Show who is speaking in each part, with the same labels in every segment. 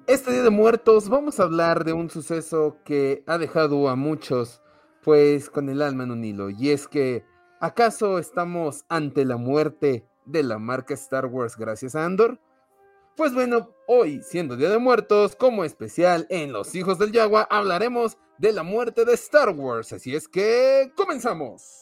Speaker 1: Este Día de Muertos vamos a hablar de un suceso que ha dejado a muchos, pues, con el alma en un hilo. Y es que, ¿acaso estamos ante la muerte de la marca Star Wars gracias a Andor? Pues bueno, hoy, siendo Día de Muertos, como especial en Los Hijos del Yagua, hablaremos de la muerte de Star Wars. Así es que, ¡comenzamos!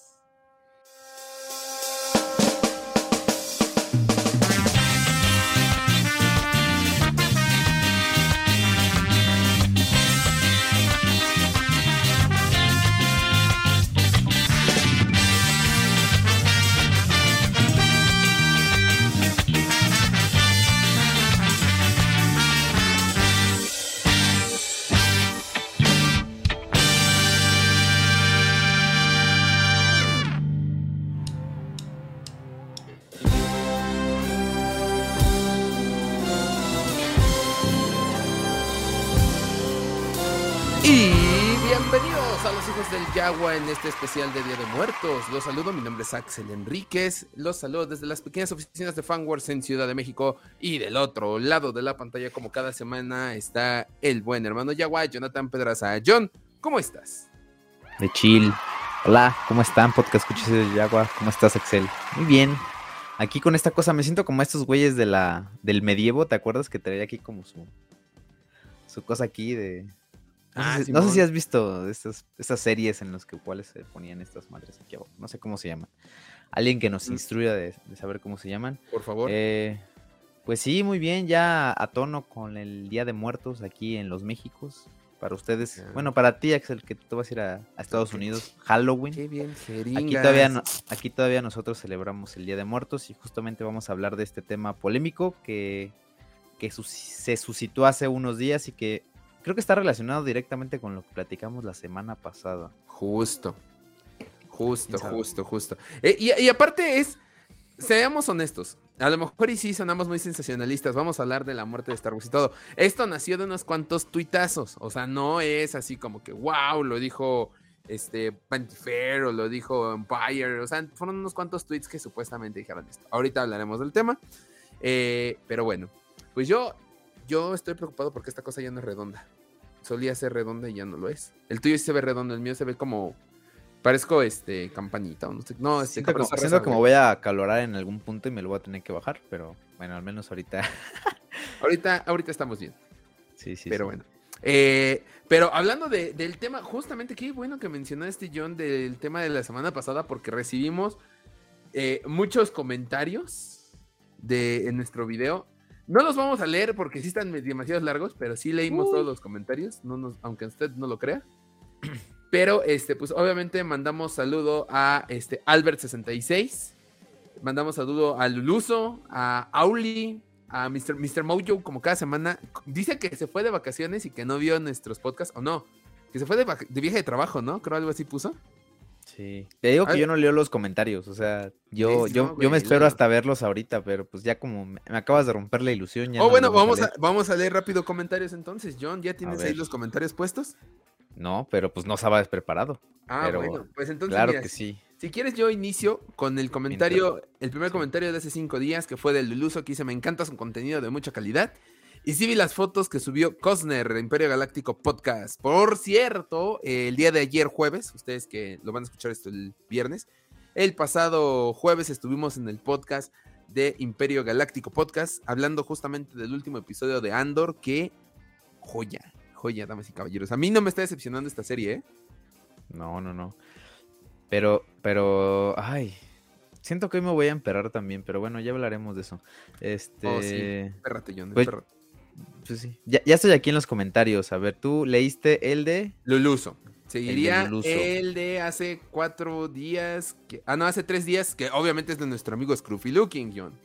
Speaker 1: Y bienvenidos a Los Hijos del Yagua en este especial de Día de Muertos. Los saludo, mi nombre es Axel Enríquez. Los saludo desde las pequeñas oficinas de Fanwars en Ciudad de México. Y del otro lado de la pantalla, como cada semana, está el buen hermano Yagua, Jonathan Pedraza. John, ¿cómo estás?
Speaker 2: De chill. Hola, ¿cómo están? Podcast Escuchas del Yagua. ¿Cómo estás, Axel? Muy bien. Aquí con esta cosa, me siento como estos güeyes del medievo, ¿te acuerdas? Que traía aquí como su cosa aquí de... No sé si has visto estas series en las cuales se ponían estas madres aquí abajo. No sé cómo se llaman. Alguien que nos instruya de saber cómo se llaman.
Speaker 1: Por favor.
Speaker 2: Pues sí, muy bien. Ya a tono con el Día de Muertos aquí en los Méxicos. Para ustedes, bueno, para ti, Axel, que tú vas a ir a Estados Unidos, Halloween.
Speaker 1: Qué bien, jeringas.
Speaker 2: Aquí todavía nosotros celebramos el Día de Muertos y justamente vamos a hablar de este tema polémico que se suscitó hace unos días y que creo que está relacionado directamente con lo que platicamos la semana pasada.
Speaker 1: Justo. Y aparte seamos honestos, a lo mejor y sí sonamos muy sensacionalistas, vamos a hablar de la muerte de Star Wars y todo. Esto nació de unos cuantos tuitazos, o sea, no es así como que wow, lo dijo Pantifer o lo dijo Empire, o sea, fueron unos cuantos tweets que supuestamente dijeron esto. Ahorita hablaremos del tema, pero bueno, pues yo estoy preocupado porque esta cosa ya no es redonda. Solía ser redonda y ya no lo es. El tuyo sí se ve redondo, el mío se ve como... Parezco campanita. No,
Speaker 2: siento como voy a acalorar en algún punto y me lo voy a tener que bajar, pero bueno, al menos ahorita.
Speaker 1: ahorita estamos bien.
Speaker 2: Sí.
Speaker 1: Pero bueno. Pero hablando del tema, justamente qué bueno que mencionaste, John, del tema de la semana pasada, porque recibimos muchos comentarios en nuestro video. No los vamos a leer porque sí están demasiado largos, pero sí leímos todos los comentarios, aunque usted no lo crea. Pero, pues obviamente mandamos saludo a Albert66, mandamos saludo a Luluso, a Auli, a Mr. Mojo, como cada semana. Dice que se fue de vacaciones y que no vio nuestros podcasts, o no, que se fue de viaje de trabajo, ¿no? Creo algo así puso.
Speaker 2: Sí, te digo que yo no leo los comentarios, o sea, yo me espero hasta verlos ahorita, pero pues ya como me acabas de romper la ilusión. Ya
Speaker 1: bueno, vamos a leer rápido comentarios entonces, John, ¿ya tienes ahí los comentarios puestos?
Speaker 2: No, pero pues no estaba despreparado. Pero,
Speaker 1: bueno, pues entonces
Speaker 2: claro
Speaker 1: mira,
Speaker 2: que sí.
Speaker 1: Si quieres yo inicio con el comentario, el primer comentario de hace 5 días, que fue del Luluso, que dice, me encanta su contenido de mucha calidad. Y sí vi las fotos que subió Cosner, Imperio Galáctico Podcast. Por cierto, el día de ayer jueves, ustedes que lo van a escuchar esto el viernes, el pasado jueves estuvimos en el podcast de Imperio Galáctico Podcast, hablando justamente del último episodio de Andor, que joya, damas y caballeros. A mí no me está decepcionando esta serie, ¿eh?
Speaker 2: No. Pero, ay, siento que hoy me voy a emperrar también, pero bueno, ya hablaremos de eso.
Speaker 1: Sí, espérate, John,
Speaker 2: pues sí, ya estoy aquí en los comentarios. A ver, ¿tú leíste el de?
Speaker 1: Luluso. Seguiría el de hace 4 días, hace 3 días, que obviamente es de nuestro amigo Scruffy Looking, John.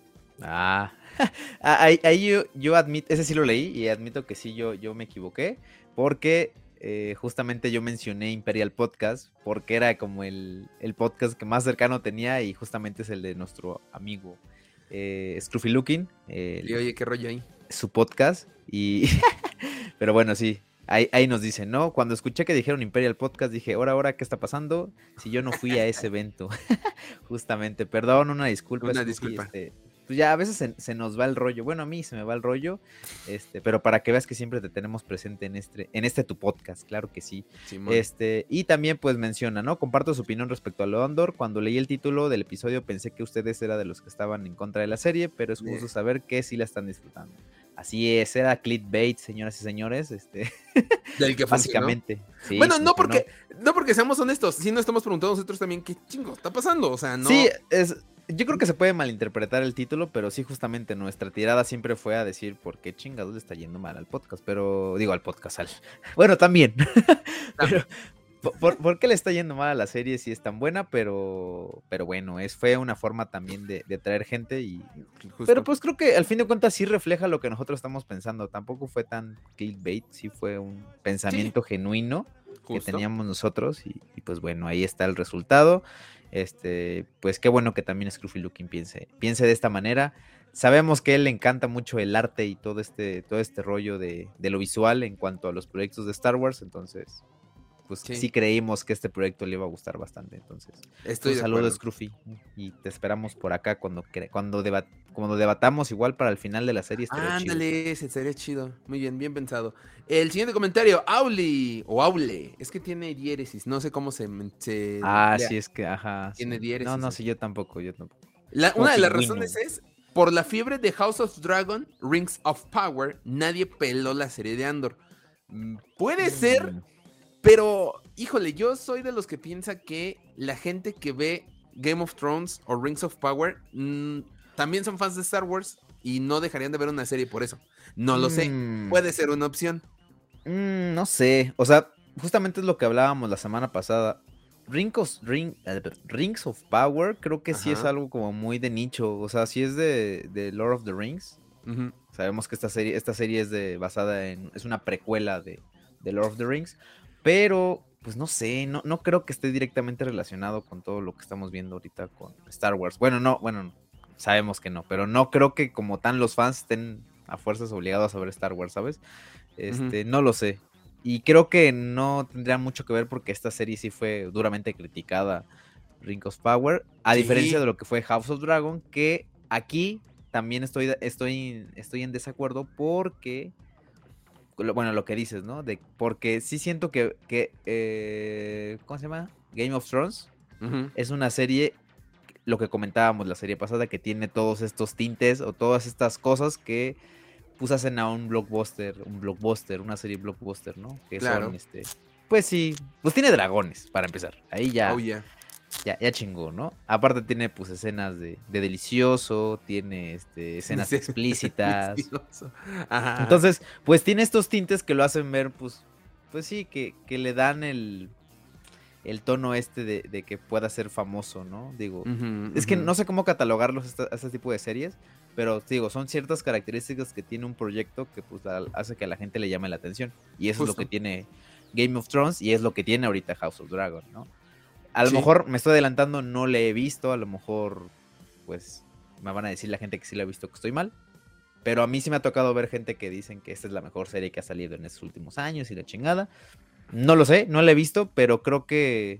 Speaker 2: Ahí yo admito, ese sí lo leí y admito que sí, yo me equivoqué, porque justamente yo mencioné Imperial Podcast, porque era como el podcast que más cercano tenía y justamente es el de nuestro amigo Scruffy Looking.
Speaker 1: Y oye, qué rollo ahí.
Speaker 2: Su podcast, pero bueno, sí. Ahí nos dicen, ¿no? Cuando escuché que dijeron Imperial Podcast, dije, ahora, ¿qué está pasando? Si yo no fui a ese evento. Justamente, perdón, una disculpa.
Speaker 1: Una disculpa.
Speaker 2: pues ya a veces se nos va el rollo. Bueno, a mí se me va el rollo, pero para que veas que siempre te tenemos presente en este tu podcast, claro que sí.
Speaker 1: Simón.
Speaker 2: Y también pues menciona, ¿no? Comparto su opinión respecto a lo Andor. Cuando leí el título del episodio pensé que ustedes eran de los que estaban en contra de la serie, pero es justo saber que sí la están disfrutando. Así es, era clickbait, señoras y señores,
Speaker 1: Del que
Speaker 2: básicamente. Sí,
Speaker 1: bueno, no porque seamos honestos, sí nos estamos preguntando nosotros también qué chingo está pasando, o sea, no.
Speaker 2: Sí, yo creo que se puede malinterpretar el título, pero sí, justamente nuestra tirada siempre fue a decir por qué chingados le está yendo mal al podcast, pero digo al podcast, bueno, también, pero ¿por qué le está yendo mal a la serie si es tan buena? Pero bueno, fue una forma también de atraer gente pero pues creo que al fin de cuentas sí refleja lo que nosotros estamos pensando, tampoco fue tan clickbait, sí fue un pensamiento genuino que teníamos nosotros y pues bueno, ahí está el resultado. Pues qué bueno que también Scruffy Looking piense de esta manera. Sabemos que a él le encanta mucho el arte y todo este rollo de lo visual en cuanto a los proyectos de Star Wars, entonces pues sí creímos que este proyecto le iba a gustar bastante, entonces un saludo Scruffy y te esperamos por acá cuando debatamos igual para el final de la serie.
Speaker 1: Ándale, sería chido, muy bien pensado. El siguiente comentario, Aule, es que tiene diéresis, no sé cómo se
Speaker 2: sí, es que, ajá.
Speaker 1: Tiene diéresis.
Speaker 2: No, sí, yo tampoco.
Speaker 1: Una de las razones es, por la fiebre de House of Dragon, Rings of Power, nadie peló la serie de Andor. Puede ser, pero, híjole, yo soy de los que piensa que la gente que ve Game of Thrones o Rings of Power también son fans de Star Wars y no dejarían de ver una serie por eso. No lo sé, puede ser una opción.
Speaker 2: No sé, o sea, justamente es lo que hablábamos la semana pasada. Rings of Power creo que sí es algo como muy de nicho, o sea, sí es de Lord of the Rings. Sabemos que esta serie es una precuela de Lord of the Rings, pero pues no sé, no creo que esté directamente relacionado con todo lo que estamos viendo ahorita con Star Wars. Bueno, sabemos que no, pero no creo que como tan los fans estén a fuerzas obligados a ver Star Wars, ¿sabes? No lo sé. Y creo que no tendría mucho que ver porque esta serie sí fue duramente criticada, Rings of Power, a diferencia de lo que fue House of Dragon, que aquí también estoy en desacuerdo porque, bueno, lo que dices, ¿no? Porque sí siento que ¿cómo se llama? Game of Thrones es una serie, lo que comentábamos la serie pasada, que tiene todos estos tintes o todas estas cosas que pues hacen a un blockbuster, una serie blockbuster, ¿no? Que
Speaker 1: claro.
Speaker 2: Son, pues sí, pues tiene dragones, para empezar. Ahí ya, ya chingó, ¿no? Aparte tiene, pues, escenas de delicioso, tiene, escenas explícitas. Ajá. Entonces, pues tiene estos tintes que lo hacen ver, pues sí, que le dan el tono de que pueda ser famoso, ¿no? Digo, es que no sé cómo catalogarlos a este tipo de series, pero digo, son ciertas características que tiene un proyecto que pues hace que a la gente le llame la atención. Y eso es lo que tiene Game of Thrones y es lo que tiene ahorita House of Dragon, ¿no? A lo mejor me estoy adelantando, no le he visto, a lo mejor pues me van a decir la gente que sí la ha visto que estoy mal. Pero a mí sí me ha tocado ver gente que dicen que esta es la mejor serie que ha salido en estos últimos años y la chingada. No lo sé, no la he visto, pero creo que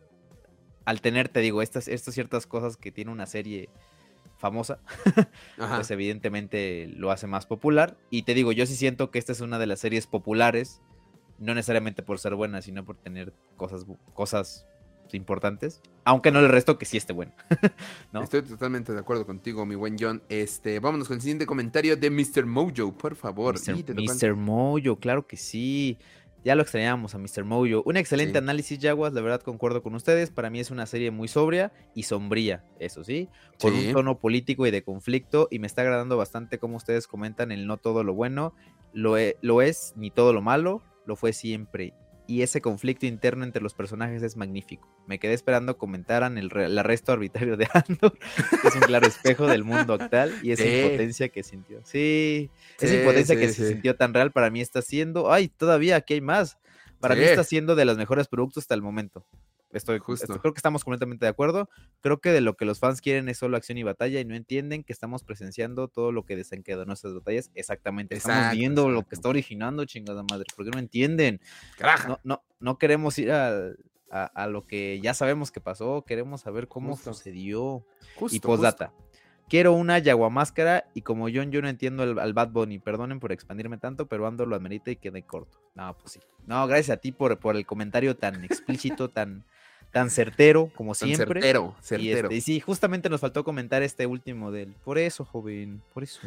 Speaker 2: al tener, te digo, estas ciertas cosas que tiene una serie famosa, pues evidentemente lo hace más popular. Y te digo, yo sí siento que esta es una de las series populares, no necesariamente por ser buena, sino por tener cosas importantes, aunque no le resto que sí esté buena. ¿No?
Speaker 1: Estoy totalmente de acuerdo contigo, mi buen John. Vámonos con el siguiente comentario de Mr. Mojo, por favor.
Speaker 2: Mr. Mojo, claro que sí. Ya lo extrañábamos a Mr. Mojo. Un excelente análisis, Yaguas. La verdad concuerdo con ustedes. Para mí es una serie muy sobria y sombría, eso sí. Con un tono político y de conflicto. Y me está agradando bastante como ustedes comentan el no todo lo bueno lo es, ni todo lo malo. Lo fue siempre. Y ese conflicto interno entre los personajes es magnífico. Me quedé esperando comentaran el arresto arbitrario de Andor. Es un claro espejo del mundo actual y esa impotencia que sintió. Sí, esa impotencia que se sintió tan real para mí está siendo... ¡Ay, todavía aquí hay más! Para mí está siendo de los mejores productos hasta el momento. Creo que estamos completamente de acuerdo. Creo que de lo que los fans quieren es solo acción y batalla y no entienden que estamos presenciando todo lo que desencadenó nuestras batallas. Exactamente. Estamos viendo lo que está originando, chingada madre. ¿Por qué no entienden? No queremos ir a lo que ya sabemos que pasó. Queremos saber cómo sucedió. Y postdata. Quiero una Yaguamáscara y como yo no entiendo al Bad Bunny. Perdonen por expandirme tanto, pero Andor lo amerita y quedé corto. No, pues sí. No, gracias a ti por el comentario tan explícito, tan certero, como
Speaker 1: Tan
Speaker 2: siempre.
Speaker 1: certero.
Speaker 2: Y sí, justamente nos faltó comentar este último del por eso, joven, por eso.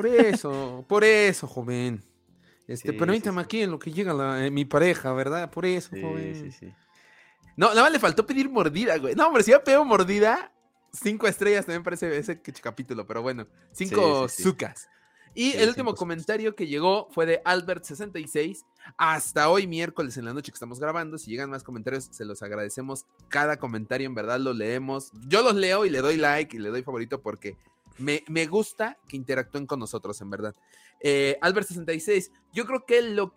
Speaker 1: Por eso, joven.
Speaker 2: Sí,
Speaker 1: permítame
Speaker 2: sí.
Speaker 1: aquí en lo que llega mi pareja, ¿verdad? Por eso,
Speaker 2: Sí,
Speaker 1: joven.
Speaker 2: sí.
Speaker 1: No, nada más le faltó pedir mordida, güey. No, hombre, si ya pego mordida, 5 estrellas también parece ese capítulo, pero bueno, 5
Speaker 2: Sí.
Speaker 1: zucas. Y
Speaker 2: Sí,
Speaker 1: el último
Speaker 2: 5
Speaker 1: comentario que llegó fue de Albert66. Hasta hoy miércoles en la noche que estamos grabando, si llegan más comentarios, se los agradecemos. Cada comentario en verdad lo leemos. Yo los leo y le doy like y le doy favorito porque me gusta que interactúen con nosotros, en verdad. Albert66, yo creo que lo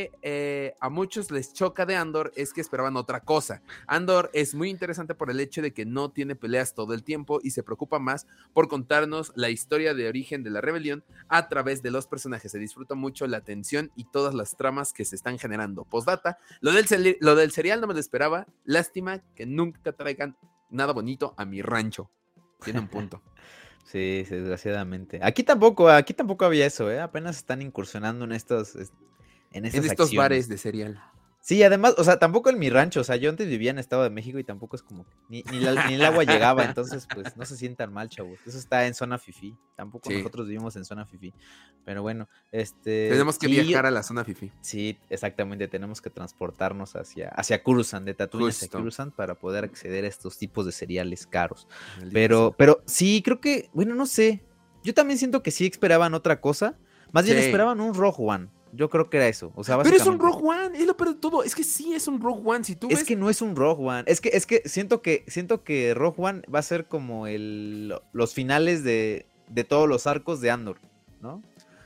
Speaker 1: que a muchos les choca de Andor es que esperaban otra cosa. Andor es muy interesante por el hecho de que no tiene peleas todo el tiempo y se preocupa más por contarnos la historia de origen de la rebelión a través de los personajes. Se disfruta mucho la tensión y todas las tramas que se están generando. Postdata, lo del serial no me lo esperaba. Lástima que nunca traigan nada bonito a mi rancho. Tiene un punto.
Speaker 2: Sí, desgraciadamente. Aquí tampoco había eso, ¿eh? Apenas están incursionando en estas
Speaker 1: en estos bares de cereal.
Speaker 2: Sí, además, o sea, tampoco en mi rancho, o sea, yo antes vivía en Estado de México y tampoco es como, ni el agua llegaba, entonces, pues, no se sientan mal, chavos. Eso está en zona fifí, tampoco sí. Nosotros vivimos en zona fifí, pero bueno,
Speaker 1: tenemos que viajar a la zona fifí.
Speaker 2: Sí, exactamente, tenemos que transportarnos hacia Coruscant, de Tatooine hacia Coruscant, para poder acceder a estos tipos de cereales caros. Pero sí, creo que, bueno, no sé, yo también siento que sí esperaban otra cosa, más bien esperaban un Rogue One. Yo creo que era eso. O sea,
Speaker 1: pero es un Rogue One, es lo peor de todo. Es que sí es un Rogue One. Si tú ves...
Speaker 2: Es que no es un Rogue One. Es que siento que Rogue One va a ser como los finales de todos los arcos de Andor, ¿no?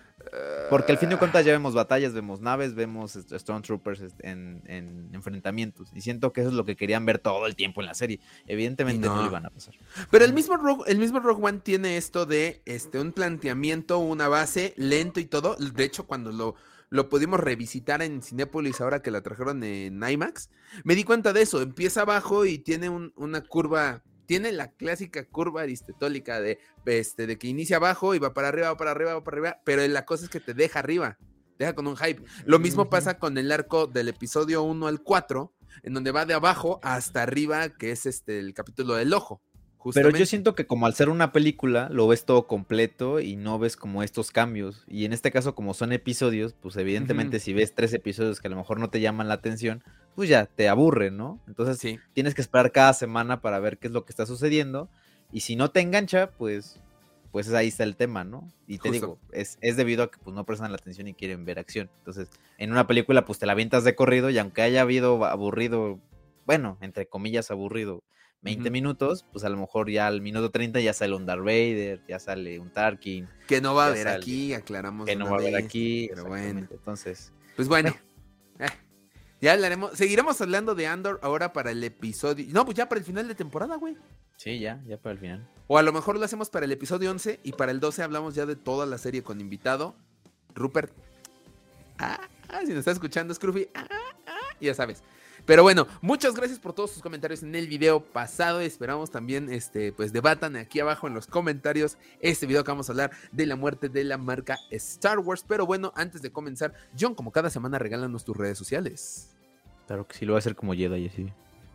Speaker 2: Porque al fin de cuentas ya vemos batallas, vemos naves, vemos Stormtroopers en enfrentamientos. Y siento que eso es lo que querían ver todo el tiempo en la serie. Evidentemente no lo iban a pasar.
Speaker 1: Pero el mismo Rogue One tiene esto de un planteamiento, una base lento y todo. De hecho, cuando lo pudimos revisitar en Cinépolis ahora que la trajeron en IMAX, me di cuenta de eso. Empieza abajo y tiene una curva, tiene la clásica curva aristotélica de que inicia abajo y va para arriba, pero la cosa es que te deja arriba, deja con un hype. Lo mismo pasa con el arco del episodio 1 al 4, en donde va de abajo hasta arriba, que es el capítulo del ojo.
Speaker 2: Justamente. Pero yo siento que como al ser una película, lo ves todo completo y no ves como estos cambios. Y en este caso, como son episodios, pues evidentemente si ves 3 episodios que a lo mejor no te llaman la atención, pues ya te aburren, ¿no? Entonces tienes que esperar cada semana para ver qué es lo que está sucediendo. Y si no te engancha, pues ahí está el tema, ¿no? Y te digo, es debido a que pues no prestan la atención y quieren ver acción. Entonces, en una película, pues te la avientas de corrido y aunque haya habido aburrido, bueno, entre comillas aburrido, 20 minutos, pues a lo mejor ya al minuto 30 ya sale un Darth Vader, ya sale un Tarkin.
Speaker 1: Que no va a haber aquí, aclaramos.
Speaker 2: Que no va a haber aquí,
Speaker 1: pero bueno.
Speaker 2: Entonces.
Speaker 1: Pues bueno. Ya hablaremos, seguiremos hablando de Andor ahora para el episodio. No, pues ya para el final de temporada, güey.
Speaker 2: Sí, ya para el final.
Speaker 1: O a lo mejor lo hacemos para el episodio 11 y para el 12 hablamos ya de toda la serie con invitado. Rupert. Si nos está escuchando, Scruffy. Ya sabes. Pero bueno, muchas gracias por todos sus comentarios en el video pasado. Esperamos también, pues debatan aquí abajo en los comentarios este video que vamos a hablar de la muerte de la marca Star Wars. Pero bueno, antes de comenzar, John, como cada semana, regálanos tus redes sociales.
Speaker 2: Claro que sí, lo voy a hacer como Jedi, así.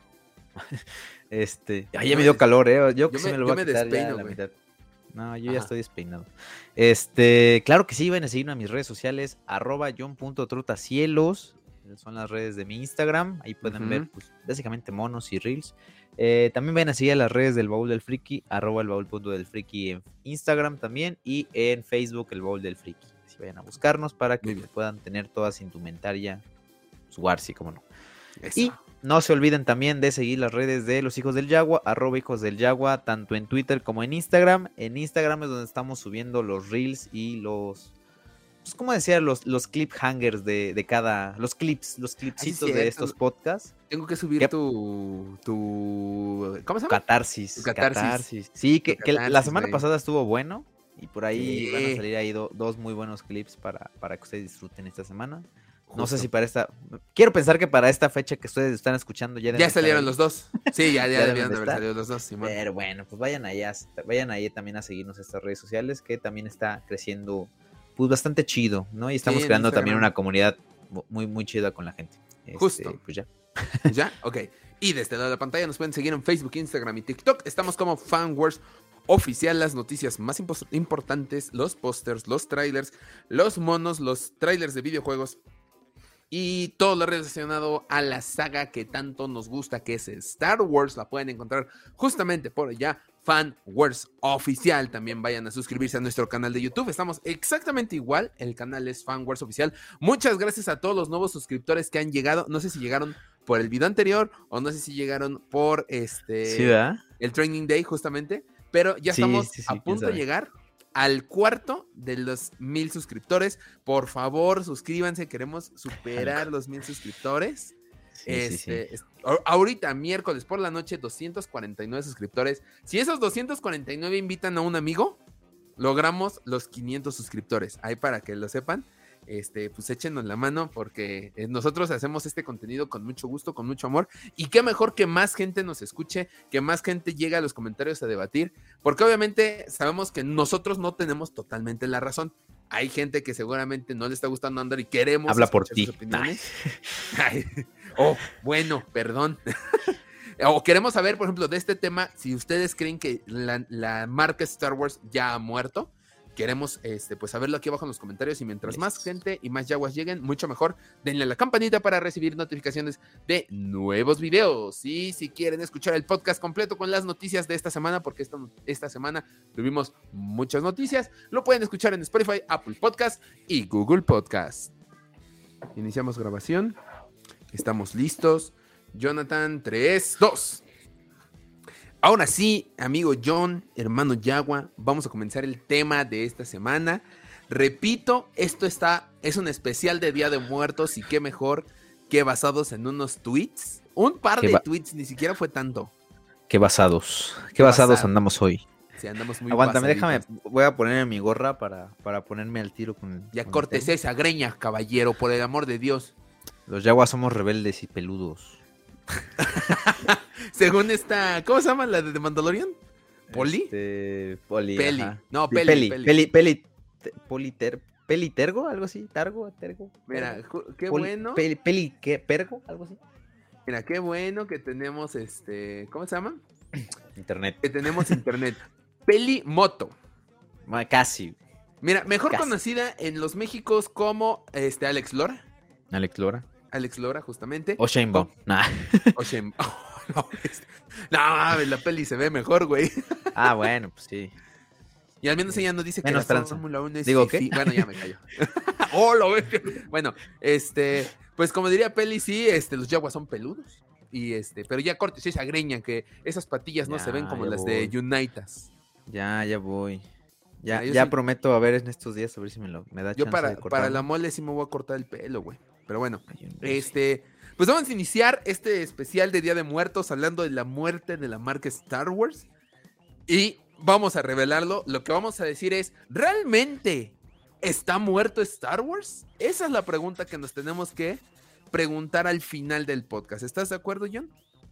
Speaker 2: Ya me dio calor, Yo que sí me lo voy a quitar ya a la mitad. No, yo ya estoy despeinado. Claro que sí, van a seguirme a mis redes sociales, @john.trotacielos. Son las redes de mi Instagram. Ahí pueden ver, pues, básicamente monos y reels. También vayan a seguir a las redes del Baúl del Friki, @elbaúl.delfriki en Instagram también. Y en Facebook, el Baúl del Friki. Así vayan a buscarnos para que puedan tener toda su indumentaria, su Warsi, como no. Eso. Y no se olviden también de seguir las redes de los Hijos del Yagua, @Hijos del Yagua, tanto en Twitter como en Instagram. En Instagram es donde estamos subiendo los reels y los... Pues, ¿cómo decía? Los cliphangers de cada... Los clipsitos de estos podcasts.
Speaker 1: Tengo que subir tu... ¿Cómo se llama?
Speaker 2: Catarsis. Sí, que la semana pasada estuvo bueno. Y por ahí van a salir ahí 2 muy buenos clips para que ustedes disfruten esta semana. No sé
Speaker 1: Justo.
Speaker 2: si para esta... Quiero pensar que para esta fecha que ustedes están escuchando ya deben
Speaker 1: Ya
Speaker 2: estar
Speaker 1: salieron
Speaker 2: ahí.
Speaker 1: los dos. Sí, ya
Speaker 2: Ya
Speaker 1: debieron
Speaker 2: deben
Speaker 1: de
Speaker 2: de
Speaker 1: haber
Speaker 2: estar.
Speaker 1: salido los dos, Simón.
Speaker 2: Pero bueno, pues vayan ahí también a seguirnos en estas redes sociales, que también está creciendo pues bastante chido, ¿no? Y estamos
Speaker 1: Sí, en
Speaker 2: creando también
Speaker 1: Instagram.
Speaker 2: una comunidad muy, muy chida con la gente.
Speaker 1: Justo.
Speaker 2: Pues ya.
Speaker 1: ¿Ya? Ok. Y desde lado de la pantalla nos pueden seguir en Facebook, Instagram y TikTok. Estamos como FanWars Oficial, las noticias más importantes, los pósters, los trailers, los monos, los trailers de videojuegos y todo lo relacionado a la saga que tanto nos gusta, que es Star Wars. La pueden encontrar justamente por allá, FanWars Oficial. También vayan a suscribirse a nuestro canal de YouTube. Estamos exactamente igual, el canal es FanWars Oficial. Muchas gracias a todos los nuevos suscriptores que han llegado. No sé si llegaron por el video anterior o no sé si llegaron por
Speaker 2: Sí, ¿verdad?
Speaker 1: el Training Day justamente, pero ya
Speaker 2: Sí,
Speaker 1: estamos
Speaker 2: sí,
Speaker 1: a
Speaker 2: quién
Speaker 1: punto de
Speaker 2: sabe.
Speaker 1: llegar al cuarto de los 1000 suscriptores. Por favor, suscríbanse, queremos superar los 1000 suscriptores.
Speaker 2: Sí.
Speaker 1: Ahorita, miércoles por la noche, 249 suscriptores. Si esos 249 invitan a un amigo, logramos los 500 suscriptores. Ahí para que lo sepan. Pues échenos la mano porque nosotros hacemos este contenido con mucho gusto, con mucho amor, y qué mejor que más gente nos escuche, que más gente llegue a los comentarios a debatir, porque obviamente sabemos que nosotros no tenemos totalmente la razón. Hay gente que seguramente no le está gustando Andor y queremos
Speaker 2: Habla por
Speaker 1: escuchar
Speaker 2: ti.
Speaker 1: sus opiniones. Ay, bueno, perdón. O queremos saber, por ejemplo, de este tema, si ustedes creen que la marca Star Wars ya ha muerto. Queremos pues saberlo aquí abajo en los comentarios, y mientras más gente y más yaguas lleguen, mucho mejor. Denle a la campanita para recibir notificaciones de nuevos videos. Y si quieren escuchar el podcast completo con las noticias de esta semana, porque esta semana tuvimos muchas noticias, lo pueden escuchar en Spotify, Apple Podcast y Google Podcast. Iniciamos grabación. Estamos listos. Jonathan, 3, 2. Ahora sí, amigo John, hermano Yagua, vamos a comenzar el tema de esta semana. Repito, esto es un especial de Día de Muertos, y qué mejor que basados en unos tweets. Un par de tweets, ni siquiera fue tanto.
Speaker 2: Qué basados andamos hoy.
Speaker 1: Sí, andamos muy
Speaker 2: Aguántame,
Speaker 1: basaditos.
Speaker 2: déjame, voy a ponerme mi gorra para ponerme al tiro con
Speaker 1: Ya
Speaker 2: con el
Speaker 1: córtese
Speaker 2: tema.
Speaker 1: esa greña, caballero, por el amor de Dios.
Speaker 2: Los yaguas somos rebeldes y peludos.
Speaker 1: Según esta, ¿cómo se llama la de The Mandalorian? ¿Poli?
Speaker 2: Poli.
Speaker 1: Peli.
Speaker 2: Ajá.
Speaker 1: No,
Speaker 2: Sí,
Speaker 1: Peli.
Speaker 2: Tergo, algo así, tergo.
Speaker 1: Mira, qué
Speaker 2: Poli-
Speaker 1: bueno.
Speaker 2: ¿Qué? Pergo, algo así.
Speaker 1: Mira, qué bueno que tenemos ¿cómo se llama?
Speaker 2: Internet.
Speaker 1: Que tenemos internet. Peli Moto.
Speaker 2: Casi.
Speaker 1: Mira, mejor
Speaker 2: Casi.
Speaker 1: conocida en los Méxicos como Alex Lora.
Speaker 2: Alex Lora.
Speaker 1: Alex Lora, justamente.
Speaker 2: O Shane Bone. Nah.
Speaker 1: O Shem. No, la peli se ve mejor, güey.
Speaker 2: Ah, bueno, pues sí.
Speaker 1: Y al menos ella no dice que
Speaker 2: Menos
Speaker 1: la
Speaker 2: tranza.
Speaker 1: Fórmula 1 es
Speaker 2: ¿Digo
Speaker 1: fifí.
Speaker 2: qué?
Speaker 1: Bueno, ya me callo. Oh, lo ves. Bueno, pues como diría Peli, sí, los yaguas son peludos. Y pero ya cortes esa greña, que esas patillas no
Speaker 2: Ya,
Speaker 1: se ven como
Speaker 2: ya
Speaker 1: las
Speaker 2: voy.
Speaker 1: de Unitas.
Speaker 2: Ya voy. Ya,
Speaker 1: Yo
Speaker 2: ya
Speaker 1: sí-
Speaker 2: prometo a ver en estos días, a ver si me da
Speaker 1: Yo
Speaker 2: chance
Speaker 1: para
Speaker 2: de cortarlo.
Speaker 1: la mole sí me voy a cortar el pelo, güey. Pero bueno,
Speaker 2: Ay, hombre, sí.
Speaker 1: pues vamos a iniciar este especial de Día de Muertos hablando de la muerte de la marca Star Wars. Y vamos a revelarlo. Lo que vamos a decir es, ¿realmente está muerto Star Wars? Esa es la pregunta que nos tenemos que preguntar al final del podcast. ¿Estás de acuerdo, John?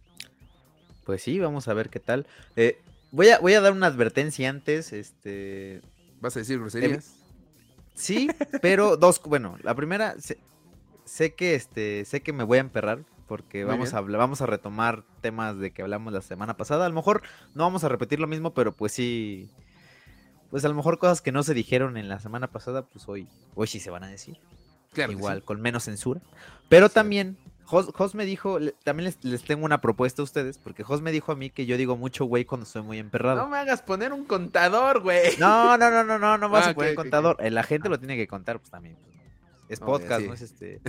Speaker 2: Pues sí, vamos a ver qué tal. Voy a dar una advertencia antes,
Speaker 1: ¿Vas a decir groserías?
Speaker 2: sí, pero dos, bueno, la primera, sé que me voy a emperrar porque
Speaker 1: Muy
Speaker 2: vamos a retomar temas de que hablamos la semana pasada. A lo mejor no vamos a repetir lo mismo, pero pues sí, pues a lo mejor cosas que no se dijeron en la semana pasada, pues hoy sí se van a decir.
Speaker 1: Claro que
Speaker 2: Igual,
Speaker 1: sí.
Speaker 2: con menos censura. Pero
Speaker 1: Sí.
Speaker 2: también, Jos me dijo, también les tengo una propuesta a ustedes, porque Jos me dijo a mí que yo digo mucho güey cuando estoy muy emperrado.
Speaker 1: No me hagas poner un contador, güey.
Speaker 2: No vas
Speaker 1: Ah,
Speaker 2: a poner
Speaker 1: ok, ok,
Speaker 2: contador. La gente lo tiene que contar, pues también. Es
Speaker 1: No,
Speaker 2: podcast,
Speaker 1: sí.
Speaker 2: no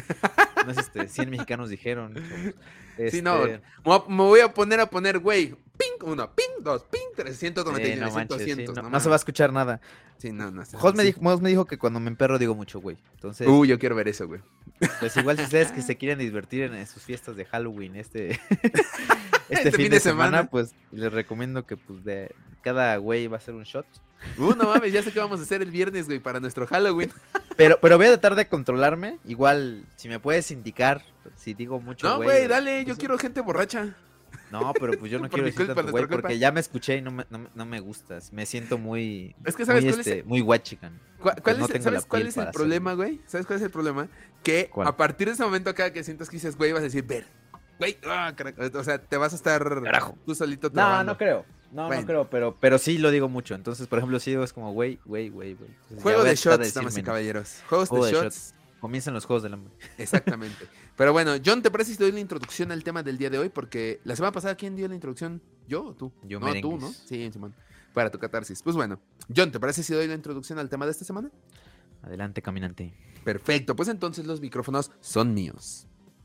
Speaker 2: es 100 mexicanos dijeron. chavos.
Speaker 1: Sí, no, me voy a poner, güey. Ping, 1, ping, 2, ping, 399,
Speaker 2: no manches,
Speaker 1: 200.
Speaker 2: sí, no se va a escuchar nada.
Speaker 1: Sí, no.
Speaker 2: Jos me dijo que cuando me emperro digo mucho güey. Entonces,
Speaker 1: Yo quiero ver eso, güey.
Speaker 2: pues igual si ustedes que se quieren divertir en sus fiestas de Halloween este
Speaker 1: Este
Speaker 2: fin de semana, pues les recomiendo que pues cada güey va a hacer un shot.
Speaker 1: No mames, ya sé qué vamos a hacer el viernes, güey, para nuestro Halloween.
Speaker 2: Pero voy a tratar de controlarme. Igual, si me puedes indicar, si digo mucho,
Speaker 1: No, güey, dale, yo quiero gente borracha.
Speaker 2: No, pero pues yo no quiero decir tanto güey, porque ya me escuché y no me gustas. Me siento muy...
Speaker 1: Es que ¿sabes
Speaker 2: muy guachican.
Speaker 1: ¿Sabes cuál es el problema, güey? ¿Sabes cuál es el problema? Que a partir de ese momento, cada que sientas que dices, güey, vas a decir, ver, güey, o sea, te vas a estar tú solito trabajando.
Speaker 2: No creo. No creo, pero sí lo digo mucho. Entonces, por ejemplo, sí digo, es como, güey.
Speaker 1: Juego de shots, damas y caballeros. Juegos de shots.
Speaker 2: Comienzan los juegos del hambre.
Speaker 1: Exactamente. Pero bueno, John, ¿te parece si te doy la introducción al tema del día de hoy? Porque la semana pasada, ¿quién dio la introducción? ¿Yo o tú?
Speaker 2: Yo,
Speaker 1: no,
Speaker 2: merengues.
Speaker 1: Tú, ¿no? Sí, Simón. Para tu catarsis. Pues bueno, John, ¿te parece si doy la introducción al tema de esta semana?
Speaker 2: Adelante, caminante.
Speaker 1: Perfecto, pues entonces los micrófonos son míos.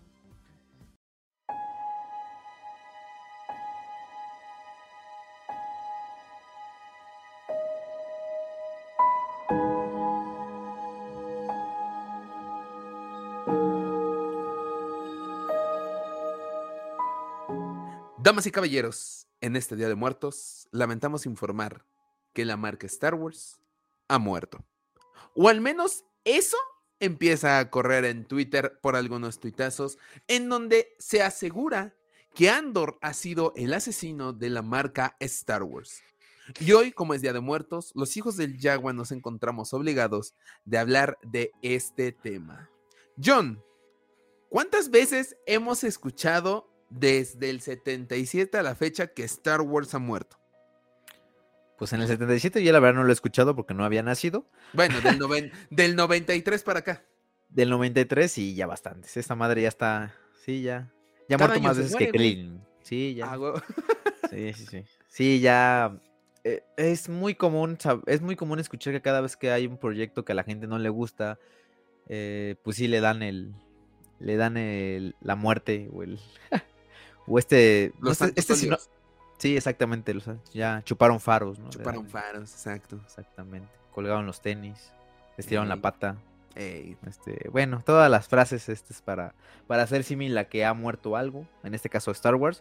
Speaker 1: Damas y caballeros, en este Día de Muertos, lamentamos informar que la marca Star Wars ha muerto. O al menos eso empieza a correr en Twitter por algunos tuitazos, en donde se asegura que Andor ha sido el asesino de la marca Star Wars. Y hoy, como es Día de Muertos, los hijos del Yagua nos encontramos obligados de hablar de este tema. John, ¿cuántas veces hemos escuchado desde el 77 a la fecha que Star Wars ha muerto?
Speaker 2: Pues en el 77 yo la verdad no lo he escuchado porque no había nacido.
Speaker 1: Bueno, del 93 para acá.
Speaker 2: Del 93 sí, ya bastantes. Esta madre ya está, sí, ya ha muerto más veces que Krillin. Sí, ya. Sí. Sí, ya es muy común escuchar que cada vez que hay un proyecto que a la gente no le gusta, pues sí le dan la muerte o el o sí, exactamente, ya chuparon faros, ¿no?
Speaker 1: Chuparon faros, exacto.
Speaker 2: Exactamente. Colgaron los tenis, estiraron la pata. Bueno, todas las frases es para hacer símil a que ha muerto algo, en este caso Star Wars.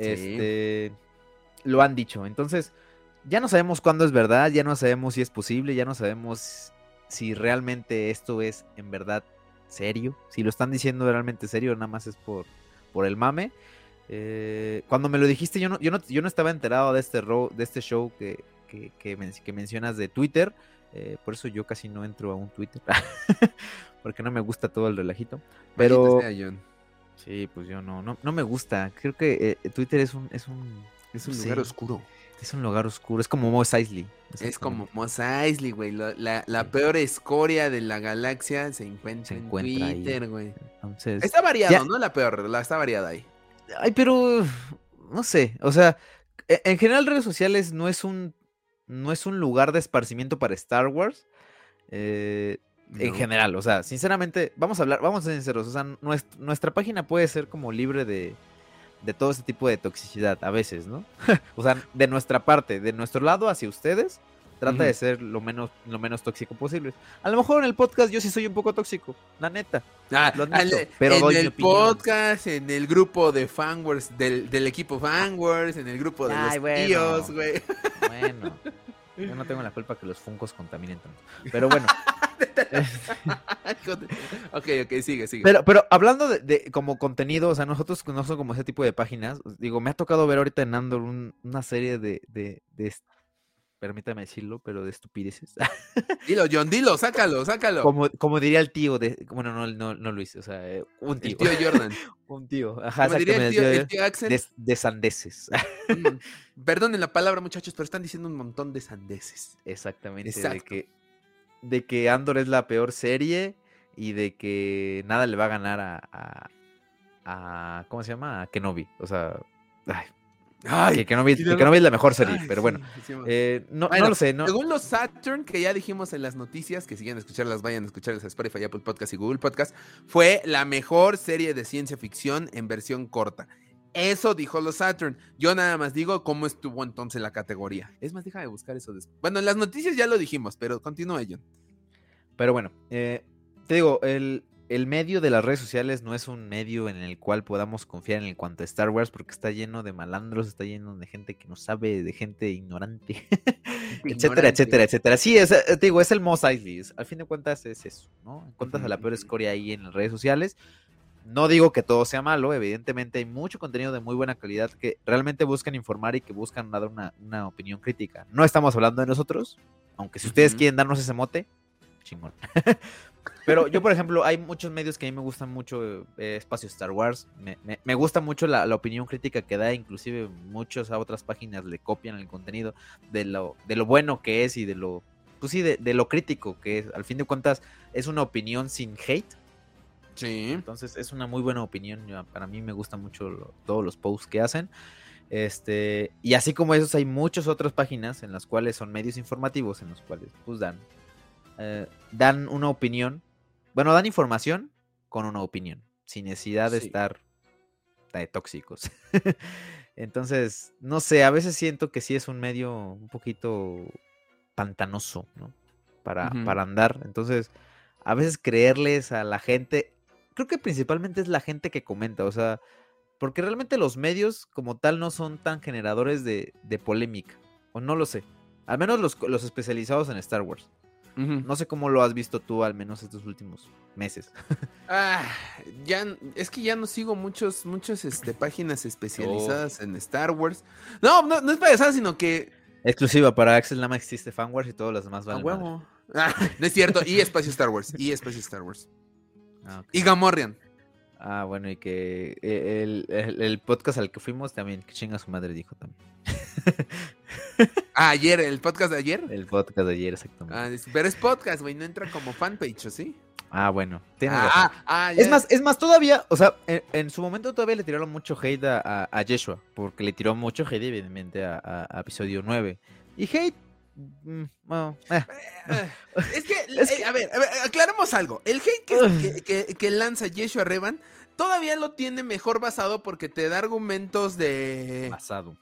Speaker 2: Lo han dicho. Entonces, ya no sabemos cuándo es verdad, ya no sabemos si es posible, ya no sabemos si realmente esto es en verdad serio, si lo están diciendo realmente serio, nada más es por el mame. Cuando me lo dijiste, yo no estaba enterado de este show que mencionas de Twitter. Por eso yo casi no entro a un Twitter. Porque no me gusta todo el relajito. Pero sí, pues yo no me gusta. Creo que Twitter es un
Speaker 1: lugar oscuro.
Speaker 2: Es un lugar oscuro. Es como Mos Eisley.
Speaker 1: Es como Mos Eisley, güey. La peor escoria de la galaxia se encuentra en Twitter, güey.
Speaker 2: Entonces,
Speaker 1: está variado, ¿no? La peor, está variada ahí.
Speaker 2: Ay, pero no sé. O sea, en general redes sociales no es un lugar de esparcimiento para Star Wars. En general, o sea, sinceramente, vamos a ser sinceros. O sea, nuestra página puede ser como libre de todo ese tipo de toxicidad a veces, ¿no? O sea, de nuestra parte, de nuestro lado hacia ustedes, trata de ser lo menos tóxico posible. A lo mejor en el podcast yo sí soy un poco tóxico, la neta. Lo admito, pero
Speaker 1: en el podcast, en el grupo de fanwars, del equipo fanwars, en el grupo de los tíos, güey.
Speaker 2: Bueno, yo no tengo la culpa que los Funkos contaminen tanto. Pero bueno.
Speaker 1: Ok, sigue.
Speaker 2: Pero hablando de como contenido, o sea, nosotros no somos como ese tipo de páginas. Digo, me ha tocado ver ahorita en Andor una serie de permítame decirlo, pero de estupideces.
Speaker 1: Dilo, John, sácalo.
Speaker 2: Como diría el tío bueno, no Luis, o sea, un tío.
Speaker 1: El tío Jordan.
Speaker 2: Un tío, ajá,
Speaker 1: como diría el tío Axel.
Speaker 2: De sandeces.
Speaker 1: Perdonen la palabra, muchachos, pero están diciendo un montón de sandeces.
Speaker 2: Exactamente. Exacto. De que Andor es la peor serie y de que nada le va a ganar a ¿cómo se llama? A Kenobi. O sea, que Kenobi es la mejor serie, pero bueno. No lo sé, ¿no?
Speaker 1: Según los Saturn, que ya dijimos en las noticias, que si quieren escucharlas, vayan a escucharlas a Spotify, Apple Podcast y Google Podcast, fue la mejor serie de ciencia ficción en versión corta. Eso dijo los Saturn. Yo nada más digo cómo estuvo entonces la categoría. Es más, déjame buscar eso después. Bueno, en las noticias ya lo dijimos, pero continúa, John.
Speaker 2: Pero bueno, te digo, el medio de las redes sociales no es un medio en el cual podamos confiar en cuanto a Star Wars, porque está lleno de malandros, está lleno de gente que no sabe, de gente ignorante, etcétera,
Speaker 1: Ignorante.
Speaker 2: etcétera, etcétera. Sí, te digo, es el Mos Eisley. Al fin de cuentas es eso, ¿no? Encuentras a la peor escoria ahí en las redes sociales. No digo que todo sea malo, evidentemente hay mucho contenido de muy buena calidad que realmente buscan informar y que buscan dar una opinión crítica. No estamos hablando de nosotros, aunque si ustedes quieren darnos ese mote, chingón. Pero yo, por ejemplo, hay muchos medios que a mí me gustan mucho, Espacio Star Wars, me gusta mucho la opinión crítica que da, inclusive muchas otras páginas le copian el contenido de lo bueno que es y de lo, pues sí, de lo crítico que es. Al fin de cuentas, es una opinión sin hate.
Speaker 1: Sí.
Speaker 2: Entonces es una muy buena opinión. Para mí me gustan mucho todos los posts que hacen. Y así como esos, hay muchas otras páginas en las cuales son medios informativos, en los cuales pues dan una opinión. Bueno, dan información con una opinión, sin necesidad de estar tóxicos. Entonces, no sé, a veces siento que sí es un medio un poquito pantanoso, ¿no? Para andar. Entonces, a veces creerles a la gente, creo que principalmente es la gente que comenta, o sea, porque realmente los medios como tal no son tan generadores de polémica, o no lo sé, al menos los especializados en Star Wars. No sé cómo lo has visto tú, al menos estos últimos meses.
Speaker 1: Es que ya no sigo muchas páginas especializadas en Star Wars. No es payasada, sino que...
Speaker 2: Exclusiva para Axel, nada más existe Fan Wars y todos los demás valen madre.
Speaker 1: No es cierto, y Espacio Star Wars,
Speaker 2: Okay.
Speaker 1: Y Gamorrean.
Speaker 2: Bueno, y que el podcast al que fuimos también, que chinga su madre dijo también.
Speaker 1: Ayer, el podcast de ayer.
Speaker 2: El podcast de ayer, exactamente.
Speaker 1: Pero es podcast, güey, no entra como fanpage, ¿o sí?
Speaker 2: Bueno, tienes razón. Es más, todavía, o sea, en su momento todavía le tiraron mucho hate a Yeshua, porque le tiró mucho hate, evidentemente, a episodio 9. Y hate,
Speaker 1: Es que, a ver, aclaremos algo. El hate que lanza Yeshua Revan todavía lo tiene mejor basado porque te da argumentos de...
Speaker 2: Basado.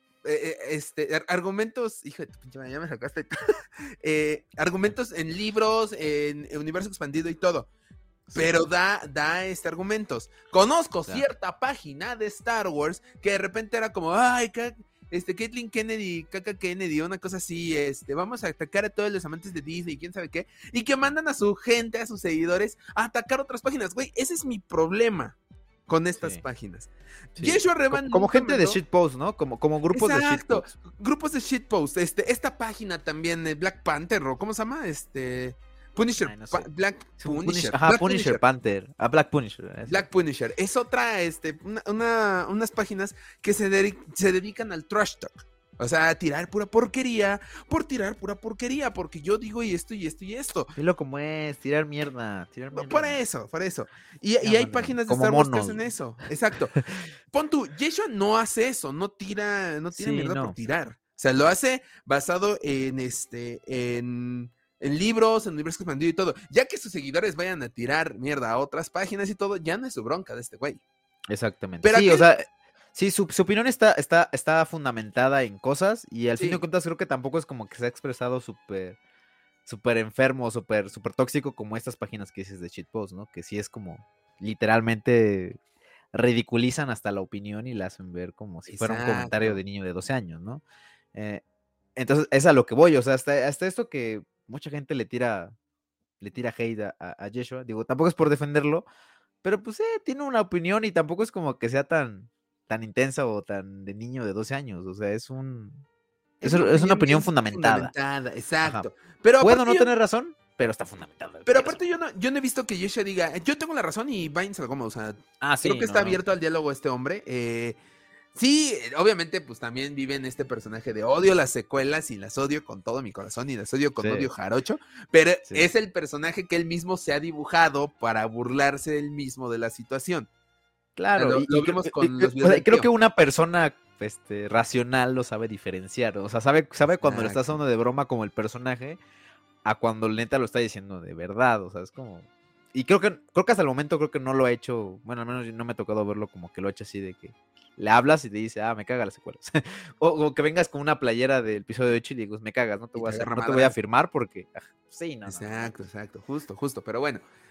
Speaker 1: Argumentos, hijo de tu pinche madre, ya me sacaste. Argumentos en libros, en Universo Expandido y todo. Pero da argumentos. Conozco cierta página de Star Wars que de repente era como, ay, Caitlyn Kennedy, Caca Kennedy, una cosa así, vamos a atacar a todos los amantes de Disney, quién sabe qué, y que mandan a su gente, a sus seguidores, a atacar otras páginas. Güey, ese es mi problema con estas páginas. Yeshua Revan
Speaker 2: como gente de shitpost, ¿no? Como grupos de shitpost.
Speaker 1: Exacto, grupos de shitpost. Esta página también, Black Panther, ¿o cómo se llama? Punisher,
Speaker 2: no sé.
Speaker 1: Black Punisher.
Speaker 2: Black Punisher Panther. Black Punisher.
Speaker 1: Black Punisher. Es otra, unas páginas que se dedican al trash talk. O sea, a tirar pura porquería por tirar pura porquería, porque yo digo y esto y esto y esto.
Speaker 2: Dilo como es, tirar mierda.
Speaker 1: Por eso. Y hay páginas de Star Wars que hacen eso. Exacto. Pon tú, Yeshua no hace eso, no tira mierda por tirar. O sea, lo hace basado en libros, en Universo Expandido y todo. Ya que sus seguidores vayan a tirar mierda a otras páginas y todo, ya no es su bronca de este güey.
Speaker 2: Exactamente. Pero o sea, sí, su opinión está fundamentada en cosas y al fin de cuentas creo que tampoco es como que se ha expresado súper enfermo, súper tóxico como estas páginas que dices de shitpost, ¿no? Que sí es como literalmente ridiculizan hasta la opinión y la hacen ver como si fuera un comentario de niño de 12 años, ¿no? Entonces es a lo que voy, o sea, hasta esto que mucha gente le tira hate a Yeshua, digo, tampoco es por defenderlo, pero pues tiene una opinión y tampoco es como que sea tan intensa o tan de niño de 12 años, o sea, es una opinión fundamentada.
Speaker 1: Exacto.
Speaker 2: Pero puedo no tener razón, pero está fundamentada.
Speaker 1: Pero aparte yo no he visto que Yeshua diga, yo tengo la razón y váyanse al goma, o sea, creo que está abierto al diálogo este hombre. Sí, obviamente, pues también vive en este personaje de odio las secuelas y las odio con todo mi corazón y las odio con odio jarocho, pero es el personaje que él mismo se ha dibujado para burlarse él mismo de la situación.
Speaker 2: Claro,
Speaker 1: lo vimos con los videos.
Speaker 2: Creo que una persona racional lo sabe diferenciar, o sea, sabe cuando le estás hablando de broma como el personaje a cuando neta lo está diciendo de verdad, o sea, es como... Y creo que hasta el momento creo que no lo ha hecho, bueno, al menos no me ha tocado verlo como que lo ha hecho así de que le hablas y te dice, me caga las secuelas. o que vengas con una playera del episodio 8 y digas, me cagas, no te voy a firmar porque... Sí, no.
Speaker 1: Exacto, justo, pero bueno.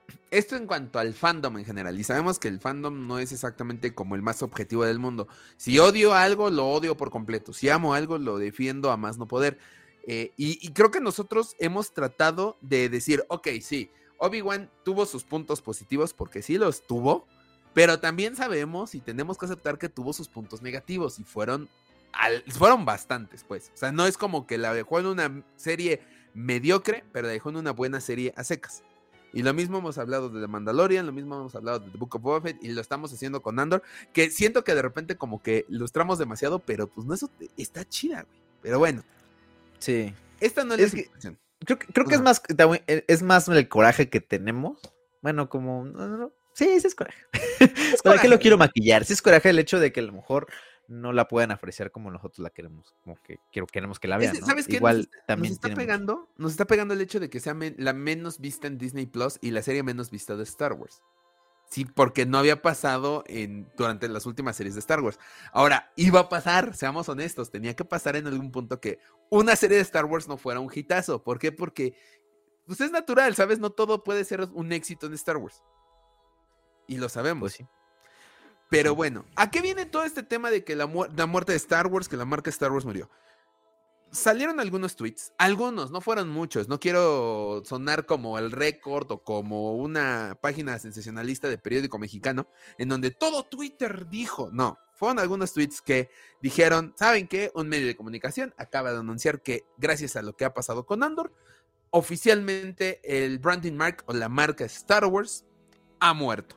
Speaker 1: esto en cuanto al fandom en general, y sabemos que el fandom no es exactamente como el más objetivo del mundo. Si odio algo, lo odio por completo. Si amo algo, lo defiendo a más no poder. Y creo que nosotros hemos tratado de decir, ok, sí, Obi-Wan tuvo sus puntos positivos porque sí los tuvo, pero también sabemos y tenemos que aceptar que tuvo sus puntos negativos y fueron bastantes, pues. O sea, no es como que la dejó en una serie mediocre, pero la dejó en una buena serie a secas. Y lo mismo hemos hablado de The Mandalorian, lo mismo hemos hablado de The Book of Boba Fett, y lo estamos haciendo con Andor, que siento que de repente como que ilustramos demasiado, pero pues no, eso está chida, güey. Pero bueno.
Speaker 2: Sí.
Speaker 1: Esta no es la situación.
Speaker 2: Creo que es más el coraje que tenemos. Bueno, como... Sí, es coraje. ¿Para qué lo quiero maquillar? Sí es coraje el hecho de que a lo mejor no la puedan apreciar como nosotros la queremos, como que queremos que la vean, ¿no?
Speaker 1: ¿Sabes qué?
Speaker 2: Igual también
Speaker 1: nos está pegando el hecho de que sea la menos vista en Disney Plus y la serie menos vista de Star Wars. Sí, porque no había pasado durante las últimas series de Star Wars. Ahora, iba a pasar, seamos honestos, tenía que pasar en algún punto que una serie de Star Wars no fuera un hitazo. ¿Por qué? Porque pues es natural, ¿sabes? No todo puede ser un éxito en Star Wars. Y lo sabemos.
Speaker 2: Pues sí.
Speaker 1: Pero bueno, ¿a qué viene todo este tema de que la muerte de Star Wars, que la marca Star Wars murió? Salieron algunos tweets, algunos, no fueron muchos, no quiero sonar como el Récord o como una página sensacionalista de periódico mexicano, en donde todo Twitter dijo, no, fueron algunos tweets que dijeron, ¿saben qué? Un medio de comunicación acaba de anunciar que gracias a lo que ha pasado con Andor, oficialmente el branding mark o la marca Star Wars ha muerto.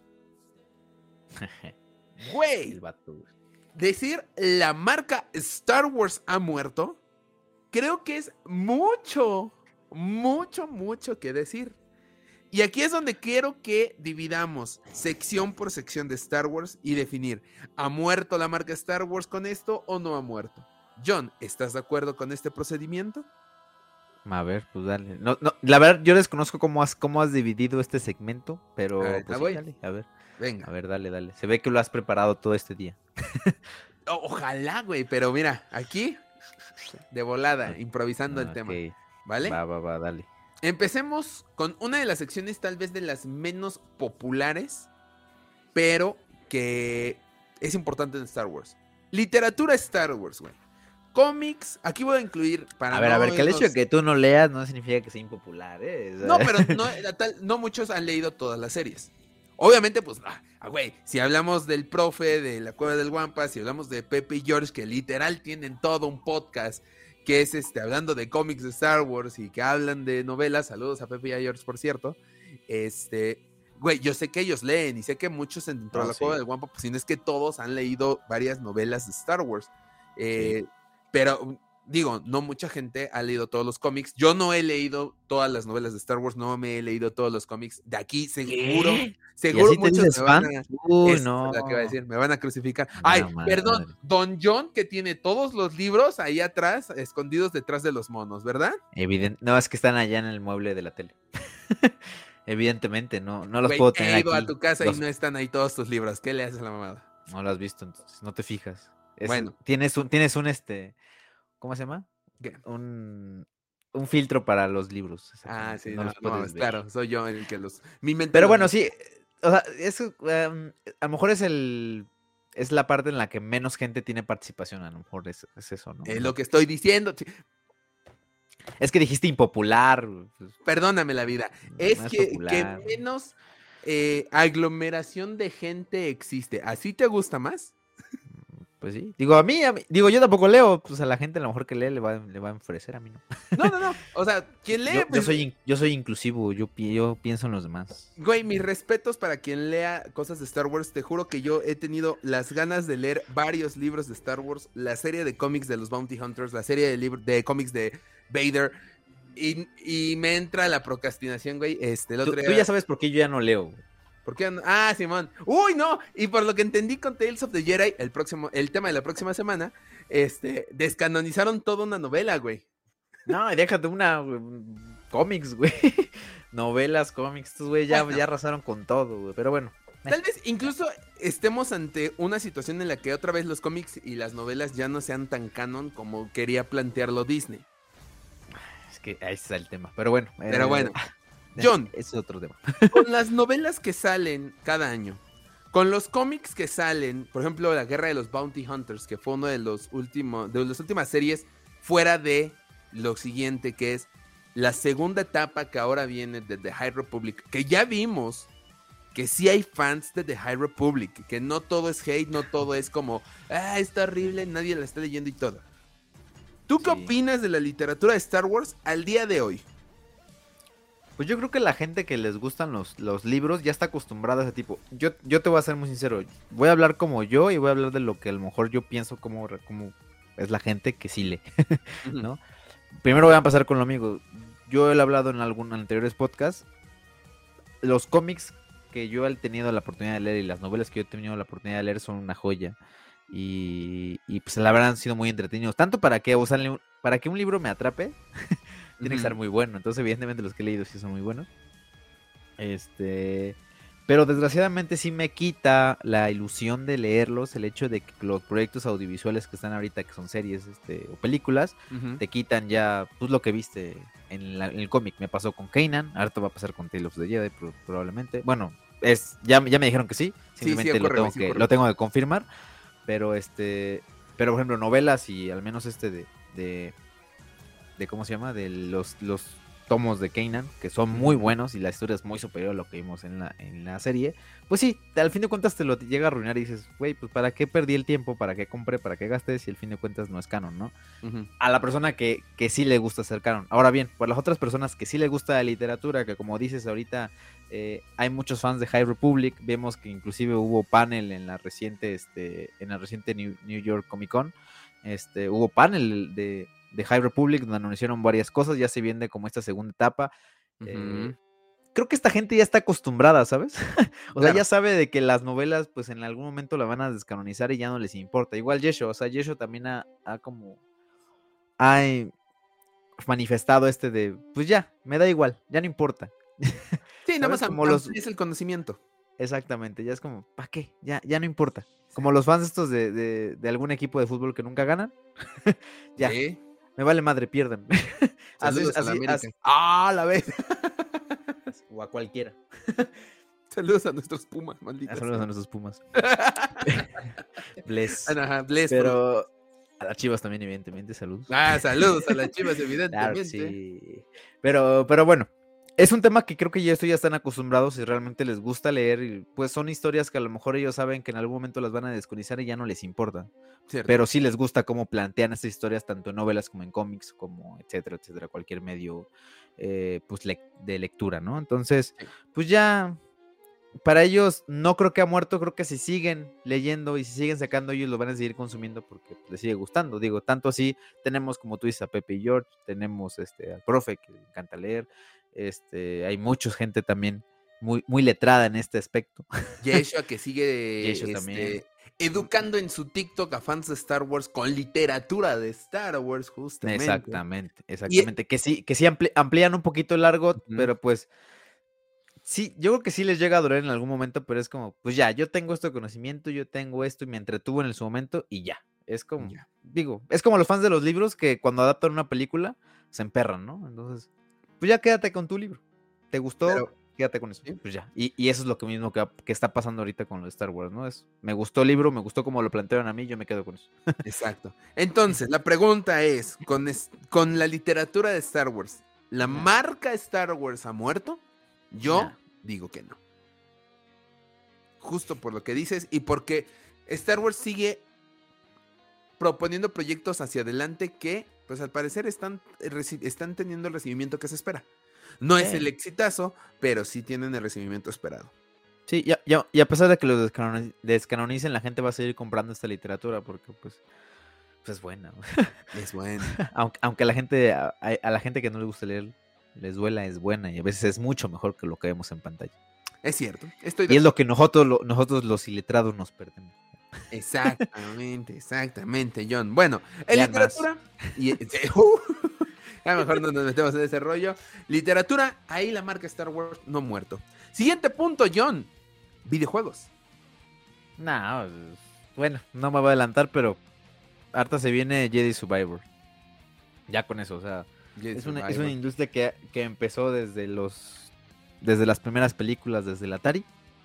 Speaker 1: Güey, decir la marca Star Wars ha muerto, creo que es mucho que decir. Y aquí es donde quiero que dividamos sección por sección de Star Wars y definir, ¿ha muerto la marca Star Wars con esto o no ha muerto? John, ¿estás de acuerdo con este procedimiento?
Speaker 2: A ver, pues dale. No, la verdad, yo desconozco cómo has dividido este segmento, pero pues sí, dale, a ver.
Speaker 1: Venga.
Speaker 2: A ver, dale. Se ve que lo has preparado todo este día.
Speaker 1: Ojalá, güey, pero mira, aquí de volada, improvisando el tema, ¿vale?
Speaker 2: Va, dale.
Speaker 1: Empecemos con una de las secciones tal vez de las menos populares, pero que es importante en Star Wars. Literatura Star Wars, güey. Cómics, aquí voy a incluir para...
Speaker 2: A ver, que el hecho de que tú no leas no significa que sea impopular, ¿eh? O sea...
Speaker 1: No, pero no muchos han leído todas las series. Obviamente, pues, güey, si hablamos del profe de la Cueva del Wampa, si hablamos de Pepe y George, que literal tienen todo un podcast que es hablando de cómics de Star Wars y que hablan de novelas, saludos a Pepe y a George, por cierto, güey, yo sé que ellos leen y sé que muchos dentro de la Cueva del Wampa, pues si no es que todos han leído varias novelas de Star Wars, pero... Digo, no mucha gente ha leído todos los cómics. Yo no he leído todas las novelas de Star Wars, no me he leído todos los cómics. De aquí, seguro muchos me van a...
Speaker 2: no.
Speaker 1: La que iba a decir, me van a crucificar. Ay, perdón, Don John, que tiene todos los libros ahí atrás, escondidos detrás de los monos, ¿verdad?
Speaker 2: No, es que están allá en el mueble de la tele. Evidentemente, no los puedo tener
Speaker 1: aquí. He ido
Speaker 2: a
Speaker 1: tu casa y no están ahí todos tus libros. ¿Qué le haces a la mamada?
Speaker 2: No lo has visto, entonces, no te fijas.
Speaker 1: Bueno.
Speaker 2: Tienes un ¿cómo se llama?
Speaker 1: ¿Qué?
Speaker 2: Un filtro para los libros.
Speaker 1: Sí, no, claro, soy yo el que los...
Speaker 2: Pero bueno, sí, o sea, eso a lo mejor es la parte en la que menos gente tiene participación, a lo mejor es eso, ¿no?
Speaker 1: Es lo que estoy diciendo.
Speaker 2: Es que dijiste impopular.
Speaker 1: Perdóname la vida. Es que menos aglomeración de gente existe. ¿Así te gusta más?
Speaker 2: Pues sí. Digo, yo tampoco leo, pues a la gente a lo mejor que lee le va a enfurecer, a mí no.
Speaker 1: No. O sea, quien lee...
Speaker 2: Yo soy inclusivo, yo pienso en los demás.
Speaker 1: Güey, mis respetos para quien lea cosas de Star Wars. Te juro que yo he tenido las ganas de leer varios libros de Star Wars, la serie de cómics de los Bounty Hunters, la serie de cómics de Vader, y me entra la procrastinación, güey.
Speaker 2: Tú ya sabes por qué yo ya no leo, güey.
Speaker 1: ¿Por qué? Simón. ¡Uy, no! Y por lo que entendí con Tales of the Jedi, el tema de la próxima semana, descanonizaron toda una novela, güey.
Speaker 2: No, déjate cómics, güey. Novelas, cómics, estos güey ya arrasaron con todo, güey. Pero bueno.
Speaker 1: Tal vez incluso estemos ante una situación en la que otra vez los cómics y las novelas ya no sean tan canon como quería plantearlo Disney.
Speaker 2: Es que ahí está el tema. Pero bueno.
Speaker 1: John,
Speaker 2: es otro tema.
Speaker 1: Con las novelas que salen cada año, con los cómics que salen, por ejemplo, La Guerra de los Bounty Hunters, que fue uno de las últimas series fuera de lo siguiente, que es la segunda etapa que ahora viene de The High Republic, que ya vimos que sí hay fans de The High Republic, que no todo es hate, no todo es como, está horrible, nadie la está leyendo y todo. ¿Tú qué opinas de la literatura de Star Wars al día de hoy?
Speaker 2: Pues yo creo que la gente que les gustan los libros ya está acostumbrada a ese tipo. Yo te voy a ser muy sincero. Voy a hablar como yo y voy a hablar de lo que a lo mejor yo pienso como es la gente que sí lee, ¿no? Primero voy a empezar con lo amigo. Yo he hablado en algunos anteriores podcasts. Los cómics que yo he tenido la oportunidad de leer y las novelas que yo he tenido la oportunidad de leer son una joya. Y pues la verdad han sido muy entretenidos. Tanto para que un libro me atrape, tiene que estar muy bueno. Entonces, evidentemente, los que he leído sí son muy buenos. Pero desgraciadamente sí me quita la ilusión de leerlos, el hecho de que los proyectos audiovisuales que están ahorita, que son series o películas, te quitan ya pues lo que viste en el cómic. Me pasó con Kanan, ahorita va a pasar con Tales of the Jedi probablemente. Bueno, ya me dijeron que sí, simplemente
Speaker 1: sí, ocurre,
Speaker 2: lo tengo que confirmar. Pero por ejemplo, novelas y al menos de ¿cómo se llama? De los tomos de Kanan, que son muy buenos y la historia es muy superior a lo que vimos en la serie, pues sí, al fin de cuentas te lo llega a arruinar y dices, güey, pues ¿para qué perdí el tiempo? ¿Para qué compré? ¿Para qué gasté? Si al fin de cuentas no es canon, ¿no? A la persona que sí le gusta ser canon. Ahora bien, por las otras personas que sí le gusta la literatura, que como dices ahorita, hay muchos fans de High Republic, vemos que inclusive hubo panel en la reciente New York Comic Con, hubo panel de High Republic, donde anunciaron varias cosas, ya se viene como esta segunda etapa. Creo que esta gente ya está acostumbrada, ¿sabes? O sea, ya sabe de que las novelas, pues en algún momento la van a descanonizar y ya no les importa. Igual Yesho, o sea, Yesho también ha manifestado de, pues ya, me da igual, ya no importa.
Speaker 1: Sí, nada más es el conocimiento.
Speaker 2: Exactamente, ya es como, ¿para qué? Ya no importa. Como los fans estos de algún equipo de fútbol que nunca ganan. Ya. ¿Sí? Me vale madre, pierdan.
Speaker 1: Saludos a la América.
Speaker 2: La vez. O a cualquiera.
Speaker 1: Saludos a nuestros Pumas, malditos.
Speaker 2: Saludos a nuestros Pumas. Bless.
Speaker 1: Bless.
Speaker 2: Pero a las Chivas también, evidentemente, saludos.
Speaker 1: Saludos a las Chivas, evidentemente.
Speaker 2: Claro, sí. Pero bueno, es un tema que creo que ya están acostumbrados y realmente les gusta leer. Y pues son historias que a lo mejor ellos saben que en algún momento las van a desconizar y ya no les importa. Cierto. Pero sí les gusta cómo plantean estas historias, tanto en novelas como en cómics, como etcétera, etcétera, cualquier medio pues de lectura, ¿no? Entonces, pues ya, para ellos no creo que ha muerto, creo que si siguen leyendo y si siguen sacando, ellos lo van a seguir consumiendo porque les sigue gustando. Digo, tanto así, tenemos como tú dices a Pepe y George, tenemos al profe que le encanta leer, hay mucha gente también muy, muy letrada en este aspecto.
Speaker 1: Yeshua que sigue también educando en su TikTok a fans de Star Wars con literatura de Star Wars, justamente.
Speaker 2: Exactamente. Que sí amplían un poco el argot, pero pues sí, yo creo que sí les llega a doler en algún momento, pero es como, pues ya, yo tengo este conocimiento, yo tengo esto y me entretuvo en su momento y ya. Es como, digo, es como los fans de los libros que cuando adaptan una película se emperran, ¿no? Entonces, pues ya quédate con tu libro. ¿Te gustó? Quédate con eso. ¿Sí? Pues ya. Y eso es lo mismo que está pasando ahorita con lo de Star Wars, ¿no? Me gustó el libro, me gustó como lo plantearon a mí, yo me quedo con eso.
Speaker 1: Exacto. Entonces, la pregunta es, con la literatura de Star Wars, ¿la marca Star Wars ha muerto? Yo digo que no. Justo por lo que dices y porque Star Wars sigue proponiendo proyectos hacia adelante que, pues al parecer están teniendo el recibimiento que se espera. No es el exitazo, pero sí tienen el recibimiento esperado.
Speaker 2: Sí, y a pesar de que lo descanonicen, la gente va a seguir comprando esta literatura porque pues es buena.
Speaker 1: Es buena.
Speaker 2: aunque a la gente que no le gusta leer les duela, es buena y a veces es mucho mejor que lo que vemos en pantalla.
Speaker 1: Es cierto.
Speaker 2: Y es lo que nosotros los iletrados nos perdemos.
Speaker 1: Exactamente, John. Bueno, en literatura... A lo mejor no nos metemos en ese rollo. Literatura, ahí la marca Star Wars no muerto. Siguiente punto, John. Videojuegos.
Speaker 2: No, bueno, no me voy a adelantar, pero harta se viene Jedi Survivor. Ya con eso, o sea, es una industria que empezó desde los desde las primeras películas, desde el Atari,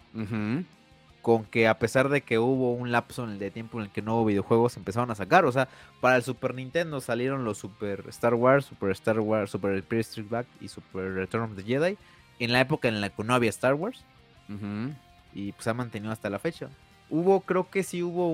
Speaker 2: con que a pesar de que hubo un lapso de tiempo en el que no hubo videojuegos, empezaron a sacar. O sea, para el Super Nintendo salieron los Super Star Wars, Super Empire Strikes Back y Super Return of the Jedi, en la época en la que no había Star Wars. Y pues ha mantenido hasta la fecha. Creo que sí hubo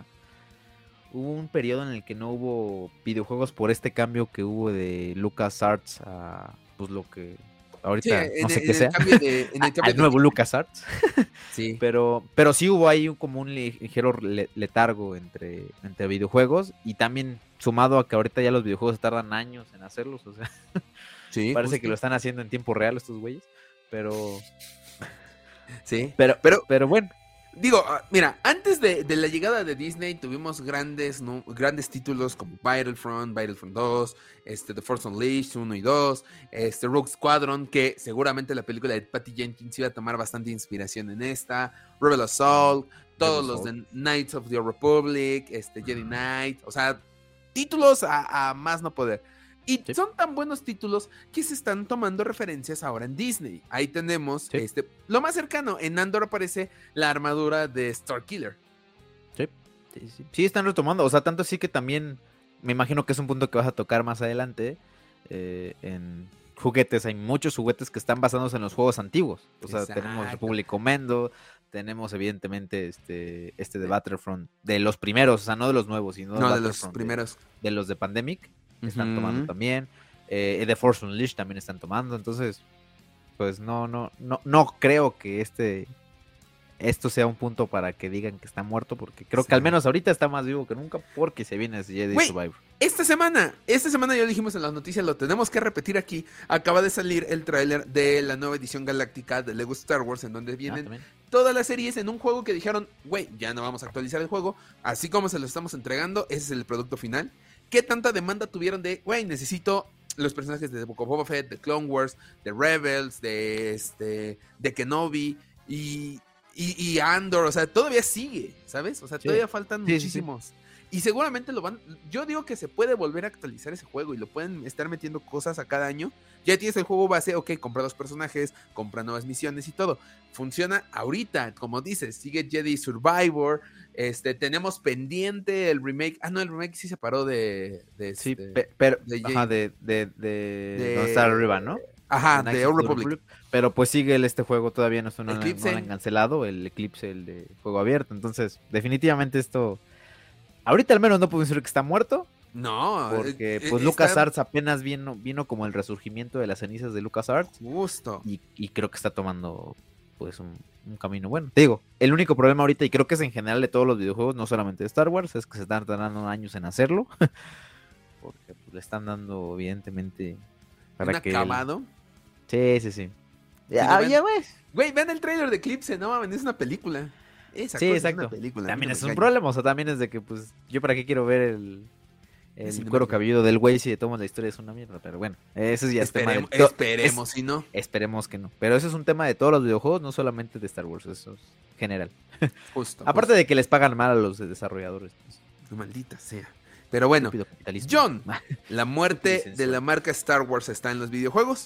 Speaker 2: un periodo en el que no hubo videojuegos por este cambio que hubo de LucasArts a pues lo que ahorita no sé qué sea, al nuevo LucasArts.
Speaker 1: Sí.
Speaker 2: Pero sí hubo ahí como un ligero letargo entre videojuegos, y también sumado a que ahorita ya los videojuegos tardan años en hacerlos, o sea,
Speaker 1: sí,
Speaker 2: parece que lo están haciendo en tiempo real estos güeyes, pero
Speaker 1: sí,
Speaker 2: pero bueno.
Speaker 1: Digo, mira, antes de la llegada de Disney tuvimos grandes títulos como Battlefront 2, The Force Unleashed 1 y 2, Rogue Squadron, que seguramente la película de Patty Jenkins iba a tomar bastante inspiración en esta, Rebel Assault, todos los de Knights of the Old Republic, Jedi Knight, o sea, títulos a más no poder. Y son tan buenos títulos que se están tomando referencias ahora en Disney. Ahí tenemos lo más cercano. En Andor aparece la armadura de Starkiller.
Speaker 2: Sí, están retomando. O sea, tanto así que también me imagino que es un punto que vas a tocar más adelante. En juguetes, hay muchos juguetes que están basados en los juegos antiguos. O sea, tenemos Republic Commando, tenemos evidentemente de Battlefront, de los primeros, o sea, no de los nuevos, sino
Speaker 1: de los primeros.
Speaker 2: De los de Pandemic. Están tomando también. The Force Unleashed también están tomando. Entonces, pues no creo que esto sea un punto para que digan que está muerto, porque creo que al menos ahorita está más vivo que nunca, porque se viene ese Jedi Survivor.
Speaker 1: Esta semana ya lo dijimos en las noticias, lo tenemos que repetir aquí. Acaba de salir el tráiler de la nueva edición galáctica de Lego Star Wars, en donde vienen todas las series en un juego que dijeron, güey, ya no vamos a actualizar el juego, así como se lo estamos entregando, ese es el producto final. ¿Qué tanta demanda tuvieron de, güey, necesito los personajes de Book of Boba Fett, de Clone Wars, de Rebels, de Kenobi y Andor? O sea, todavía sigue, ¿sabes? O sea, todavía faltan muchísimos. Sí. Y seguramente yo digo que se puede volver a actualizar ese juego y lo pueden estar metiendo cosas a cada año. Ya tienes el juego base, ok, compra los personajes, compra nuevas misiones y todo. Funciona ahorita, como dices, sigue Jedi Survivor. Tenemos pendiente el remake. Ah, no, el remake sí se paró de
Speaker 2: pero de donde está arriba, ¿no?
Speaker 1: Ajá, de Old Republic.
Speaker 2: Pero pues sigue este juego, todavía no lo han cancelado, el Eclipse, el de juego abierto. Entonces, definitivamente esto, ahorita al menos no puedo decir que está muerto.
Speaker 1: No,
Speaker 2: porque pues LucasArts apenas vino como el resurgimiento de las cenizas de LucasArts.
Speaker 1: Justo.
Speaker 2: Y creo que está tomando pues un camino bueno. Te digo, el único problema ahorita, y creo que es en general de todos los videojuegos, no solamente de Star Wars, es que se están tardando años en hacerlo. Porque pues, le están dando, evidentemente,
Speaker 1: para que acabado.
Speaker 2: Sí.
Speaker 1: Ya ves. Güey, vean el trailer de Eclipse, no mames, es una película.
Speaker 2: Sí, exacto. Es una película, también es un problema, o sea, también es de que pues yo para qué quiero ver el cuero cabelludo del güey si de todos la historia es una mierda, pero bueno, eso ya es tema de...
Speaker 1: Esperemos si no.
Speaker 2: Esperemos que no, pero eso es un tema de todos los videojuegos, no solamente de Star Wars, eso es general.
Speaker 1: Justo.
Speaker 2: Aparte de que les pagan mal a los desarrolladores. Pues.
Speaker 1: Maldita sea. Pero bueno, John, ¿la muerte de la marca Star Wars está en los videojuegos?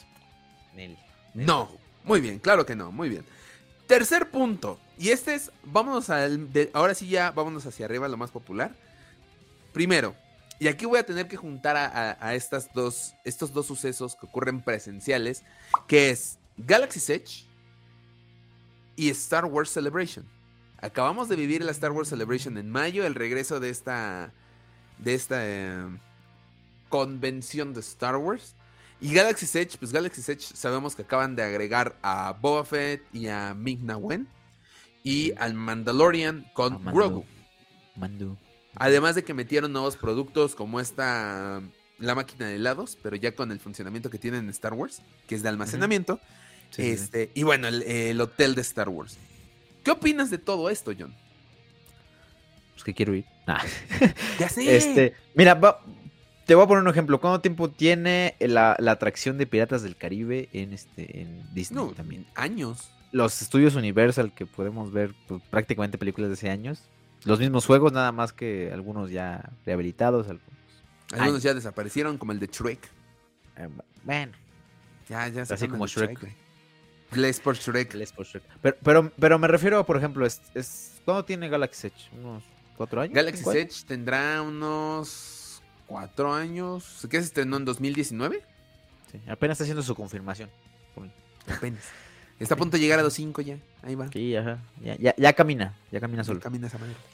Speaker 1: No, muy bien, claro que no, muy bien. Tercer punto, y ahora sí ya vámonos hacia arriba, lo más popular. Primero, y aquí voy a tener que juntar a estos dos sucesos que ocurren presenciales, que es Galaxy's Edge y Star Wars Celebration. Acabamos de vivir la Star Wars Celebration en mayo, el regreso de esta convención de Star Wars. Y Galaxy's Edge, pues Galaxy's Edge sabemos que acaban de agregar a Boba Fett y a Ming-Na Wen y al Mandalorian con Grogu. Además de que metieron nuevos productos como la máquina de helados, pero ya con el funcionamiento que tiene en Star Wars, que es de almacenamiento. Sí. Y bueno, el hotel de Star Wars. ¿Qué opinas de todo esto, John?
Speaker 2: Pues que quiero ir.
Speaker 1: Ya sé.
Speaker 2: Mira, te voy a poner un ejemplo. ¿Cuánto tiempo tiene la atracción de Piratas del Caribe en Disney también?
Speaker 1: Años.
Speaker 2: Los estudios Universal, que podemos ver pues, prácticamente películas de hace años. Los mismos juegos, nada más que algunos ya rehabilitados.
Speaker 1: Algunos ya desaparecieron, como el de Shrek.
Speaker 2: Bueno.
Speaker 1: Ya
Speaker 2: así como Shrek.
Speaker 1: Les por Shrek.
Speaker 2: Les por Shrek. Pero me refiero, por ejemplo, ¿cuándo tiene Galaxy Edge? ¿Unos 4 años?
Speaker 1: Galaxy
Speaker 2: 5 años?
Speaker 1: Edge tendrá unos 4 años. ¿Qué se estrenó en 2019?
Speaker 2: Sí, apenas está haciendo su confirmación.
Speaker 1: Apenas. Está a punto de llegar a los 5 ya. Ahí va.
Speaker 2: Sí, ajá. Ya camina solo.
Speaker 1: Ya camina esa manera.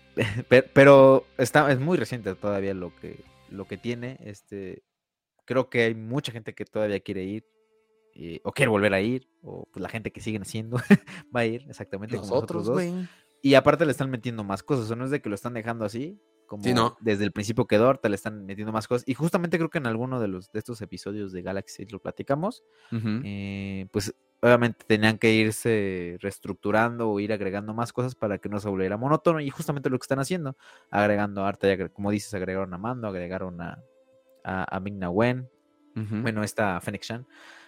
Speaker 2: Pero es muy reciente todavía lo que tiene. Creo que hay mucha gente que todavía quiere ir. O quiere volver a ir. O pues la gente que siguen haciendo va a ir, exactamente como nosotros dos.
Speaker 1: Güey.
Speaker 2: Y aparte le están metiendo más cosas. O sea, no es de que lo están dejando así. Como
Speaker 1: Sí, no.
Speaker 2: desde el principio quedó, te le están metiendo más cosas. Y justamente creo que en alguno de estos episodios de Galaxy lo platicamos. Pues obviamente tenían que irse reestructurando o ir agregando más cosas para que no se volviera monótono. Y justamente lo que están haciendo, agregando arte, como dices, agregaron a Mando, agregaron a Ming-Na Wen, bueno, esta Fennec Shan,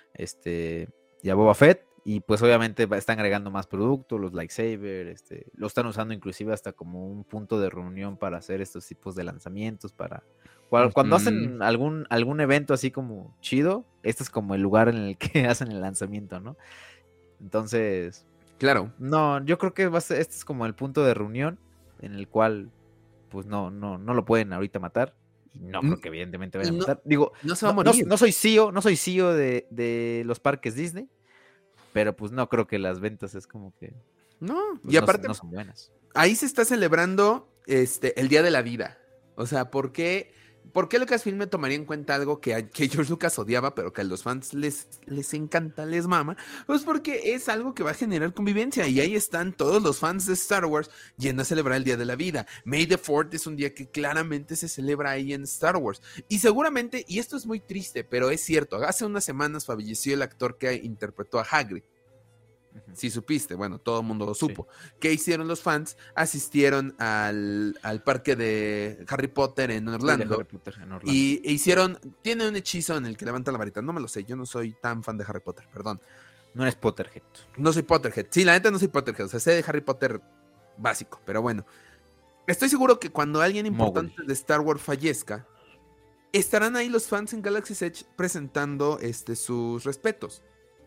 Speaker 2: y a Boba Fett. Y pues obviamente están agregando más productos, los lightsaber, lo están usando inclusive hasta como un punto de reunión para hacer estos tipos de lanzamientos, cuando hacen algún evento así como chido, este es como el lugar en el que hacen el lanzamiento, ¿no? Entonces,
Speaker 1: claro.
Speaker 2: No, yo creo que este es como el punto de reunión en el cual pues no lo pueden ahorita matar. Y no creo que evidentemente vayan a matar. Digo,
Speaker 1: no se va a morir.
Speaker 2: No soy CEO de los parques Disney. Pero pues no creo que las ventas es como que...
Speaker 1: No,
Speaker 2: pues,
Speaker 1: y aparte
Speaker 2: no son buenas.
Speaker 1: Ahí se está celebrando el Día de la Vida. O sea, ¿por qué Lucasfilm me tomaría en cuenta algo que George Lucas odiaba, pero que a los fans les encanta, les mama? Pues porque es algo que va a generar convivencia. Y ahí están todos los fans de Star Wars yendo a celebrar el Día de la Vida. May the 4th es un día que claramente se celebra ahí en Star Wars. Y seguramente, y esto es muy triste, pero es cierto, hace unas semanas falleció el actor que interpretó a Hagrid. Si supiste, bueno, todo el mundo lo supo. Sí. ¿Qué hicieron los fans? Asistieron al parque de Harry Potter en Orlando. Y tiene un hechizo en el que levanta la varita. No me lo sé, yo no soy tan fan de Harry Potter, perdón.
Speaker 2: No eres Potterhead.
Speaker 1: No soy Potterhead. Sí, la neta no soy Potterhead. O sea, sé de Harry Potter básico, pero bueno. Estoy seguro que cuando alguien importante de Star Wars fallezca, estarán ahí los fans en Galaxy's Edge presentando sus respetos.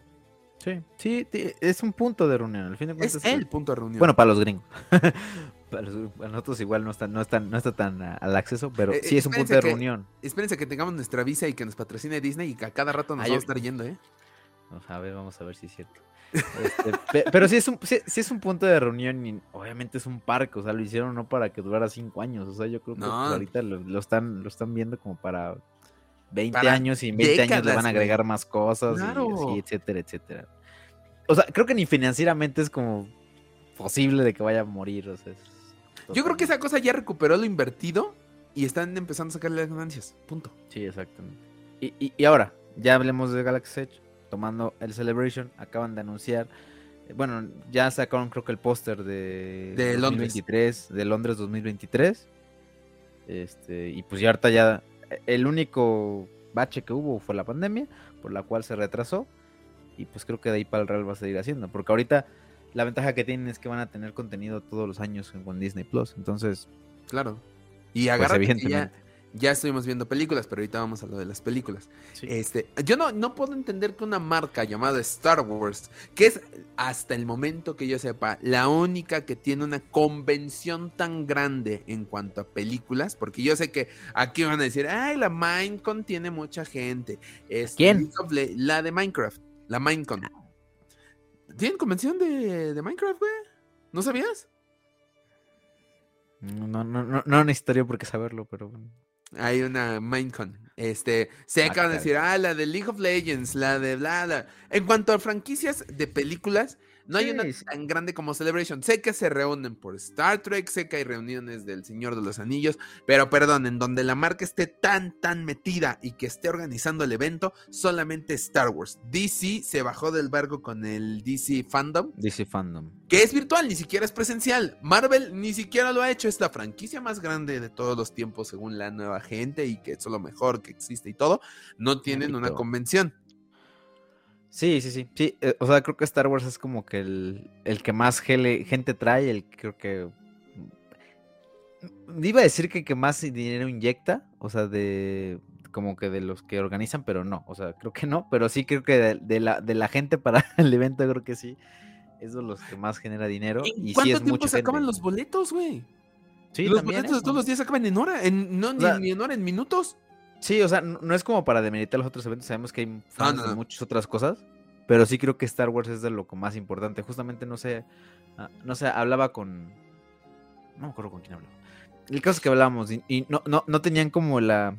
Speaker 2: Sí, es un punto de reunión. Al fin de cuentas,
Speaker 1: es el punto de reunión.
Speaker 2: Bueno, para los gringos. Para nosotros igual no está tan al acceso, pero sí es un punto de reunión.
Speaker 1: Espérense que tengamos nuestra visa y que nos patrocine Disney y que a cada rato nos vamos a estar yendo, ¿eh?
Speaker 2: Vamos a ver si es cierto. Pero sí es un punto de reunión y obviamente es un parque, o sea, lo hicieron no para que durara 5 años, o sea, yo creo que ahorita lo están viendo como para 20 años y en 20 décadas, años le van a agregar más cosas, claro. Y así, etcétera, etcétera. O sea, creo que ni financieramente es como posible de que vaya a morir, o sea,
Speaker 1: yo creo que esa cosa ya recuperó lo invertido y están empezando a sacarle las ganancias, punto.
Speaker 2: Sí, exactamente. Y ahora, ya hablemos de Galaxy's Edge, tomando el Celebration, acaban de anunciar, bueno, ya sacaron creo que el póster de 2023, de Londres 2023, y pues ya ahorita ya, el único bache que hubo fue la pandemia, por la cual se retrasó, y pues creo que de ahí para el Real va a seguir haciendo, porque ahorita la ventaja que tienen es que van a tener contenido todos los años con Disney Plus, entonces...
Speaker 1: Claro, y agárrate, pues evidentemente. Ya estuvimos viendo películas, pero ahorita vamos a lo de las películas. Sí. Yo no puedo entender que una marca llamada Star Wars, que es hasta el momento que yo sepa, la única que tiene una convención tan grande en cuanto a películas, porque yo sé que aquí van a decir, ay, la Minecon tiene mucha gente.
Speaker 2: ¿Quién?
Speaker 1: La de Minecraft, la Minecon. ¿Tienen convención de Minecraft, güey? ¿No sabías?
Speaker 2: No necesitaría por qué saberlo, pero...
Speaker 1: Hay una Minecon. Se acaban de decir, la de League of Legends, la de bla. En cuanto a franquicias de películas, no hay una tan grande como Celebration. Sé que se reúnen por Star Trek, sé que hay reuniones del Señor de los Anillos, pero perdón, en donde la marca esté tan metida y que esté organizando el evento, solamente Star Wars. DC se bajó del barco con el DC Fandom. Que es virtual, ni siquiera es presencial. Marvel ni siquiera lo ha hecho. Es la franquicia más grande de todos los tiempos según la nueva gente y que es lo mejor que existe y todo. No tienen una convención.
Speaker 2: Sí. O sea, creo que Star Wars es como que el que más gente trae, creo que... Iba a decir que más dinero inyecta, o sea, como que de los que organizan, pero no, o sea, creo que no, pero sí creo que de la gente para el evento, creo que sí, es de los que más genera dinero
Speaker 1: ¿En
Speaker 2: y sí
Speaker 1: cuánto
Speaker 2: es
Speaker 1: tiempo
Speaker 2: mucha
Speaker 1: se acaban
Speaker 2: gente.
Speaker 1: los boletos, güey?
Speaker 2: Sí,
Speaker 1: Los
Speaker 2: también
Speaker 1: boletos de
Speaker 2: eso.
Speaker 1: todos los días se acaban en hora, no
Speaker 2: O sea,
Speaker 1: ni en hora, en minutos.
Speaker 2: sí, o sea, no es como para demeritar los otros eventos, sabemos que hay
Speaker 1: No,
Speaker 2: fans
Speaker 1: no,
Speaker 2: de
Speaker 1: no.
Speaker 2: muchas otras cosas, pero sí creo que Star Wars es de lo más importante. Justamente no sé, hablaba con, no me acuerdo con quién hablaba. El caso es que hablábamos y no tenían como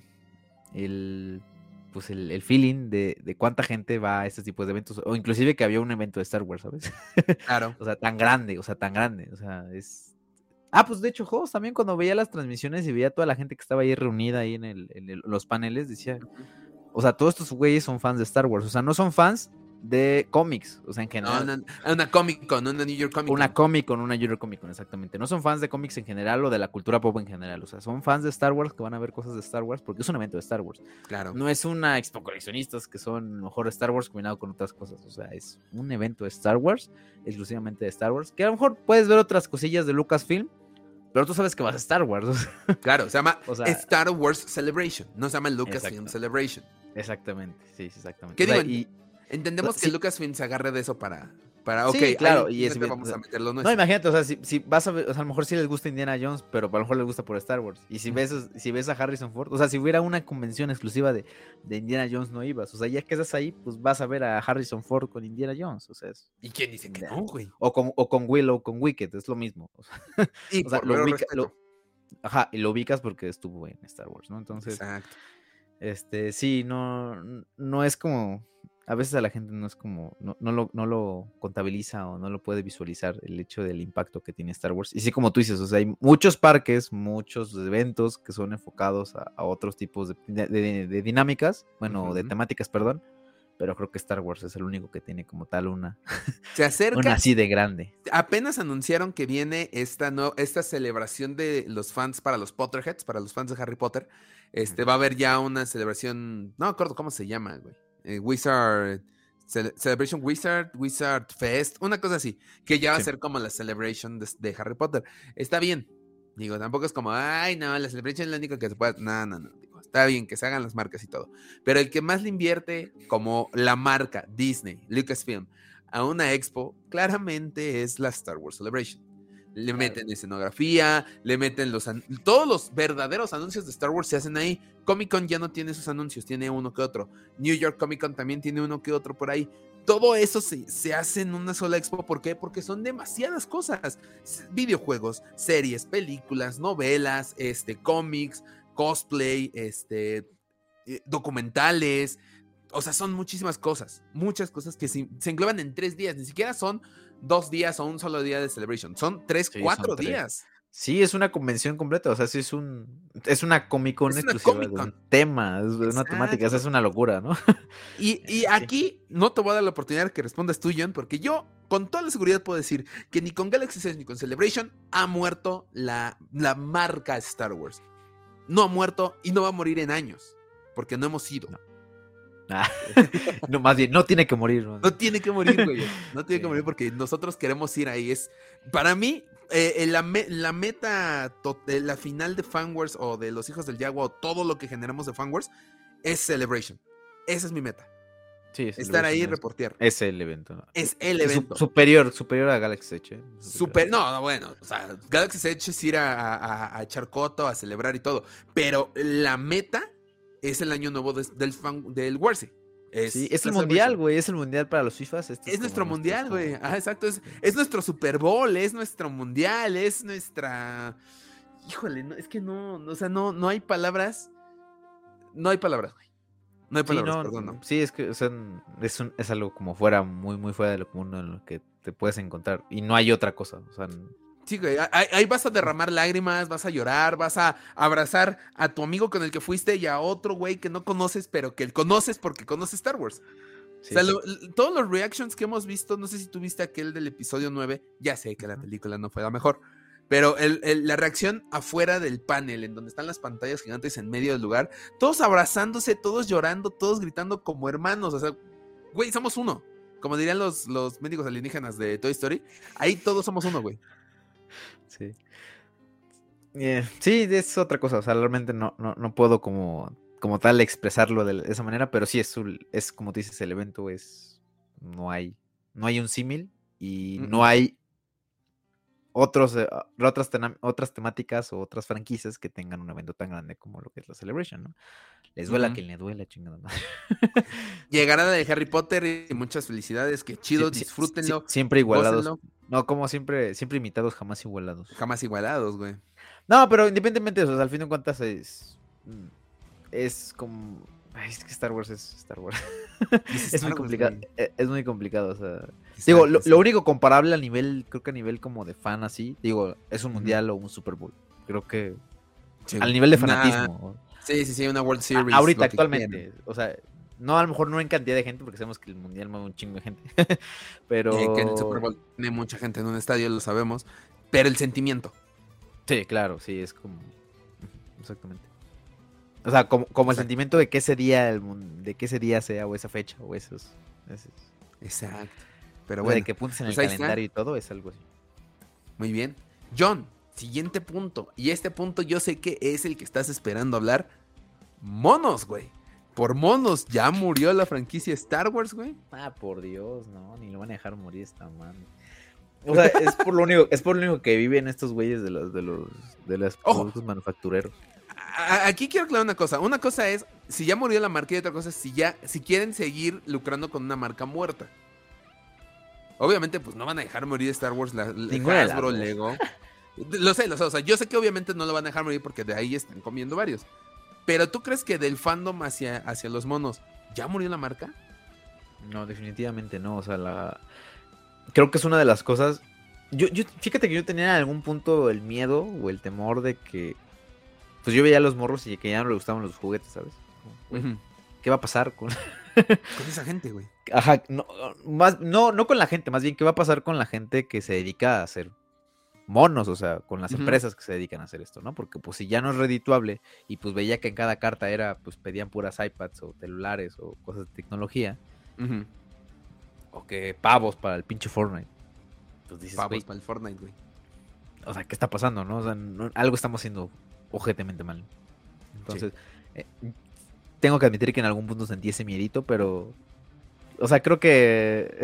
Speaker 2: el, pues el feeling de cuánta gente va a estos tipos de eventos, o inclusive que había un evento de Star Wars, ¿sabes?
Speaker 1: Claro.
Speaker 2: O sea, tan grande, o sea, es... pues de hecho, juegos también cuando veía las transmisiones y veía toda la gente que estaba ahí reunida ahí en los paneles, decía, o sea, todos estos güeyes son fans de Star Wars, o sea, no son fans de cómics, o sea, en
Speaker 1: No,
Speaker 2: general.
Speaker 1: una Comic Con, una New York Comic
Speaker 2: Una
Speaker 1: Con.
Speaker 2: Comic Con, una Euro Comic Con, exactamente. No son fans de cómics en general o de la cultura pop en general. O sea, son fans de Star Wars que van a ver cosas de Star Wars porque es un evento de Star Wars.
Speaker 1: Claro.
Speaker 2: No es una expo coleccionistas que son mejor Star Wars combinado con otras cosas. O sea, es un evento de Star Wars, exclusivamente de Star Wars. Que a lo mejor puedes ver otras cosillas de Lucasfilm, pero tú sabes que vas a Star Wars.
Speaker 1: Claro, se llama
Speaker 2: O sea,
Speaker 1: Star Wars Celebration, no se llama Lucasfilm
Speaker 2: exacto.
Speaker 1: Celebration.
Speaker 2: Exactamente, sí, exactamente.
Speaker 1: ¿Qué
Speaker 2: O sea,
Speaker 1: digo? Entendemos que
Speaker 2: sí,
Speaker 1: Lucasfilm se agarre de eso para ok,
Speaker 2: sí, claro, y es
Speaker 1: vamos a meter lo
Speaker 2: no,
Speaker 1: nuestro.
Speaker 2: imagínate, o sea, si vas a ver, o sea, a lo mejor sí les gusta Indiana Jones, pero a lo mejor les gusta por Star Wars. Y si ves a Harrison Ford, o sea, si hubiera una convención exclusiva de Indiana Jones no ibas, o sea, ya que estás ahí, pues vas a ver a Harrison Ford con Indiana Jones, o sea,
Speaker 1: ¿Y quién dice que no, güey?
Speaker 2: o con Willow, con Wicked, es lo mismo.
Speaker 1: Y
Speaker 2: O sea,
Speaker 1: por mero respeto.
Speaker 2: ajá, y lo ubicas porque estuvo en Star Wars, ¿no? Entonces,
Speaker 1: Exacto.
Speaker 2: sí, no es como, a veces a la gente no es como, no lo contabiliza o no lo puede visualizar el hecho del impacto que tiene Star Wars. Y sí, como tú dices, o sea, hay muchos parques, muchos eventos que son enfocados a otros tipos de dinámicas, bueno, de temáticas, perdón, pero creo que Star Wars es el único que tiene como tal una
Speaker 1: Se acerca.
Speaker 2: Una así de grande.
Speaker 1: Apenas anunciaron que viene esta celebración de los fans para los Potterheads, para los fans de Harry Potter. Va a haber ya una celebración, no me acuerdo cómo se llama, güey. Wizard, Celebration Wizard Fest, una cosa así, que ya va a ser como la celebration de Harry Potter. Está bien. Digo, tampoco es como, ay, no, la celebration es la única que se puede. No. Digo, está bien que se hagan las marcas y todo. Pero el que más le invierte, como la marca Disney, Lucasfilm, a una expo, claramente es la Star Wars Celebration. Le meten escenografía, le meten todos los verdaderos anuncios de Star Wars se hacen ahí. Comic Con ya no tiene sus anuncios, tiene uno que otro. New York Comic Con también tiene uno que otro por ahí. Todo eso se hace en una sola expo. ¿Por qué? Porque son demasiadas cosas. Videojuegos, series, películas, novelas, cómics, cosplay, documentales. O sea, son muchísimas cosas. Muchas cosas que se engloban en 3 días. Ni siquiera son 2 días o un solo día de celebration. Son 3, 4 días.
Speaker 2: Sí, es una convención completa. O sea, sí es una Comic Con exclusiva de un tema, de una temática. Esa es una locura, ¿no?
Speaker 1: Y aquí no te voy a dar la oportunidad que respondas tú, John, porque yo con toda la seguridad puedo decir que ni con Galaxy Edge ni con Celebration ha muerto la marca Star Wars. No ha muerto y no va a morir en años, porque no hemos ido.
Speaker 2: No, más bien, no tiene que morir.
Speaker 1: No tiene que morir, güey. No tiene que morir porque nosotros queremos ir ahí. Para mí, la meta, la final de FanWars o de los Hijos del Yagua o todo lo que generamos de FanWars es Celebration. Esa es mi meta.
Speaker 2: Sí,
Speaker 1: estar ahí y reportear.
Speaker 2: Es el evento, ¿no?
Speaker 1: Es el evento.
Speaker 2: Superior a Galaxy Edge.
Speaker 1: No, bueno, o sea, Galaxy Edge es ir a echar coto, a celebrar y todo. Pero la meta es el año nuevo del Warsy.
Speaker 2: Es el mundial, güey. Es el mundial para los FIFAs.
Speaker 1: Es nuestro mundial, güey. Exacto. Es nuestro Super Bowl, es nuestro mundial, es nuestra. Híjole, no, es que no, o sea, no hay palabras. No hay palabras, güey. No hay palabras, perdón, no.
Speaker 2: Sí, es que, o sea, es algo como fuera, muy, muy fuera de lo común en lo que te puedes encontrar. Y no hay otra cosa, o sea.
Speaker 1: Sí, güey, ahí vas a derramar lágrimas, vas a llorar, vas a abrazar a tu amigo con el que fuiste y a otro güey que no conoces, pero que conoces porque conoce Star Wars. Sí, o sea, todos los reactions que hemos visto, no sé si tú viste aquel del episodio 9, ya sé que la película no fue la mejor, pero la reacción afuera del panel, en donde están las pantallas gigantes en medio del lugar, todos abrazándose, todos llorando, todos gritando como hermanos, o sea, güey, somos uno. Como dirían los médicos alienígenas de Toy Story, ahí todos somos uno, güey.
Speaker 2: Sí. Sí, es otra cosa, o sea, realmente no puedo como como tal expresarlo de esa manera, pero sí es como tú dices, el evento no hay un símil y no hay otras temáticas o otras franquicias que tengan un evento tan grande como lo que es la Celebration, ¿no? Les duela a quien le duela, chingada madre.
Speaker 1: Llegará la de Harry Potter y muchas felicidades, que chido, disfrútenlo.
Speaker 2: Siempre igualados.
Speaker 1: Gócenlo.
Speaker 2: No, como siempre imitados, jamás igualados.
Speaker 1: Jamás igualados, güey.
Speaker 2: No, pero independientemente de eso, al fin de cuentas es como... Ay, es que Star Wars es Star Wars. Es muy complicado. Es muy complicado, o sea... Exacto, digo, lo único comparable a nivel, creo que a nivel como de fan así, digo, es un mundial o un Super Bowl. Creo que al nivel de fanatismo.
Speaker 1: Sí, una World Series.
Speaker 2: Ahorita, actualmente. O sea, no, a lo mejor no en cantidad de gente, porque sabemos que el mundial mueve un chingo de gente. Pero...
Speaker 1: que en el Super Bowl tiene mucha gente en un estadio, lo sabemos. Pero el sentimiento.
Speaker 2: Sí, claro, sí, es como... Exactamente. O sea, como el sentimiento de que ese día sea, o esa fecha, o esos.
Speaker 1: Exacto. Pero bueno.
Speaker 2: De que apuntes en el calendario y todo, es algo así.
Speaker 1: Muy bien. John, siguiente punto. Y este punto yo sé que es el que estás esperando hablar. Monos, güey. Por monos, ¿ya murió la franquicia Star Wars, güey?
Speaker 2: Ah, por Dios, no, ni lo van a dejar morir esta madre. O sea, es por lo único que viven estos güeyes de los productos manufactureros.
Speaker 1: Aquí quiero aclarar una cosa. Una cosa es si ya murió la marca y otra cosa es si quieren seguir lucrando con una marca muerta. Obviamente, pues no van a dejar morir Star Wars, Hasbro, Lego. Lo sé, o sea, yo sé que obviamente no lo van a dejar morir porque de ahí están comiendo varios. Pero ¿tú crees que del fandom hacia los monos ya murió la marca?
Speaker 2: No, definitivamente no. O sea, creo que es una de las cosas. Fíjate que yo tenía en algún punto el miedo o el temor de que pues yo veía a los morros y que ya no le gustaban los juguetes, ¿sabes? ¿Qué va a pasar con
Speaker 1: esa gente, güey?
Speaker 2: Ajá, no con la gente, más bien, ¿qué va a pasar con la gente que se dedica a hacer monos? O sea, con las empresas que se dedican a hacer esto, ¿no? Porque pues si ya no es redituable y pues veía que en cada carta pues pedían puras iPads o celulares o cosas de tecnología, o que pavos para el pinche Fortnite. Pues dices,
Speaker 1: pavos para el Fortnite, güey.
Speaker 2: O sea, ¿qué está pasando, no? O sea, algo estamos haciendo ojetemente mal. Entonces, tengo que admitir que en algún punto sentí ese miedito, pero... O sea, creo que...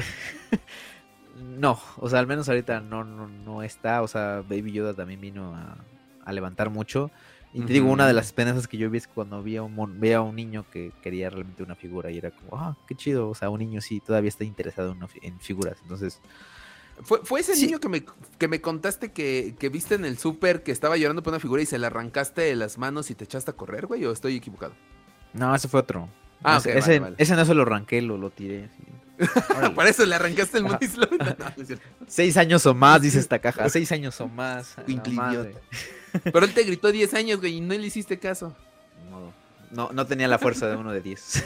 Speaker 2: no, o sea, al menos ahorita no está. O sea, Baby Yoda también vino a levantar mucho. Y te digo, una de las penas que yo vi es cuando veía a un niño que quería realmente una figura y era como, qué chido. O sea, un niño sí todavía está interesado en figuras. Entonces...
Speaker 1: ¿Fue ese niño que me contaste que viste en el súper que estaba llorando por una figura y se le arrancaste de las manos y te echaste a correr, güey? ¿O estoy equivocado?
Speaker 2: No, ese fue otro.
Speaker 1: Okay, vale.
Speaker 2: Ese no se lo arranqué, lo tiré.
Speaker 1: Para eso le arrancaste el muslo. No,
Speaker 2: 6 años o más, dice esta caja. 6 años o más.
Speaker 1: Pero él te gritó 10 años, güey, y no le hiciste caso.
Speaker 2: No tenía la fuerza de uno de 10.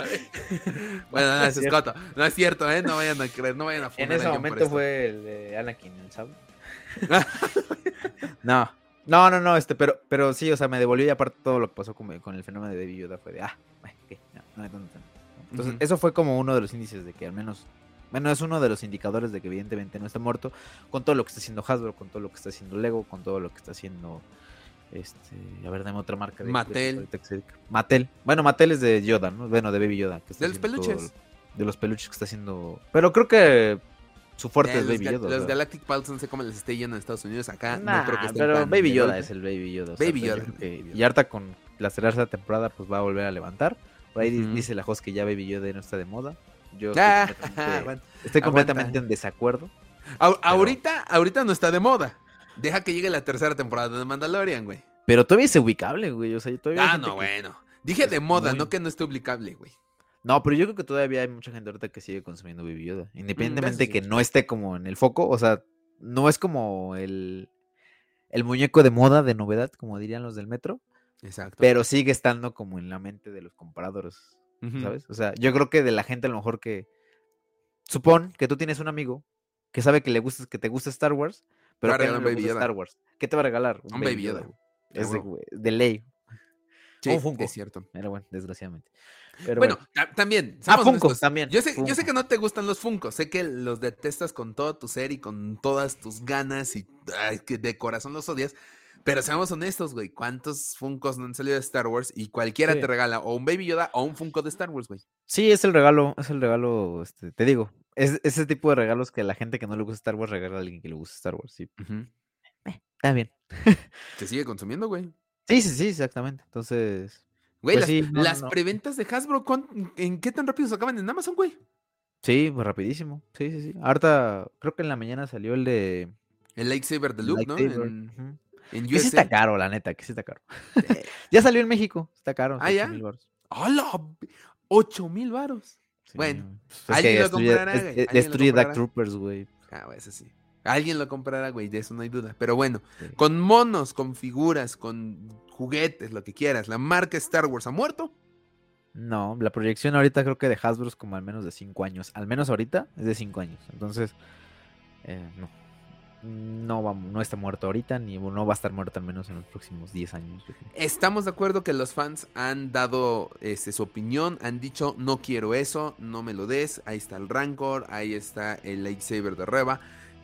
Speaker 1: Bueno, no, eso es coto. No es cierto, no vayan a creer, no vayan a
Speaker 2: en ese momento fue el de Anakin, ¿sabes? No, pero sí, o sea, me devolvió y aparte todo lo que pasó con el fenómeno de Baby Yoda fue de, no hay tanto. Entonces, eso fue como uno de los índices de que al menos, bueno, es uno de los indicadores de que evidentemente no está muerto, con todo lo que está haciendo Hasbro, con todo lo que está haciendo Lego, con todo lo que está haciendo... a ver, dame otra marca.
Speaker 1: Mattel.
Speaker 2: Mattel. Bueno, Mattel es de Yoda, ¿no? Bueno, de Baby Yoda. Que está
Speaker 1: de los peluches.
Speaker 2: De los peluches que está haciendo. Pero creo que su fuerte es Baby Yoda.
Speaker 1: Los Galactic Pals no sé cómo les esté yendo en Estados Unidos. Acá
Speaker 2: no creo que estén pero tan Baby Yoda es el Baby Yoda.
Speaker 1: Baby Yoda.
Speaker 2: Y harta con la tercera temporada, pues va a volver a levantar. Por ahí dice la host que ya Baby Yoda no está de moda. Yo estoy completamente en desacuerdo.
Speaker 1: Ahorita no está de moda. Deja que llegue la tercera temporada de Mandalorian, güey.
Speaker 2: Pero todavía es ubicable, güey. O sea, todavía
Speaker 1: bueno. Dije de moda, no que no esté ubicable, güey.
Speaker 2: No, pero yo creo que todavía hay mucha gente ahorita que sigue consumiendo Baby Yoda. Independientemente que no esté como en el foco. O sea, no es como el muñeco de moda, de novedad, como dirían los del metro.
Speaker 1: Exacto.
Speaker 2: Pero sigue estando como en la mente de los compradores, ¿sabes? O sea, yo creo que de la gente a lo mejor que... Supón que tú tienes un amigo que sabe que te gusta Star Wars, pero que no le gusta Star Wars. ¿Qué te va a regalar?
Speaker 1: Un Baby Yoda.
Speaker 2: Es de ley.
Speaker 1: Sí,
Speaker 2: un Funko.
Speaker 1: Es cierto.
Speaker 2: Pero bueno, desgraciadamente. Pero
Speaker 1: bueno, también.
Speaker 2: Funko, también.
Speaker 1: Yo sé que no te gustan los Funkos. Sé que los detestas con todo tu ser y con todas tus ganas y que de corazón los odias. Pero seamos honestos, güey. ¿Cuántos Funkos no han salido de Star Wars? Y cualquiera
Speaker 2: Sí.
Speaker 1: te regala o un Baby Yoda o un Funko de Star Wars, güey.
Speaker 2: Sí, es el regalo, te digo, es ese tipo de regalos que la gente que no le gusta Star Wars regala a alguien que le gusta Star Wars, sí.
Speaker 1: Ujú.
Speaker 2: Está bien.
Speaker 1: Se sigue consumiendo, güey.
Speaker 2: Sí, sí, sí, exactamente. Entonces,
Speaker 1: Güey,
Speaker 2: pues sí, no, no,
Speaker 1: las
Speaker 2: no.
Speaker 1: preventas de Hasbro, ¿en qué tan rápido se acaban en Amazon, güey?
Speaker 2: Sí, pues rapidísimo. Sí, sí, sí. Ahorita, creo que en la mañana salió el de
Speaker 1: El lightsaber de
Speaker 2: el
Speaker 1: Luke, ¿no?
Speaker 2: lightsaber. Ujú.
Speaker 1: En
Speaker 2: Que sí está
Speaker 1: USA.
Speaker 2: caro, la neta, que sí está caro.
Speaker 1: Eh,
Speaker 2: Ya salió en México, está caro,
Speaker 1: ah,
Speaker 2: está
Speaker 1: ya.
Speaker 2: 8,000 baros.
Speaker 1: ¡Hola! 8,000 varos.
Speaker 2: Sí,
Speaker 1: Bueno,
Speaker 2: pues es que
Speaker 1: alguien lo comprará, güey. Alguien lo
Speaker 2: destruye Dark
Speaker 1: comprará.
Speaker 2: Troopers, güey.
Speaker 1: Ah, güey, eso sí. Alguien lo comprará, güey, de eso no hay duda. Pero bueno,
Speaker 2: Sí.
Speaker 1: con monos, con figuras, con juguetes, lo que quieras. La marca Star Wars ha muerto.
Speaker 2: No, la proyección ahorita creo que de Hasbro es como al menos de 5 años. Al menos ahorita es de 5 años. Entonces, no. No está muerto ahorita, ni no va a estar muerto al menos en los próximos 10 años. Yo creo.
Speaker 1: Estamos de acuerdo que los fans han dado su opinión, han dicho no quiero eso, no me lo des, ahí está el Rancor, ahí está el lightsaber de Reva.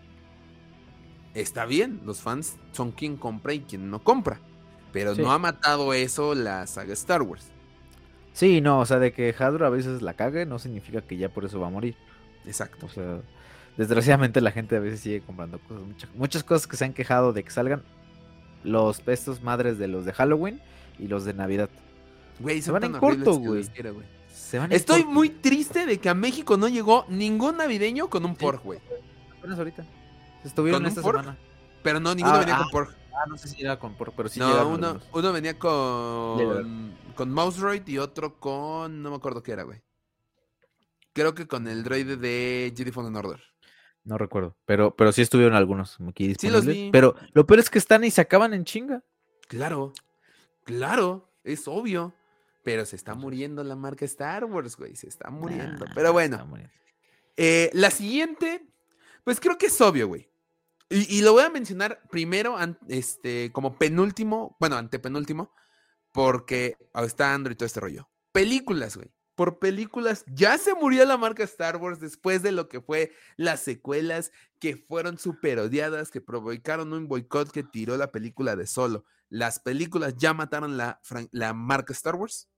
Speaker 1: Está bien, los fans son quien compra y quien no compra, pero
Speaker 2: Sí.
Speaker 1: no ha matado eso la saga Star Wars.
Speaker 2: Sí, no, o sea, de que Hasbro a veces la cague no significa que ya por eso va a morir.
Speaker 1: Exacto.
Speaker 2: O sea, desgraciadamente la gente a veces sigue comprando cosas. Muchas cosas que se han quejado de que salgan estos madres de los de Halloween y los de Navidad.
Speaker 1: Güey,
Speaker 2: Se
Speaker 1: son
Speaker 2: van
Speaker 1: tan
Speaker 2: en
Speaker 1: horribles
Speaker 2: corto,
Speaker 1: que
Speaker 2: güey.
Speaker 1: los quiero, güey.
Speaker 2: Se van en
Speaker 1: Estoy
Speaker 2: corto.
Speaker 1: muy triste de que a México no llegó ningún navideño con un
Speaker 2: Sí.
Speaker 1: pork, güey.
Speaker 2: Apenas ahorita. Se estuvieron
Speaker 1: ¿Con un
Speaker 2: esta
Speaker 1: pork?
Speaker 2: semana.
Speaker 1: Pero no, ninguno venía con pork.
Speaker 2: No sé si era con pork, pero sí
Speaker 1: No,
Speaker 2: llegaron
Speaker 1: uno,
Speaker 2: algunos.
Speaker 1: uno venía
Speaker 2: Llegaron.
Speaker 1: con Mouse Droid y otro con... No me acuerdo qué era, güey. Creo que con el droide de Jedi Fallen Order.
Speaker 2: No recuerdo, pero sí estuvieron algunos aquí
Speaker 1: Sí los
Speaker 2: disponibles.
Speaker 1: vi.
Speaker 2: Pero lo peor es que están y se acaban en chinga.
Speaker 1: Claro, claro, es obvio. Pero se está muriendo la marca Star Wars, güey. Se está muriendo.
Speaker 2: Nah,
Speaker 1: Pero
Speaker 2: se
Speaker 1: bueno,
Speaker 2: está muriendo.
Speaker 1: la siguiente, pues creo que es obvio, güey. Y lo voy a mencionar primero, como penúltimo, bueno, antepenúltimo, porque está Android y todo este rollo. Películas, güey. Por películas, ya se murió la marca Star Wars después de lo que fue las secuelas que fueron súper odiadas, que provocaron un boicot que tiró la película de Solo. ¿Las películas ya mataron la marca Star Wars?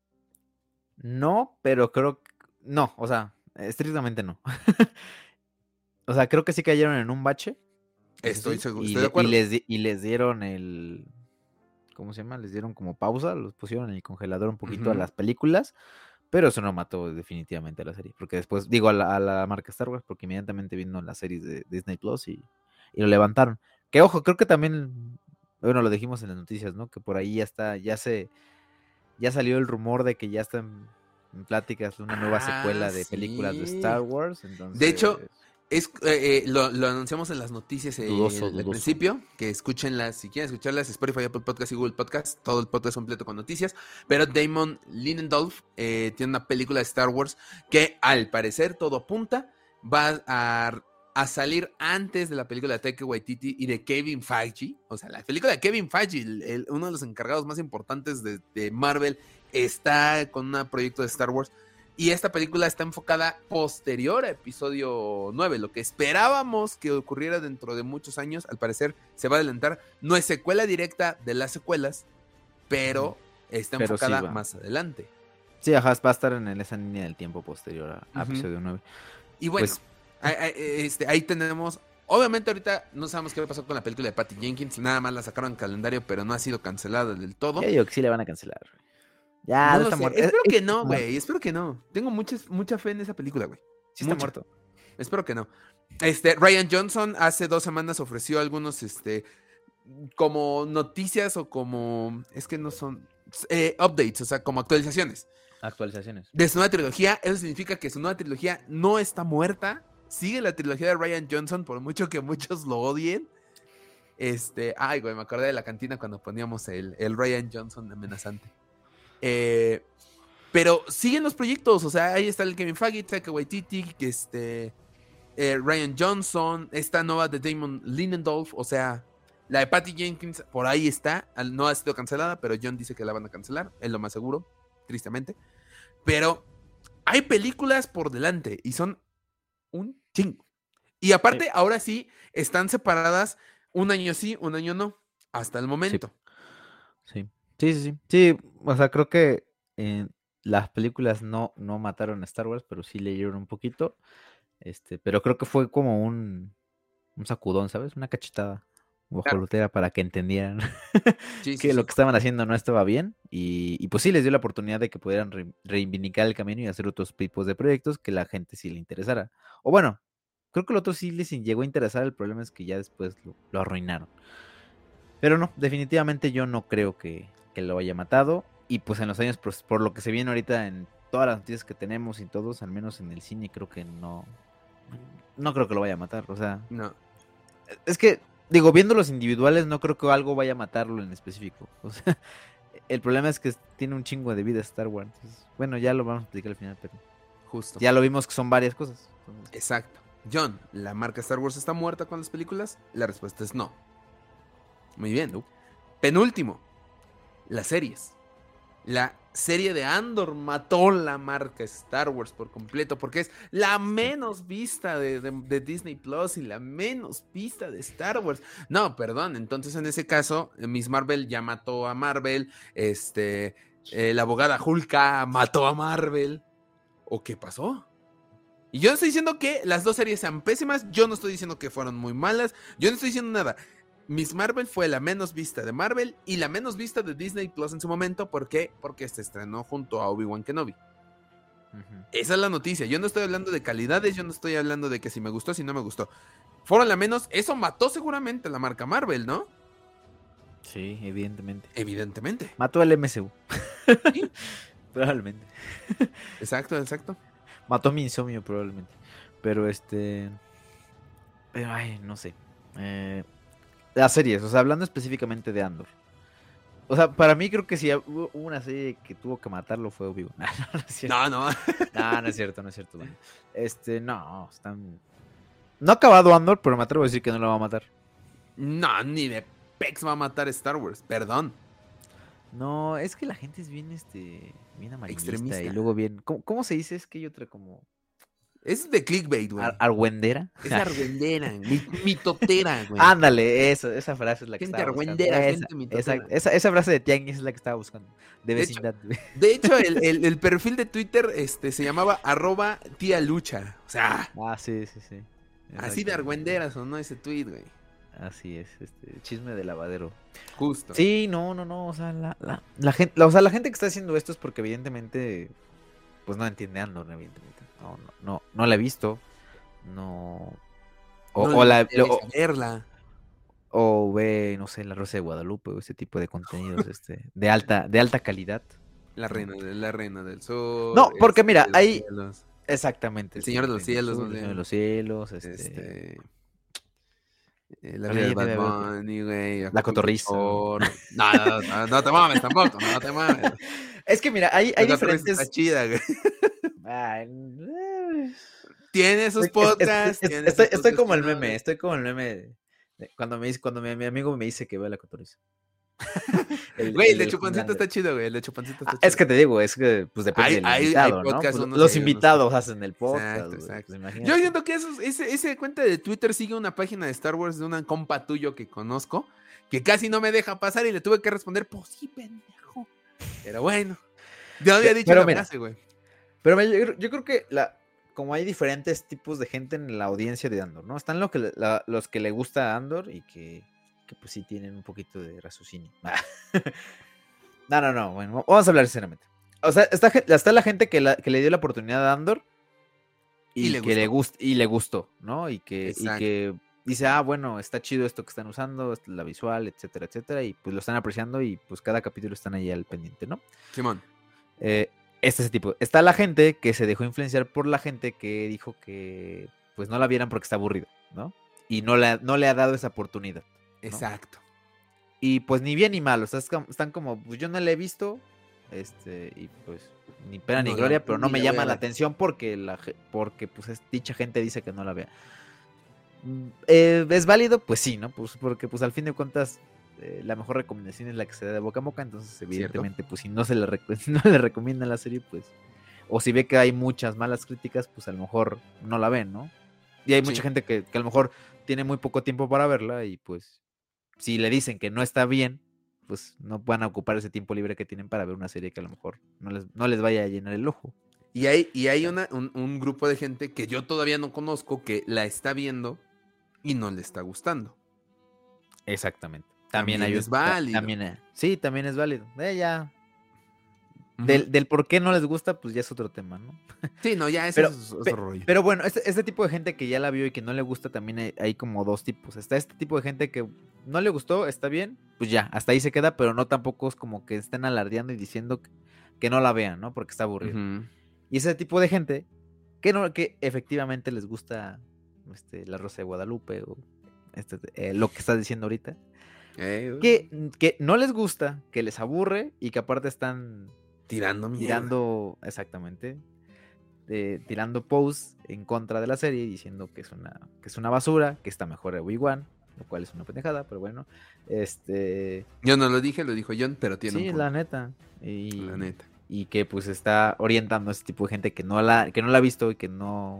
Speaker 2: No, pero creo que... No, o sea, estrictamente no. O sea, creo que sí cayeron en un bache. Eso
Speaker 1: Estoy
Speaker 2: sí,
Speaker 1: seguro,
Speaker 2: y,
Speaker 1: estoy de acuerdo.
Speaker 2: y les dieron el... ¿Cómo se llama? Les dieron como pausa, los pusieron en el congelador un poquito a
Speaker 1: Ujú.
Speaker 2: las películas, pero eso no mató definitivamente a la serie. Porque después, digo, a la marca Star Wars, porque inmediatamente vino las series de Disney Plus y lo levantaron. Que ojo, creo que también, bueno, lo dijimos en las noticias, ¿no? Que por ahí ya está, ya salió el rumor de que ya están en pláticas de una nueva secuela de películas de Star
Speaker 1: Sí.
Speaker 2: Wars.
Speaker 1: De
Speaker 2: Entonces,
Speaker 1: hecho, lo anunciamos en las noticias
Speaker 2: dudoso.
Speaker 1: al principio, que escúchenlas, si quieren escucharlas, Spotify, Apple Podcast y Google Podcast, todo el podcast completo con noticias, pero Damon Lindelof tiene una película de Star Wars que al parecer todo apunta, va a salir antes de la película de Taika Waititi y de Kevin Feige, o sea, la película de Kevin Feige, uno de los encargados más importantes de Marvel, está con un proyecto de Star Wars. Y esta película está enfocada posterior a episodio 9. Lo que esperábamos que ocurriera dentro de muchos años, al parecer se va a adelantar. No es secuela directa de las secuelas, pero está
Speaker 2: Pero sí
Speaker 1: enfocada
Speaker 2: va.
Speaker 1: más adelante.
Speaker 2: Sí, ajá, va a estar en esa línea del tiempo posterior a
Speaker 1: Ujú.
Speaker 2: episodio 9.
Speaker 1: Y bueno,
Speaker 2: Pues,
Speaker 1: ahí tenemos. Obviamente, ahorita no sabemos qué pasó con la película de Patty Jenkins. Nada más la sacaron en calendario, pero no ha sido cancelada del todo.
Speaker 2: ya digo que sí le van a cancelar. Ya,
Speaker 1: No
Speaker 2: no
Speaker 1: lo
Speaker 2: está
Speaker 1: sé.
Speaker 2: muerto.
Speaker 1: Espero que
Speaker 2: Está
Speaker 1: no,
Speaker 2: muerto.
Speaker 1: güey. Espero que no. Tengo mucha fe en esa película, güey.
Speaker 2: Sí está
Speaker 1: Mucha.
Speaker 2: muerto.
Speaker 1: Espero que no. Ryan Johnson hace 2 semanas ofreció algunos, como noticias o como, es que no son, updates, o sea, como actualizaciones
Speaker 2: Actualizaciones.
Speaker 1: de su nueva trilogía. Eso significa que su nueva trilogía no está muerta. Sigue la trilogía de Ryan Johnson, por mucho que muchos lo odien. Ay, güey, me acordé de la cantina cuando poníamos el Ryan Johnson amenazante. Pero siguen los proyectos, o sea, ahí está el Kevin Feige, Taika Waititi, Ryan Johnson, esta nueva de Damon Lindelof, o sea, la de Patty Jenkins, por ahí está, no ha sido cancelada, pero John dice que la van a cancelar, es lo más seguro, tristemente. Pero hay películas por delante y son un chingo. Y aparte, ahora sí, están separadas un año sí, un año no. hasta el
Speaker 2: Sí,
Speaker 1: momento.
Speaker 2: sí. Sí, o sea, creo que las películas no mataron a Star Wars, pero sí leyeron un poquito. Pero creo que fue como un sacudón, ¿sabes? Una cachetada
Speaker 1: Claro.
Speaker 2: guajolotera para que entendieran
Speaker 1: Sí, sí,
Speaker 2: que lo
Speaker 1: sí.
Speaker 2: que estaban haciendo no estaba bien. Y pues sí les dio la oportunidad de que pudieran reivindicar el camino y hacer otros tipos de proyectos que la gente sí le interesara. O bueno, creo que el otro sí les llegó a interesar, el problema es que ya después lo arruinaron. Pero no, definitivamente yo no creo que lo haya matado. Y pues en los años, pues, por lo que se viene ahorita en todas las noticias que tenemos y todos, al menos en el cine, creo que no creo que lo vaya a matar. O sea,
Speaker 1: No.
Speaker 2: es que, digo, viendo los individuales, no creo que algo vaya a matarlo en específico. O sea, el problema es que tiene un chingo de vida Star Wars. Entonces, bueno, ya lo vamos a explicar al final, pero
Speaker 1: Justo.
Speaker 2: ya lo vimos que son varias cosas. Entonces,
Speaker 1: Exacto. John, ¿la marca Star Wars está muerta con las películas? La respuesta es no. Muy bien.
Speaker 2: no.
Speaker 1: Penúltimo, las series. La serie de Andor mató la marca Star Wars por completo porque es la
Speaker 2: Sí.
Speaker 1: menos vista de Disney Plus y la menos vista de Star Wars. No, perdón. Entonces, en ese caso, Miss Marvel ya mató a Marvel. La abogada Hulka mató a Marvel. ¿O qué pasó? Y yo no estoy diciendo que las dos series sean pésimas, yo no estoy diciendo que fueron muy malas, yo no estoy diciendo nada. Miss Marvel fue la menos vista de Marvel y la menos vista de Disney Plus en su momento. ¿Por qué? Porque se estrenó junto a Obi-Wan Kenobi.
Speaker 2: Ujú.
Speaker 1: Esa es la noticia. Yo no estoy hablando de calidades, yo no estoy hablando de que si me gustó, si no me gustó. Fueron la menos, eso mató seguramente la marca Marvel, ¿no?
Speaker 2: Sí, evidentemente.
Speaker 1: Evidentemente.
Speaker 2: Mató al MCU,
Speaker 1: Sí,
Speaker 2: probablemente.
Speaker 1: exacto, exacto.
Speaker 2: Mató mi insomnio, probablemente. Pero Pero, ay, no sé. Las series, o sea, hablando específicamente de Andor. O sea, para mí creo que si hubo una serie que tuvo que matarlo fue Obi-Wan. No, es cierto.
Speaker 1: No, no.
Speaker 2: No es cierto, Dani. No, están... No ha acabado Andor, pero me atrevo a decir que no lo va a matar.
Speaker 1: No, ni de Pex va a matar Star Wars, perdón.
Speaker 2: No, es que la gente es bien, bien amarillista
Speaker 1: Extremista.
Speaker 2: y luego bien... ¿Cómo se dice? Es que hay otra como...
Speaker 1: Es de clickbait, güey.
Speaker 2: Argüendera.
Speaker 1: Es argüendera, mitotera, güey.
Speaker 2: Ándale, esa frase es la que
Speaker 1: Gente
Speaker 2: estaba buscando.
Speaker 1: argüendera, gente mitotera.
Speaker 2: Esa frase de Tianguis es la que estaba buscando. De
Speaker 1: De hecho,
Speaker 2: vecindad.
Speaker 1: de hecho el perfil de Twitter se llamaba @tía lucha. O sea,
Speaker 2: Sí.
Speaker 1: así de argüendera sonó ese tweet, güey.
Speaker 2: Así es, chisme de lavadero.
Speaker 1: Justo.
Speaker 2: Sí, no, o sea, la gente, o sea, la gente que está haciendo esto es porque evidentemente, pues no entiende Andor, evidentemente. No la he visto, no,
Speaker 1: No
Speaker 2: o
Speaker 1: le
Speaker 2: la,
Speaker 1: interesa verla.
Speaker 2: o ve, no sé, La Rosa de Guadalupe o ese tipo de contenidos, de alta calidad.
Speaker 1: La reina del sur.
Speaker 2: No, porque mira,
Speaker 1: los
Speaker 2: hay,
Speaker 1: cielos,
Speaker 2: exactamente,
Speaker 1: el señor de los
Speaker 2: Reino del
Speaker 1: cielos,
Speaker 2: Sur,
Speaker 1: más
Speaker 2: El Señor de
Speaker 1: bien.
Speaker 2: los Cielos,
Speaker 1: La vida de
Speaker 2: Rey
Speaker 1: Bad
Speaker 2: de-
Speaker 1: Bunny, güey.
Speaker 2: La
Speaker 1: Acapulco
Speaker 2: Cotorrisa.
Speaker 1: Shore. No te mames tampoco, no te mames.
Speaker 2: Es que mira, hay
Speaker 1: La Cotorrisa está
Speaker 2: diferentes.
Speaker 1: chida, güey.
Speaker 2: Ay,
Speaker 1: Tiene sus podcasts, tiene sus
Speaker 2: estoy
Speaker 1: podcasts
Speaker 2: como el meme,
Speaker 1: chingones.
Speaker 2: estoy como el meme cuando mi amigo me dice que vea La Cotorrisa.
Speaker 1: Güey, el de
Speaker 2: Del
Speaker 1: Chupancito
Speaker 2: Homelander.
Speaker 1: está chido, güey. El de Chupancito está
Speaker 2: Es
Speaker 1: chido.
Speaker 2: que te digo, es que pues depende del
Speaker 1: Hay
Speaker 2: invitado, ¿no?
Speaker 1: podcasts
Speaker 2: Pues,
Speaker 1: unos y
Speaker 2: los
Speaker 1: hay unos.
Speaker 2: invitados hacen el podcast,
Speaker 1: Exacto,
Speaker 2: güey,
Speaker 1: exacto.
Speaker 2: pues
Speaker 1: Yo
Speaker 2: imagínate.
Speaker 1: siento que ese cuenta de Twitter sigue una página de Star Wars de una compa tuyo que conozco, que casi no me deja pasar y le tuve que responder, pues sí, pendejo. Pero bueno, ya había dicho
Speaker 2: Pero
Speaker 1: la
Speaker 2: mira,
Speaker 1: frase, güey.
Speaker 2: Pero yo creo que como hay diferentes tipos de gente en la audiencia de Andor, ¿no? Están los que le gusta Andor y que pues sí tienen un poquito de raciocinio. No, bueno, vamos a hablar sinceramente. O sea, está la gente que le dio la oportunidad a Andor
Speaker 1: Y le
Speaker 2: que
Speaker 1: gustó.
Speaker 2: le gustó, ¿no? Y
Speaker 1: Exacto.
Speaker 2: que dice, bueno, está chido esto que están usando, la visual, etcétera, y pues lo están apreciando y pues cada capítulo están ahí al pendiente, ¿no?
Speaker 1: Simón.
Speaker 2: Ese tipo. Está la gente que se dejó influenciar por la gente que dijo que pues no la vieran porque está aburrida, ¿no? Y no le ha dado esa oportunidad, ¿no?
Speaker 1: Exacto.
Speaker 2: Y pues ni bien ni mal, o sea, están como, pues yo no la he visto, y pues ni pena ni gloria, pero no me llama la atención porque pues dicha gente dice que no la vea. ¿Es válido? Pues sí, ¿no? Pues porque pues al fin de cuentas la mejor recomendación es la que se da de boca a boca, entonces evidentemente pues si no no le recomiendan la serie, pues, o si ve que hay muchas malas críticas, pues a lo mejor no la ven, ¿no? Y hay mucha gente que a lo mejor tiene muy poco tiempo para verla y pues si le dicen que no está bien, pues no van a ocupar ese tiempo libre que tienen para ver una serie que a lo mejor no les vaya a llenar el ojo.
Speaker 1: Y hay un grupo de gente que yo todavía no conozco que la está viendo y no le está gustando.
Speaker 2: Exactamente.
Speaker 1: También es válido.
Speaker 2: Sí, también es válido. Ya.
Speaker 1: Ujú.
Speaker 2: Del por qué no les gusta, pues ya es otro tema, ¿no?
Speaker 1: Sí, no, ya eso es otro rollo.
Speaker 2: Pero bueno, este tipo de gente que ya la vio y que no le gusta, también hay como dos tipos. Está este tipo de gente que no le gustó, está bien, pues ya, hasta ahí se queda, pero no tampoco es como que estén alardeando y diciendo que no la vean, ¿no? Porque está aburrido.
Speaker 1: Ujú.
Speaker 2: Y ese tipo de gente que efectivamente les gusta La Rosa de Guadalupe o lo que estás diciendo ahorita, que no les gusta, que les aburre y que aparte están
Speaker 1: tirando mierda.
Speaker 2: Exactamente, tirando posts en contra de la serie diciendo que es una basura, que está mejor Obi-Wan, lo cual es una pendejada, pero bueno.
Speaker 1: Yo no lo dije, lo dijo John, pero tiene un
Speaker 2: Sí,
Speaker 1: punto.
Speaker 2: la neta.
Speaker 1: La neta.
Speaker 2: Y que pues está orientando a ese tipo de gente que no la ha visto y que no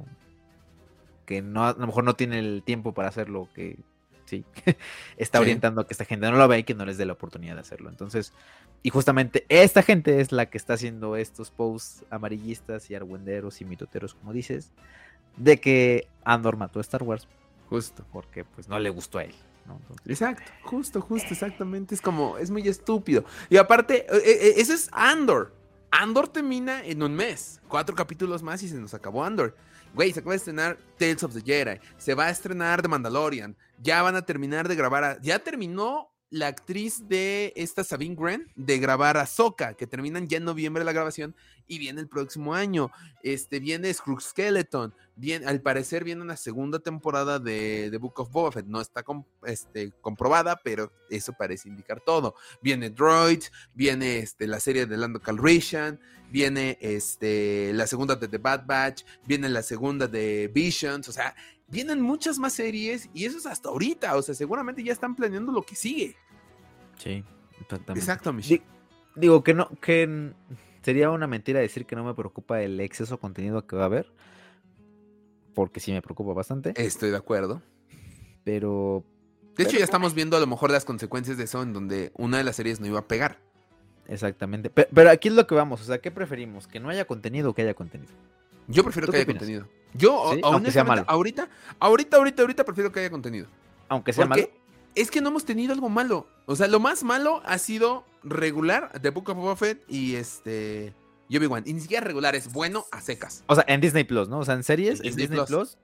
Speaker 2: a lo mejor no tiene el tiempo para hacerlo, que sí, está
Speaker 1: Sí.
Speaker 2: orientando a que esta gente no lo vea y que no les dé la oportunidad de hacerlo. Entonces, y justamente esta gente es la que está haciendo estos posts amarillistas y argüenderos y mitoteros, como dices, de que Andor mató a Star Wars.
Speaker 1: Justo.
Speaker 2: Porque pues no le gustó a él, ¿no? Entonces,
Speaker 1: Exacto, justo, exactamente. Es muy estúpido. Y aparte, eso es Andor. Andor termina en un mes. 4 capítulos más y se nos acabó Andor. Güey, se acaba de estrenar Tales of the Jedi. Se va a estrenar The Mandalorian. Ya van a terminar de grabar. Ya terminó la actriz de esta Sabine Wren de grabar Ahsoka, que terminan ya en noviembre la grabación y viene el próximo año. Viene Skrull Skeleton. Al parecer viene una segunda temporada de The Book of Boba Fett. No está comprobada, pero eso parece indicar todo. Viene Droids, viene la serie de Lando Calrissian, viene la segunda de The Bad Batch, viene la segunda de Visions, o sea, vienen muchas más series y eso es hasta ahorita, o sea, seguramente ya están planeando lo que sigue.
Speaker 2: Sí, exactamente.
Speaker 1: Exacto, Michelle.
Speaker 2: Digo que sería una mentira decir que no me preocupa el exceso de contenido que va a haber, porque sí me preocupa bastante.
Speaker 1: Estoy de acuerdo.
Speaker 2: Pero
Speaker 1: de hecho, ya estamos viendo a lo mejor las consecuencias de eso, en donde una de las series no iba a pegar.
Speaker 2: Exactamente. Pero aquí es lo que vamos, o sea, ¿qué preferimos? ¿Que no haya contenido o que haya contenido?
Speaker 1: Yo prefiero que haya contenido. Yo,
Speaker 2: ¿sí? Aunque sea malo.
Speaker 1: Ahorita prefiero que haya contenido.
Speaker 2: Aunque sea malo.
Speaker 1: Es que no hemos tenido algo malo. O sea, lo más malo ha sido regular The Book of Boba Fett y Obi-Wan. Y ni siquiera regular, es bueno a secas.
Speaker 2: O sea, en Disney Plus, ¿no? O sea, en series,
Speaker 1: en
Speaker 2: Disney Plus,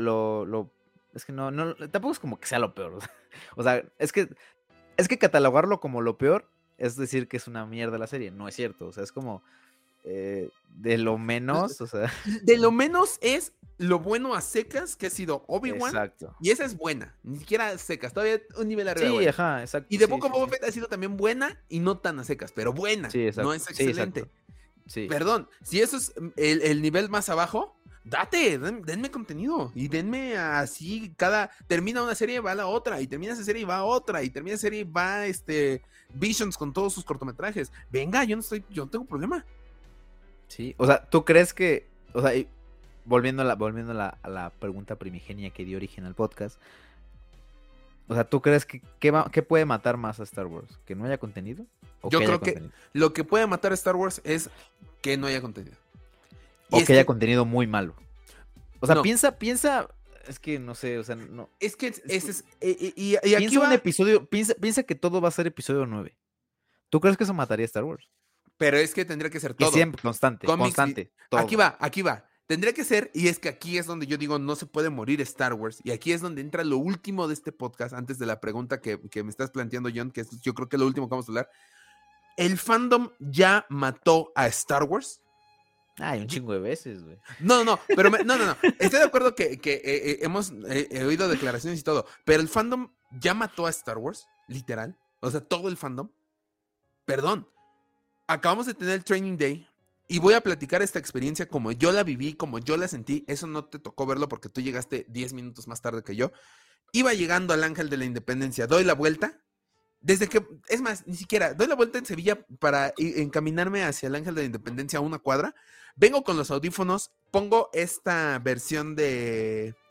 Speaker 2: es que no, tampoco es como que sea lo peor. O sea, es que catalogarlo como lo peor es decir que es una mierda la serie. No es cierto. O sea, es como de lo menos, o sea.
Speaker 1: De lo menos es lo bueno a secas que ha sido Obi-Wan.
Speaker 2: Exacto.
Speaker 1: Y esa es buena. Ni siquiera a secas. Todavía un nivel arriba.
Speaker 2: Sí,
Speaker 1: bueno.
Speaker 2: Ajá, exacto.
Speaker 1: Y The Book of Boba Fett ha sido también buena y no tan a secas, pero buena.
Speaker 2: Sí, exacto.
Speaker 1: No es excelente.
Speaker 2: Sí.
Speaker 1: Perdón, si eso es el nivel más abajo, denme contenido y denme así termina una serie va a la otra y termina esa serie y va a otra y termina esa serie y va Visions con todos sus cortometrajes. Venga, yo no tengo problema.
Speaker 2: Sí, o sea, ¿tú crees que, o sea, volviendo a la pregunta primigenia que dio origen al podcast, o sea, ¿tú crees que qué puede matar más a Star Wars? ¿Que no haya contenido?
Speaker 1: Yo creo que lo que puede matar a Star Wars es que no haya contenido.
Speaker 2: O que haya contenido muy malo. O sea,
Speaker 1: no.
Speaker 2: piensa, es que no sé, o sea, no.
Speaker 1: Es que ese es.
Speaker 2: Y aquí un episodio, piensa que todo va a ser episodio 9. ¿Tú crees que eso mataría a Star Wars?
Speaker 1: Pero es que tendría que ser todo.
Speaker 2: Que siempre, constante.
Speaker 1: Todo. Aquí va. Tendría que ser, y es que aquí es donde yo digo, no se puede morir Star Wars, y aquí es donde entra lo último de este podcast, antes de la pregunta que me estás planteando, John, que es, yo creo que lo último que vamos a hablar. ¿El fandom ya mató a Star Wars?
Speaker 2: Ay, un chingo de veces, güey.
Speaker 1: No, pero no. Estoy de acuerdo que hemos oído declaraciones y todo, pero el fandom ya mató a Star Wars, literal. O sea, todo el fandom. Perdón. Acabamos de tener el Training Day y voy a platicar esta experiencia como yo la viví, como yo la sentí. Eso no te tocó verlo porque tú llegaste 10 minutos más tarde que yo. Iba llegando al Ángel de la Independencia, doy la vuelta. Es más, ni siquiera, doy la vuelta en Sevilla para encaminarme hacia el Ángel de la Independencia a una cuadra. Vengo con los audífonos, pongo esta versión de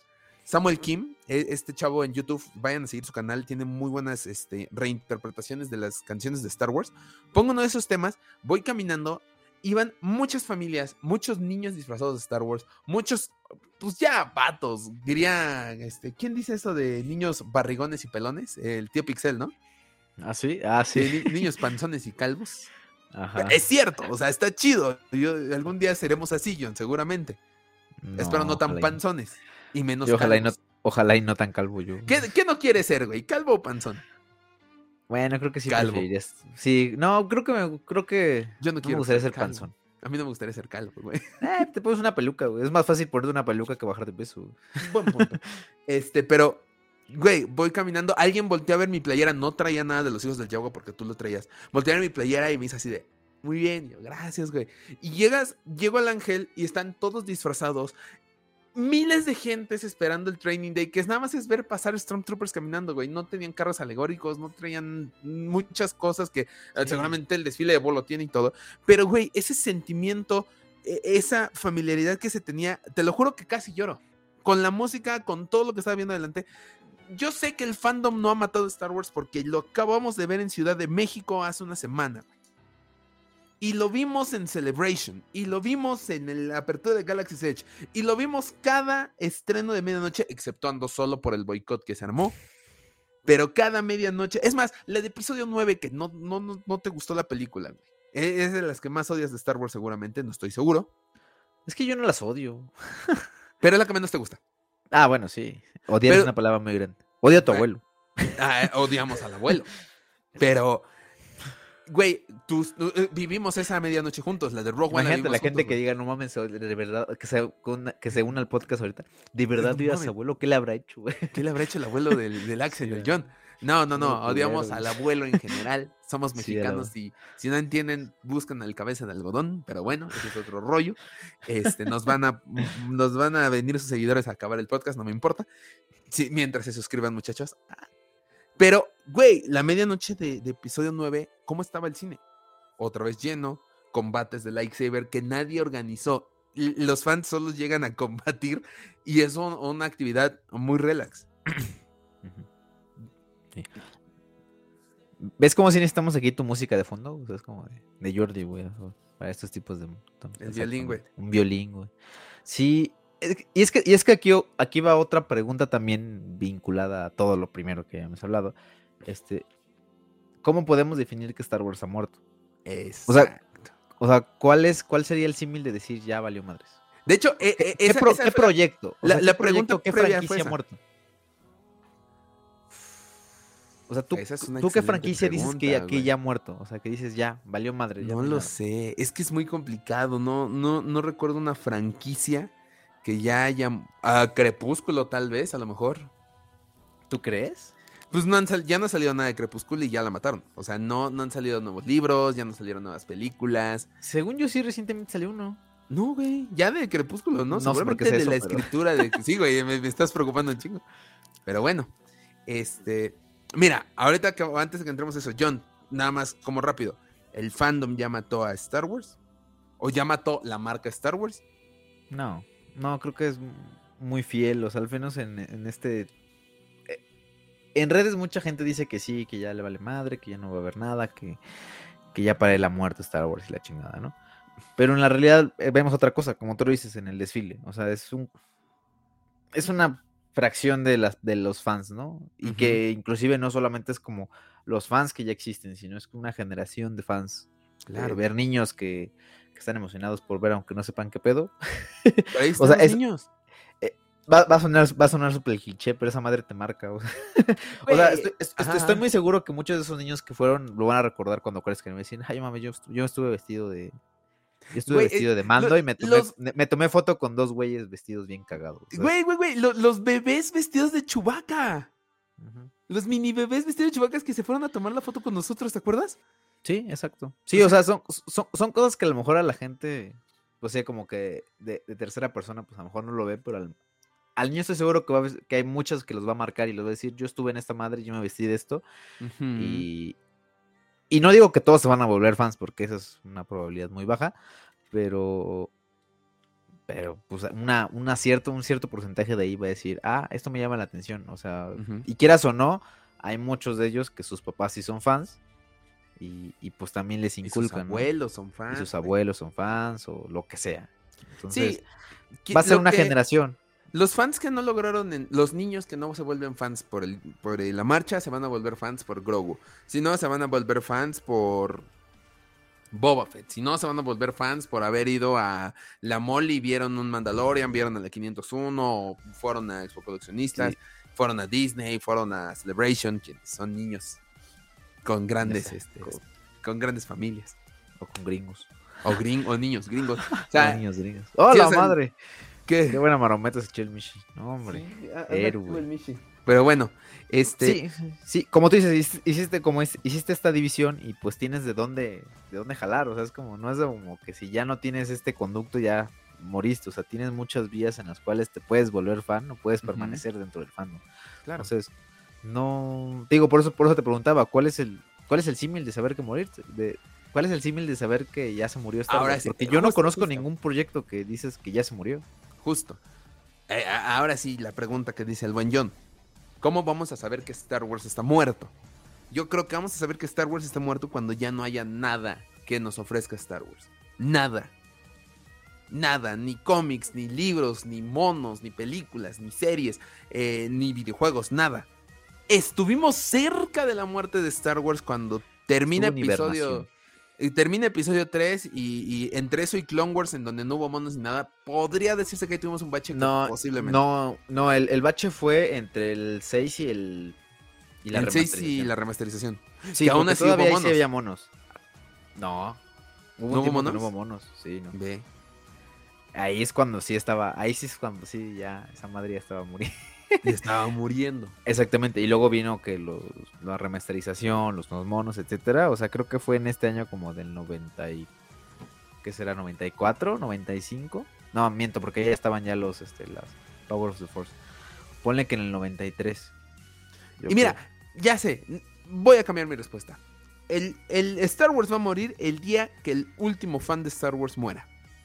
Speaker 1: Samuel Kim, este chavo en YouTube, vayan a seguir su canal, tiene muy buenas reinterpretaciones de las canciones de Star Wars. Pongo uno de esos temas, voy caminando, iban muchas familias, muchos niños disfrazados de Star Wars, muchos, pues ya, patos, diría, ¿quién dice eso de niños barrigones y pelones? El tío Pixel, ¿no?
Speaker 2: ¿Ah, sí? Ah, sí.
Speaker 1: Niños panzones y calvos.
Speaker 2: Ajá.
Speaker 1: Es cierto, o sea, está chido. Algún día seremos así, John, seguramente.
Speaker 2: No,
Speaker 1: espero no tan panzones y menos calvos.
Speaker 2: Ojalá y no tan calvo yo.
Speaker 1: ¿Qué no quieres ser, güey? ¿Calvo o panzón?
Speaker 2: Bueno, creo que sí
Speaker 1: Calvo.
Speaker 2: preferirías. Sí, no, creo que
Speaker 1: yo no quiero
Speaker 2: me gustaría ser
Speaker 1: calvo.
Speaker 2: panzón.
Speaker 1: A mí no me gustaría ser calvo, güey.
Speaker 2: Te pones una peluca, güey. Es más fácil ponerte una peluca que bajar de peso.
Speaker 1: Buen punto. Pero, güey, voy caminando. Alguien volteó a ver mi playera. No traía nada de los hijos del Yagua porque tú lo traías. Volteé a ver mi playera y me hizo así de, muy bien. Yo, gracias, güey. Y llego al Ángel y están todos disfrazados. Miles de gentes esperando el Training Day, que nada más es ver pasar Stormtroopers caminando, güey. No tenían carros alegóricos, no traían muchas cosas que seguramente el desfile de Bolo tiene y todo. Pero, güey, ese sentimiento, esa familiaridad que se tenía, te lo juro que casi lloro. Con la música, con todo lo que estaba viendo adelante. Yo sé que el fandom no ha matado a Star Wars porque lo acabamos de ver en Ciudad de México hace una semana, güey. Y lo vimos en Celebration, y lo vimos en la apertura de Galaxy's Edge, y lo vimos cada estreno de medianoche, exceptuando solo por el boicot que se armó. Pero cada medianoche, es más, la de episodio 9, que no te gustó la película, güey. Es de las que más odias de Star Wars seguramente, no estoy seguro.
Speaker 2: Es que yo no las odio.
Speaker 1: Pero es la que menos te gusta.
Speaker 2: Ah, bueno, sí. Odiar es una palabra muy grande. Odio a tu abuelo.
Speaker 1: Odiamos al abuelo. Pero... güey, vivimos esa medianoche juntos, la de Rogue One.
Speaker 2: Imagínate la gente que diga, no mames, de verdad, que se una al podcast ahorita. ¿De verdad odias a su abuelo? ¿Qué le habrá hecho, güey?
Speaker 1: ¿Qué le habrá hecho el abuelo del Axel, del John? No, odiamos al abuelo en general. Somos mexicanos y si no entienden, buscan al cabeza de algodón, pero bueno, ese es otro rollo. Nos van a venir sus seguidores a acabar el podcast, no me importa. Sí, mientras se suscriban, muchachos. Pero, güey, la medianoche de episodio 9, ¿cómo estaba el cine? Otra vez lleno, combates de lightsaber que nadie organizó. Los fans solo llegan a combatir y es una actividad muy relax.
Speaker 2: Sí. ¿Ves cómo si necesitamos aquí tu música de fondo? O sea, es como de Jordi, güey, para estos tipos de...
Speaker 1: El violín, güey.
Speaker 2: Un violín, güey. Sí, y es que aquí va otra pregunta también vinculada a todo lo primero que ya hemos hablado. ¿Cómo podemos definir que Star Wars ha muerto?
Speaker 1: Exacto.
Speaker 2: O sea, ¿cuál sería el símil de decir ya valió madres?
Speaker 1: De hecho,
Speaker 2: ¿qué proyecto? O sea,
Speaker 1: la pregunta, ¿qué franquicia
Speaker 2: ha muerto? O sea, ¿tú qué franquicia dices que ya ha muerto? O sea, que dices ya, valió madre. Ya
Speaker 1: no lo sé, es que es muy complicado, no recuerdo una franquicia que ya haya... Crepúsculo tal vez, a lo mejor.
Speaker 2: ¿Tú crees?
Speaker 1: Pues ya no ha salido nada de Crepúsculo y ya la mataron. O sea, no han salido nuevos libros, ya no salieron nuevas películas.
Speaker 2: Según yo sí, recientemente salió uno.
Speaker 1: No, güey, ya de Crepúsculo, ¿no? Seguramente
Speaker 2: sé
Speaker 1: de la escritura de... Sí, güey, me estás preocupando un chingo. Pero bueno, mira, ahorita antes de que entremos a eso, John, nada más como rápido. ¿El fandom ya mató a Star Wars? ¿O ya mató la marca Star Wars?
Speaker 2: No, creo que es muy fiel. O sea, al menos en en redes mucha gente dice que sí, que ya le vale madre, que ya no va a haber nada, que ya pare la muerte Star Wars y la chingada, ¿no? Pero en la realidad vemos otra cosa, como tú lo dices en el desfile. O sea, es una fracción de los fans, ¿no? Y que inclusive no solamente es como los fans que ya existen, sino es una generación de fans. Claro. Ver niños que están emocionados por ver, aunque no sepan qué pedo.
Speaker 1: Pero ahí están los niños.
Speaker 2: Va a sonar súper cliché, pero esa madre te marca. O sea, estoy muy seguro que muchos de esos niños que fueron lo van a recordar cuando crezcan. Me dicen, ay, mami, yo estuve vestido de... vestido de Mando y me tomé foto con dos güeyes vestidos bien cagados.
Speaker 1: Güey, los bebés vestidos de Chewbacca. Los mini bebés vestidos de Chewbacca que se fueron a tomar la foto con nosotros, ¿te acuerdas?
Speaker 2: Sí, exacto. Sí, o sea, son cosas que a lo mejor a la gente, pues sí, como que de tercera persona, pues a lo mejor no lo ve, pero al niño estoy seguro que hay muchos que los va a marcar y les va a decir, yo estuve en esta madre, yo me vestí de esto. Y no digo que todos se van a volver fans, porque esa es una probabilidad muy baja, pero Pero pues un cierto porcentaje de ahí va a decir, esto me llama la atención. O sea,
Speaker 1: Ujú.
Speaker 2: y quieras o no, hay muchos de ellos que sus papás sí son fans y pues también les
Speaker 1: Y sus
Speaker 2: inculcan, ¿no?
Speaker 1: abuelos son
Speaker 2: Y sus
Speaker 1: fans, güey.
Speaker 2: abuelos son fans o lo que sea. Entonces,
Speaker 1: Sí,
Speaker 2: va a ser
Speaker 1: lo
Speaker 2: una
Speaker 1: que
Speaker 2: generación.
Speaker 1: los fans que no lograron, los niños que no se vuelven fans por la marcha, se van a volver fans por Grogu. Si no, se van a volver fans por Boba Fett. Si no, se van a volver fans por haber ido a la mall y vieron un Mandalorian, vieron a la 501, o fueron a Expo Coleccionistas,
Speaker 2: Sí,
Speaker 1: fueron a Disney, fueron a Celebration, quienes son niños con
Speaker 2: ya
Speaker 1: grandes,
Speaker 2: sé,
Speaker 1: con grandes familias.
Speaker 2: o con gringos.
Speaker 1: O niños gringos. O
Speaker 2: O
Speaker 1: sea,
Speaker 2: niños gringos. ¡Oh,
Speaker 1: sí,
Speaker 2: la
Speaker 1: o sea,
Speaker 2: madre!
Speaker 1: ¿qué?
Speaker 2: Qué buena marometa se echó el Michi. No, hombre.
Speaker 1: Sí,
Speaker 2: Héroe.
Speaker 1: pero bueno,
Speaker 2: Sí, sí, como tú dices, hiciste esta división y pues tienes de dónde jalar, o sea, es como, no es como que si ya no tienes este conducto ya moriste, o sea, tienes muchas vías en las cuales te puedes volver fan, no puedes permanecer dentro del fandom.
Speaker 1: claro.
Speaker 2: Entonces, no, digo, por eso te preguntaba, ¿cuál es el símil de saber que morirte? ¿Cuál es el símil de saber que ya se murió Star
Speaker 1: Ahora
Speaker 2: Wars?
Speaker 1: sí,
Speaker 2: Porque yo no conozco
Speaker 1: justo.
Speaker 2: ningún proyecto que dices que ya se murió.
Speaker 1: Justo. Ahora sí, la pregunta que dice el buen John. ¿Cómo vamos a saber que Star Wars está muerto? Yo creo que vamos a saber que Star Wars está muerto cuando ya no haya nada que nos ofrezca Star Wars. Nada. Nada. Ni cómics, ni libros, ni monos, ni películas, ni series, ni videojuegos, nada. Estuvimos cerca de la muerte de Star Wars cuando termina
Speaker 2: Estuvo en hibernación.
Speaker 1: Termina episodio 3 y entre eso y Clone Wars, en donde no hubo monos ni nada, podría decirse que ahí tuvimos un bache que
Speaker 2: No,
Speaker 1: posiblemente.
Speaker 2: no, el bache fue entre el 6 y la
Speaker 1: El 6 y
Speaker 2: remasterización.
Speaker 1: la remasterización.
Speaker 2: Sí,
Speaker 1: Que aún
Speaker 2: porque
Speaker 1: así hubo
Speaker 2: todavía ahí sí
Speaker 1: monos.
Speaker 2: había monos. No, hubo
Speaker 1: ¿No
Speaker 2: un
Speaker 1: hubo
Speaker 2: tiempo que no
Speaker 1: monos?
Speaker 2: hubo monos, sí, no.
Speaker 1: Ve.
Speaker 2: Ahí sí es cuando sí ya esa madre ya estaba muriendo.
Speaker 1: Y estaba muriendo.
Speaker 2: Exactamente, y luego vino que la remasterización, los nuevos monos, etcétera, o sea, creo que fue en este año como del 90 y ¿qué será? 94, 95. No, miento, porque ya estaban ya las Power of the Force. Ponle que en el 93.
Speaker 1: Y mira, ya sé, voy a cambiar mi respuesta. El Star Wars va a morir el día que el último fan de Star Wars muera.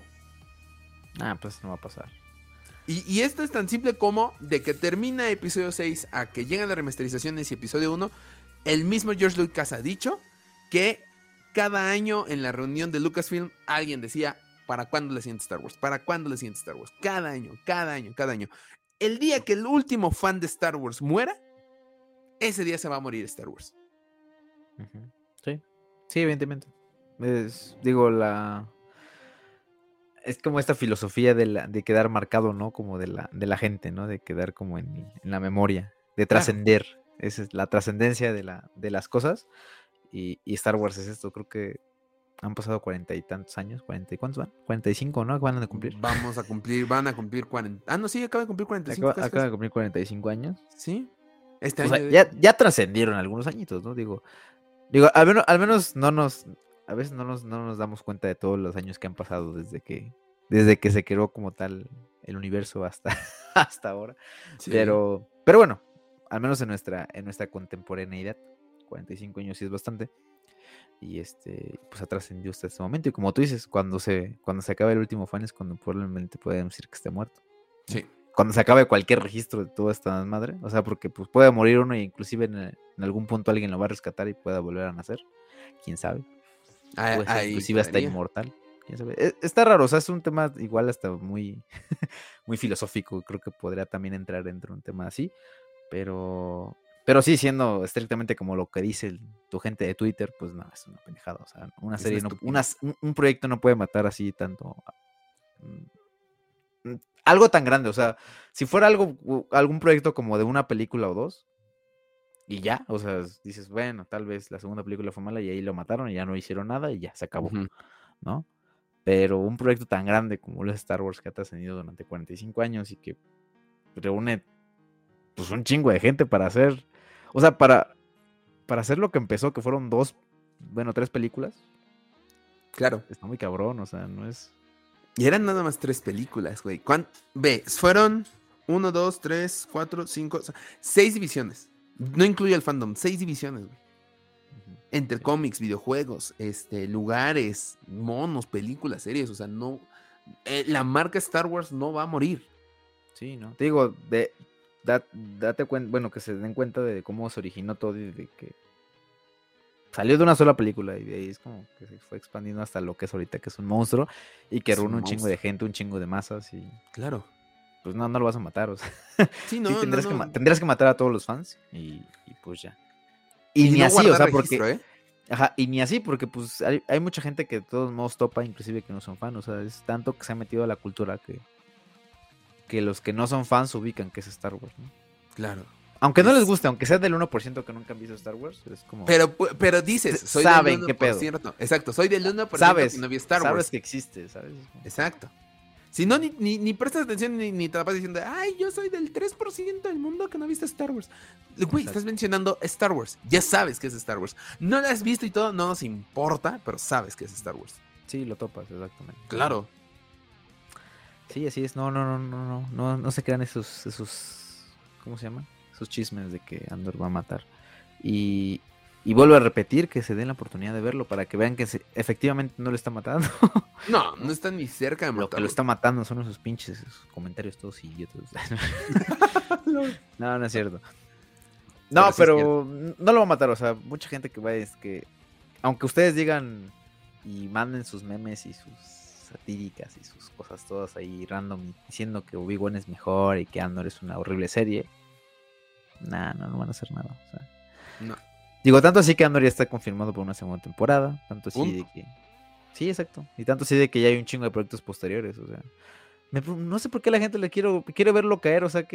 Speaker 2: Pues no va a pasar.
Speaker 1: Y esto es tan simple como de que termina episodio 6 a que llegan las remasterizaciones y episodio 1. El mismo George Lucas ha dicho que cada año en la reunión de Lucasfilm alguien decía, ¿para cuándo la siguiente Star Wars? ¿Para cuándo la siguiente Star Wars? Cada año, cada año, cada año. El día que el último fan de Star Wars muera, ese día se va a morir Star Wars.
Speaker 2: Uh-huh. Sí, evidentemente. Es como esta filosofía de quedar marcado, ¿no? Como de la gente, ¿no? De quedar como en la memoria, de trascender. Claro. Esa es la trascendencia de las cosas. Y Star Wars es esto, creo que han pasado 40 y tantos años, ¿cuántos van? 45, ¿no? ¿Van a cumplir?
Speaker 1: Van a cumplir 40. No, sí, acaba de cumplir 45.
Speaker 2: Acaba de cumplir 45 años.
Speaker 1: Sí. Este
Speaker 2: año.
Speaker 1: O sea,
Speaker 2: ya trascendieron algunos añitos, ¿no? Digo, al menos a veces no nos damos cuenta de todos los años que han pasado desde que se creó como tal el universo hasta ahora. Sí. Pero bueno, al menos en nuestra contemporaneidad, 45 años sí es bastante. Y pues ha trascendido hasta este momento. Y como tú dices, cuando se acabe el último fan es cuando probablemente podemos decir que esté muerto.
Speaker 1: Sí.
Speaker 2: Cuando se acabe cualquier registro de toda esta madre. O sea, porque pues puede morir uno e inclusive en algún punto alguien lo va a rescatar y pueda volver a nacer. ¿Quién sabe? Puede ser inclusive hasta inmortal. ¿Quién sabe? Está raro, o sea, es un tema igual hasta muy, muy filosófico. Creo que podría también entrar dentro de un tema así. Pero sí, siendo estrictamente como lo que dice tu gente de Twitter, pues no, es una pendejada. O sea, una serie, un proyecto no puede matar así tanto. Algo tan grande, o sea, si fuera algún proyecto como de una película o dos, y ya, o sea, dices, bueno, tal vez la segunda película fue mala y ahí lo mataron y ya no hicieron nada y ya se acabó, ¿no? Pero un proyecto tan grande como los Star Wars que ha trascendido durante 45 años y que reúne pues un chingo de gente para hacer, o sea, para hacer lo que empezó, que fueron 3 películas.
Speaker 1: Claro.
Speaker 2: Está muy cabrón, o sea, no es...
Speaker 1: Y eran nada más 3 películas, güey. Fueron 1, 2, 3, 4, 5, 6 divisiones. No incluye el fandom, 6 divisiones, güey. Entre cómics, videojuegos, lugares, monos, películas, series, o sea, no la marca Star Wars no va a morir.
Speaker 2: Sí, ¿no? Te digo, date cuenta, bueno, que se den cuenta de cómo se originó todo y de que salió de una sola película y de ahí es como que se fue expandiendo hasta lo que es ahorita, que es un monstruo y que
Speaker 1: Es
Speaker 2: reúne
Speaker 1: un
Speaker 2: un chingo de
Speaker 1: monstruo.
Speaker 2: gente, un chingo de masas y
Speaker 1: Claro.
Speaker 2: pues no lo vas a matar, o sea.
Speaker 1: Sí,
Speaker 2: Sí,
Speaker 1: no.
Speaker 2: tendrás que matar a todos los fans y pues ya. Y ni
Speaker 1: no
Speaker 2: así, o
Speaker 1: guardar
Speaker 2: sea,
Speaker 1: registro,
Speaker 2: porque... Ajá, y ni así, porque pues hay mucha gente que de todos modos topa, inclusive que no son fans, o sea, es tanto que se ha metido a la cultura que los que no son fans ubican que es Star Wars, ¿no?
Speaker 1: Claro.
Speaker 2: Aunque no les guste, aunque sea del 1% que nunca han visto Star Wars, es como...
Speaker 1: Pero dices, soy del
Speaker 2: saben qué pedo.
Speaker 1: 1%. Exacto, soy del 1% que no vio Star Wars.
Speaker 2: Sabes que existe, ¿sabes?
Speaker 1: Exacto. Si no, ni prestas atención ni te la vas diciendo, ay, yo soy del 3% del mundo que no ha visto Star Wars. Güey,
Speaker 2: Exacto.
Speaker 1: estás mencionando Star Wars. Ya sabes que es Star Wars. No la has visto y todo, no nos importa, pero sabes que es Star Wars.
Speaker 2: Sí, lo topas, exactamente.
Speaker 1: Claro.
Speaker 2: Sí, así es. No se crean esos, ¿cómo se llama? Esos chismes de que Andor va a matar. Y vuelvo a repetir que se den la oportunidad de verlo para que vean que efectivamente no lo está matando.
Speaker 1: No está ni cerca de
Speaker 2: Lo que
Speaker 1: matarlo.
Speaker 2: lo está matando son esos pinches esos comentarios todos idiotas. No es cierto. No, pero no lo va a matar. O sea, mucha gente que va es que, aunque ustedes digan y manden sus memes y sus satíricas y sus cosas todas ahí random diciendo que Obi-Wan es mejor y que Andor es una horrible serie, no van a hacer nada. O sea,
Speaker 1: no.
Speaker 2: Digo, tanto así que Andor ya está confirmado por una segunda temporada, tanto así
Speaker 1: ¿Punto?
Speaker 2: de que... Sí, exacto. Y tanto así de que ya hay un chingo de proyectos posteriores, o sea... No sé por qué la gente le quiere verlo caer, o sea,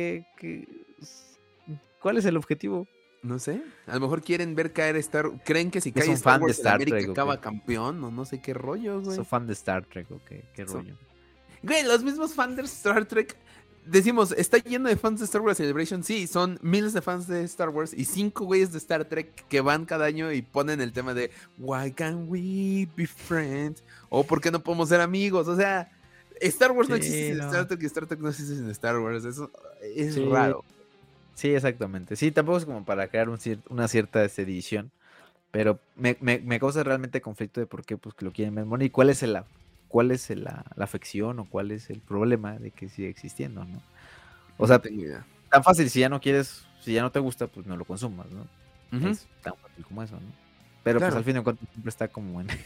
Speaker 2: ¿cuál es el objetivo?
Speaker 1: No sé, a lo mejor quieren ver caer creen que si
Speaker 2: Es
Speaker 1: cae
Speaker 2: un
Speaker 1: Star
Speaker 2: fan de
Speaker 1: Wars el
Speaker 2: Star
Speaker 1: América
Speaker 2: Trek, ¿o
Speaker 1: acaba
Speaker 2: qué?
Speaker 1: campeón o no sé qué rollo, güey.
Speaker 2: Soy fan de Star Trek, ¿o qué rollo?
Speaker 1: Güey, los mismos fans de Star Trek, decimos, ¿está lleno de fans de Star Wars Celebration? Sí, son miles de fans de Star Wars y 5 güeyes de Star Trek que van cada año y ponen el tema de Why can't we be friends? O ¿por qué no podemos ser amigos? O sea, Star Wars no existe sin Star Trek y Star Trek no existe sin Star Wars. Eso es raro.
Speaker 2: Sí, exactamente. Sí, tampoco es como para crear una cierta división, pero me causa realmente conflicto de por qué pues que lo quieren ver morir y cuál es la afección o cuál es el problema de que sigue existiendo, ¿no? O sea,
Speaker 1: no tengo idea.
Speaker 2: Tan fácil, si ya no quieres, si ya no te gusta, pues no lo consumas, ¿no?
Speaker 1: Uh-huh.
Speaker 2: Es tan fácil como eso, ¿no? Pero
Speaker 1: claro.
Speaker 2: Pues al fin y al cabo siempre está como en... no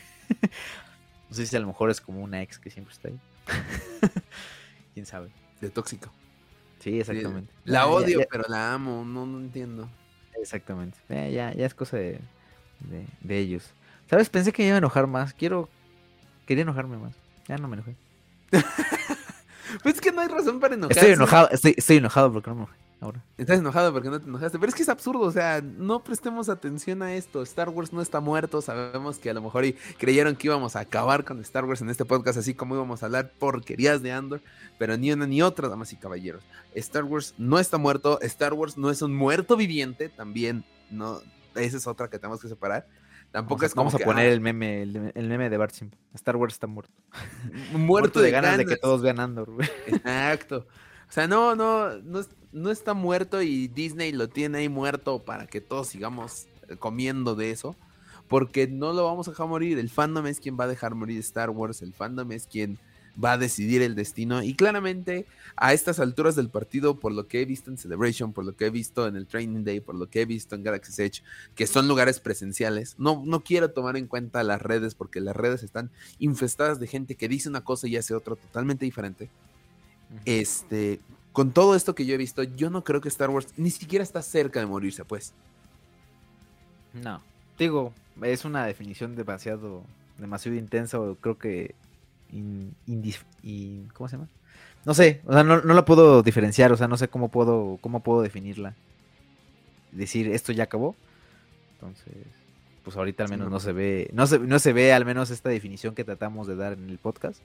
Speaker 2: sé si a lo mejor es como una ex que siempre está ahí. ¿Quién sabe?
Speaker 1: De tóxico.
Speaker 2: Sí, exactamente.
Speaker 1: Sí, la odio, pero la amo, no entiendo.
Speaker 2: Exactamente. Ya es cosa de ellos. ¿Sabes? Pensé que me iba a enojar más. Quería enojarme más. Ya no me enojé.
Speaker 1: Pues es que no hay razón para enojarse.
Speaker 2: Estoy enojado porque no me enojé ahora.
Speaker 1: Estás enojado porque no te enojaste. Pero es que es absurdo, o sea, no prestemos atención a esto. Star Wars no está muerto. Sabemos que a lo mejor creyeron que íbamos a acabar con Star Wars en este podcast, así como íbamos a hablar porquerías de Andor. Pero ni una ni otra, damas y caballeros. Star Wars no está muerto. Star Wars no es un muerto viviente. También, no. Esa es otra que tenemos que separar. Tampoco es como
Speaker 2: vamos a poner el meme de Bart Simpson. Star Wars está muerto.
Speaker 1: Muerto de ganas
Speaker 2: de que todos vean Andor, güey.
Speaker 1: Exacto. O sea, no está muerto y Disney lo tiene ahí muerto para que todos sigamos comiendo de eso. Porque no lo vamos a dejar morir. El fandom es quien va a dejar morir Star Wars. El fandom es quien va a decidir el destino. Y claramente, a estas alturas del partido, por lo que he visto en Celebration, por lo que he visto en el Training Day, por lo que he visto en Galaxy's Edge, que son lugares presenciales, no quiero tomar en cuenta las redes, porque las redes están infestadas de gente que dice una cosa y hace otra totalmente diferente. Con todo esto que yo he visto, yo no creo que Star Wars ni siquiera está cerca de morirse, pues.
Speaker 2: No. Digo, es una definición demasiado intensa, creo que ¿cómo se llama? No sé, o sea, no la puedo diferenciar, o sea, no sé cómo puedo definirla. Decir, esto ya acabó. Entonces, pues ahorita al menos no se ve al menos esta definición que tratamos de dar en el podcast.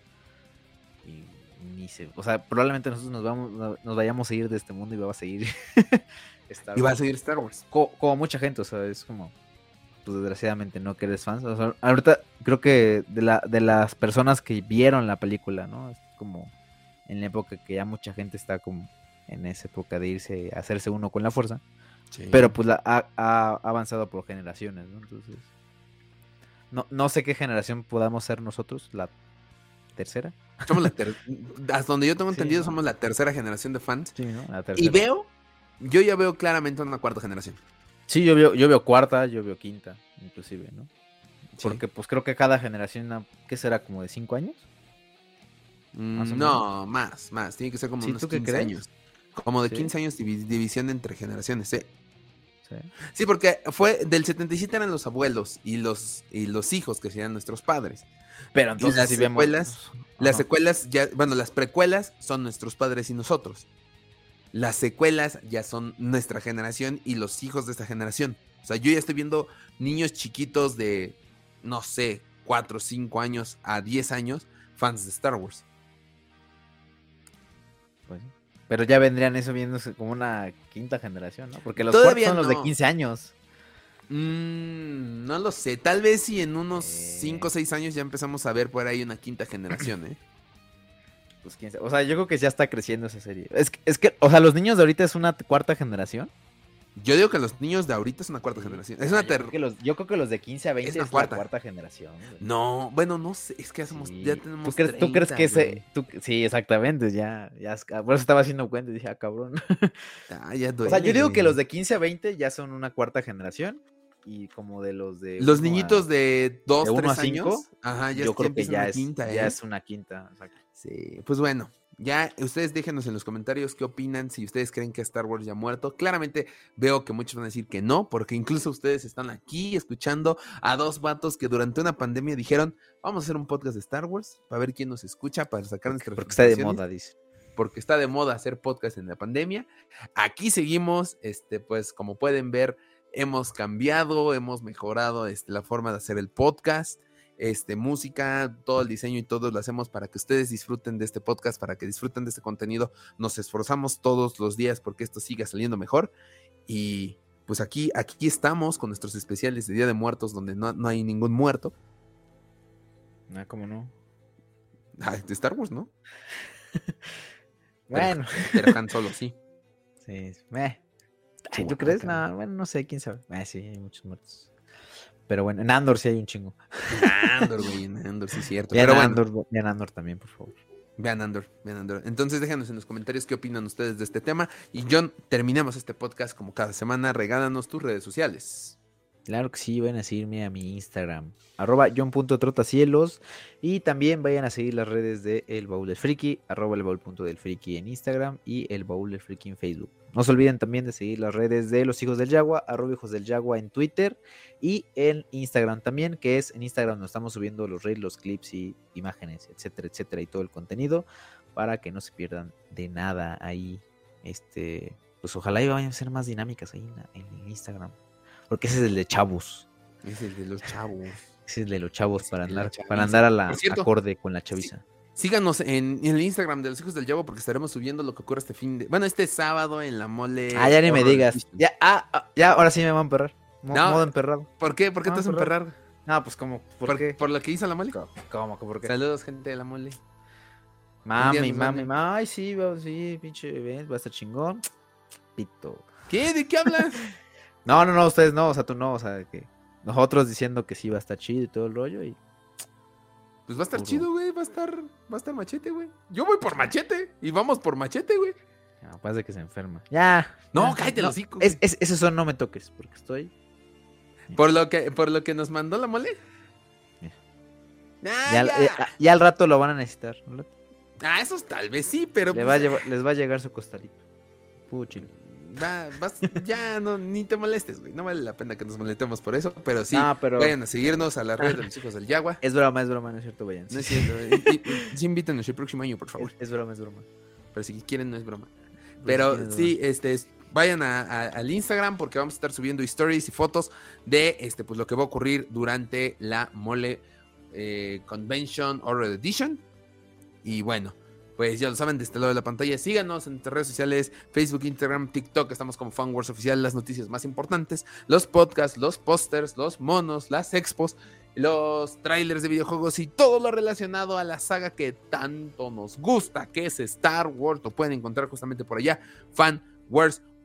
Speaker 2: O sea, probablemente nosotros nos vayamos a ir de este mundo y va a seguir
Speaker 1: Star Wars. Y va a seguir Star Wars.
Speaker 2: Como mucha gente, o sea, es como, pues desgraciadamente no que eres fans. O sea, ahorita creo que de las personas que vieron la película, ¿no? Es como en la época que ya mucha gente está como en esa época de irse a hacerse uno con la fuerza. Sí. Pero pues ha avanzado por generaciones, ¿no? Entonces, no sé qué generación podamos ser nosotros, la tercera.
Speaker 1: Somos hasta donde yo tengo entendido,
Speaker 2: ¿no?
Speaker 1: somos la tercera generación de fans.
Speaker 2: Sí, ¿no? La tercera.
Speaker 1: Y yo ya veo claramente una cuarta generación.
Speaker 2: Sí, yo veo cuarta, yo veo quinta, inclusive, ¿no?
Speaker 1: Sí.
Speaker 2: Porque pues creo que cada generación, ¿qué será? ¿Como de 5 años?
Speaker 1: No, más. Tiene que ser como
Speaker 2: ¿Sí,
Speaker 1: unos
Speaker 2: tú qué
Speaker 1: 15
Speaker 2: crees?
Speaker 1: años. Como de
Speaker 2: ¿Sí?
Speaker 1: 15 años división entre generaciones, sí.
Speaker 2: Sí.
Speaker 1: Sí, porque fue del 77 eran los abuelos y los hijos que serían nuestros padres.
Speaker 2: Pero entonces
Speaker 1: las
Speaker 2: si
Speaker 1: secuelas,
Speaker 2: vemos...
Speaker 1: las secuelas ya, bueno, las precuelas son nuestros padres y nosotros. Las secuelas ya son nuestra generación y los hijos de esta generación. O sea, yo ya estoy viendo niños chiquitos de, no sé, 4, 5 años a 10 años, fans de Star Wars.
Speaker 2: Pues, pero ya vendrían eso viéndose como una quinta generación, ¿no? Porque los
Speaker 1: Todavía
Speaker 2: cuartos son los de
Speaker 1: no.
Speaker 2: 15 años.
Speaker 1: No lo sé. Tal vez si en unos 5 o 6 años ya empezamos a ver por ahí una quinta generación, ¿eh?
Speaker 2: Pues quién sabe. O sea, yo creo que ya está creciendo esa serie. Es que, o sea, los niños de ahorita es una cuarta generación.
Speaker 1: Yo digo que los niños de ahorita es una cuarta generación. Es una
Speaker 2: yo creo que los de 15 a 20
Speaker 1: es
Speaker 2: es,
Speaker 1: la cuarta.
Speaker 2: la cuarta generación. Güey.
Speaker 1: No, bueno, no sé. Es que ya tenemos.
Speaker 2: ¿Tú crees que ese? Sí, exactamente. Por eso estaba haciendo cuenta y dije, cabrón.
Speaker 1: Ya duele,
Speaker 2: o sea, yo digo
Speaker 1: güey.
Speaker 2: que los de 15 a 20 ya son una cuarta generación. Y como de los de.
Speaker 1: Los niñitos de 2, 3
Speaker 2: años.
Speaker 1: Ajá,
Speaker 2: yo creo que ya
Speaker 1: quinta,
Speaker 2: es una quinta. Exacto.
Speaker 1: Sí, pues bueno. Ya, ustedes déjenos en los comentarios qué opinan, si ustedes creen que Star Wars ya ha muerto. Claramente veo que muchos van a decir que no, porque incluso ustedes están aquí escuchando a dos vatos que durante una pandemia dijeron, vamos a hacer un podcast de Star Wars, para ver quién nos escucha, para sacar nuestras
Speaker 2: Porque está de moda, dice.
Speaker 1: Porque está de moda hacer podcast en la pandemia. Aquí seguimos, pues como pueden ver, hemos cambiado, hemos mejorado la forma de hacer el podcast. Música, todo el diseño y todo lo hacemos para que ustedes disfruten de este podcast, para que disfruten de este contenido. Nos esforzamos todos los días porque esto siga saliendo mejor. Y pues aquí estamos con nuestros especiales de Día de Muertos, donde no hay ningún muerto.
Speaker 2: ¿Cómo no?
Speaker 1: Ay, de Star Wars, ¿no?
Speaker 2: Bueno.
Speaker 1: Pero Han Solo, sí.
Speaker 2: Sí. ¿Tú crees? No, bueno, no sé, quién sabe. Sí, hay muchos muertos. Pero bueno, en Andor sí hay un chingo.
Speaker 1: Andor, güey, en Andor sí es cierto.
Speaker 2: Vean
Speaker 1: Pero
Speaker 2: Andor, bueno. Vean Andor también, por favor.
Speaker 1: Vean Andor. Entonces déjanos en los comentarios qué opinan ustedes de este tema. Y John, terminamos este podcast como cada semana. Regálanos tus redes sociales.
Speaker 2: Claro que sí, vayan a seguirme a mi Instagram, @john.trotacielos. Y también vayan a seguir las redes de El Baúl del Friki, @elbaúl.delfriki en Instagram y El Baúl del Friki en Facebook. No se olviden también de seguir las redes de Los Hijos del Yagua, @hijosdelyagua en Twitter y en Instagram también, que es en Instagram donde estamos subiendo los reels, los clips y imágenes, etcétera, etcétera, y todo el contenido para que no se pierdan de nada ahí. Pues ojalá vayan a ser más dinámicas ahí en Instagram. Porque ese es el de chavos.
Speaker 1: Es el de los chavos.
Speaker 2: Ese es el de los chavos para andar a la acorde con la chaviza.
Speaker 1: Síganos en el Instagram de Los Hijos del Yagua porque estaremos subiendo lo que ocurre este sábado en la mole.
Speaker 2: Ya ni me digas. Ya, ahora sí me van a emperrar. Modo emperrado.
Speaker 1: ¿Por qué? ¿Por qué te vas a emperrar?
Speaker 2: No, pues como, ¿por qué?
Speaker 1: ¿Por lo que hizo la mole?
Speaker 2: ¿Cómo? ¿Por qué?
Speaker 1: Saludos, gente de la mole.
Speaker 2: Mami. Ay, sí, pinche evento, va a estar chingón. Pito.
Speaker 1: ¿Qué? ¿De qué hablas?
Speaker 2: No, ustedes no, o sea, tú no, o sea, que nosotros diciendo que sí va a estar chido y todo el rollo y...
Speaker 1: Pues va a estar chido, güey, va a estar Machete, güey. Yo voy por Machete y vamos por Machete, güey.
Speaker 2: Capaz de que se enferma. Ya.
Speaker 1: No, cállate los hocico.
Speaker 2: Ese son no me toques, porque estoy...
Speaker 1: Por lo que nos mandó la mole.
Speaker 2: Ya al rato lo van a necesitar.
Speaker 1: Esos tal vez sí, pero...
Speaker 2: les va a llegar su costalito. Puchilo.
Speaker 1: Ya no, ni te molestes, güey. No vale la pena que nos molestemos por eso, pero sí, vayan a seguirnos a las redes de Los Hijos del Yagua.
Speaker 2: Es broma, no es cierto, vayan.
Speaker 1: No es cierto, sí invítanos el próximo año, por favor.
Speaker 2: Es broma.
Speaker 1: Pero si quieren, no es broma. Pero sí, vayan al Instagram porque vamos a estar subiendo stories y fotos de pues lo que va a ocurrir durante la Mole Convention Horror Edition. Y bueno, pues ya lo saben, de este lado de la pantalla, síganos en nuestras redes sociales, Facebook, Instagram, TikTok, estamos como FanWars Oficial, las noticias más importantes, los podcasts, los pósters, los monos, las expos, los trailers de videojuegos y todo lo relacionado a la saga que tanto nos gusta, que es Star Wars. Lo pueden encontrar justamente por allá, FanWars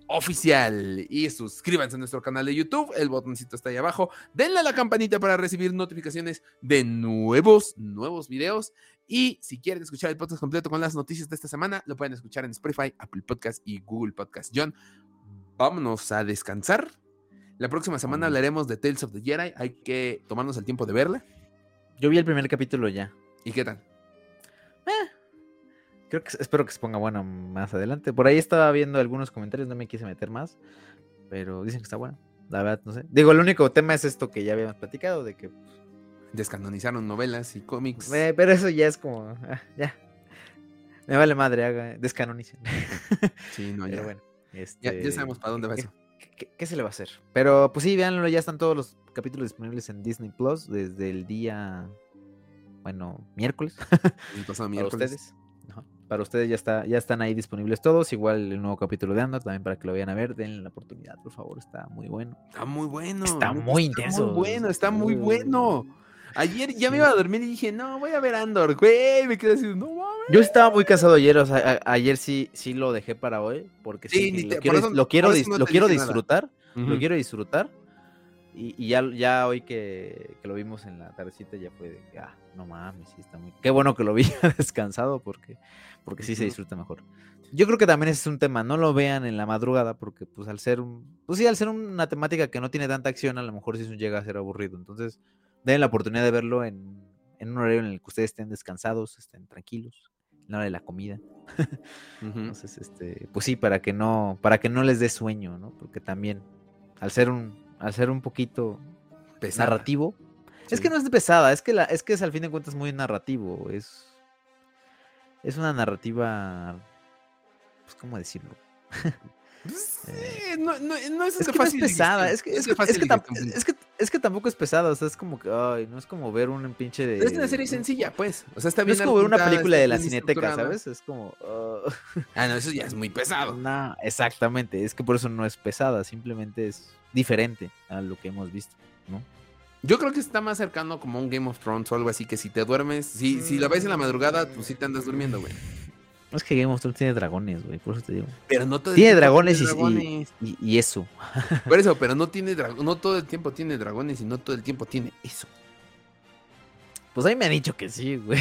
Speaker 1: oficial. Y suscríbanse a nuestro canal de YouTube, el botoncito está ahí abajo. Denle a la campanita para recibir notificaciones de nuevos videos. Y si quieren escuchar el podcast completo con las noticias de esta semana, lo pueden escuchar en Spotify, Apple Podcast y Google Podcast. John, vámonos a descansar. La próxima semana hablaremos de Tales of the Jedi. Hay que tomarnos el tiempo de verla.
Speaker 2: Yo vi el primer capítulo ya.
Speaker 1: ¿Y qué tal?
Speaker 2: Espero que se ponga bueno más adelante. Por ahí estaba viendo algunos comentarios, no me quise meter más, pero dicen que está bueno. La verdad, no sé. Digo, el único tema es esto que ya habíamos platicado, de que
Speaker 1: descanonizaron novelas y cómics.
Speaker 2: Pero eso ya es como, ya. Me vale madre, descanonicen.
Speaker 1: Sí, no, ya.
Speaker 2: Pero bueno,
Speaker 1: ya sabemos para dónde va eso.
Speaker 2: ¿Qué se le va a hacer? Pero pues sí, véanlo, ya están todos los capítulos disponibles en Disney Plus desde el día, miércoles.
Speaker 1: El pasado
Speaker 2: Para
Speaker 1: miércoles.
Speaker 2: ustedes. Ajá. Para ustedes ya están ahí disponibles todos. Igual el nuevo capítulo de Andor, también para que lo vayan a ver. Denle la oportunidad, por favor. Está muy bueno.
Speaker 1: Está muy bueno.
Speaker 2: Está muy intenso.
Speaker 1: Está muy bueno. Ayer ya me iba a dormir y dije, no, voy a ver Andor, güey. Me quedé así, no mames.
Speaker 2: Yo estaba muy cansado ayer, o sea, ayer sí lo dejé para hoy. Porque lo quiero disfrutar. Lo quiero disfrutar. Y ya hoy que lo vimos en la tardecita ya fue de que, no mames, sí está muy... Qué bueno que lo vi descansado porque sí se disfruta mejor. Yo creo que también ese es un tema, no lo vean en la madrugada porque pues al ser una temática que no tiene tanta acción, a lo mejor sí llega a ser aburrido. Entonces, den la oportunidad de verlo en un horario en el que ustedes estén descansados, estén tranquilos, en la hora de la comida. Entonces, pues sí, para que no les dé sueño, ¿no? Porque también, al ser un poquito pesada. Narrativo. Sí. Es que no es pesada, es que es al fin de cuentas muy narrativo. Es una narrativa, pues, ¿cómo decirlo?
Speaker 1: No es
Speaker 2: que
Speaker 1: fácil.
Speaker 2: No es pesada, es que tampoco es pesada, o sea, es como que, no es como ver un pinche de...
Speaker 1: Es una serie sencilla, pues. O sea, está bien.
Speaker 2: No es como ver una película de la Cineteca, ¿sabes? Es como...
Speaker 1: no, eso ya es muy pesado.
Speaker 2: No, exactamente, es que por eso no es pesada, simplemente es diferente a lo que hemos visto, ¿no?
Speaker 1: Yo creo que está más cercano como un Game of Thrones o algo así, que si te duermes, si la ves en la madrugada, pues sí te andas durmiendo, güey.
Speaker 2: No es que Game of Thrones tiene dragones, güey, por eso te digo.
Speaker 1: Pero no todo el
Speaker 2: tiene dragones y eso.
Speaker 1: Por eso, pero no todo el tiempo tiene dragones y no todo el tiempo tiene eso.
Speaker 2: Pues a mí me han dicho que sí, güey.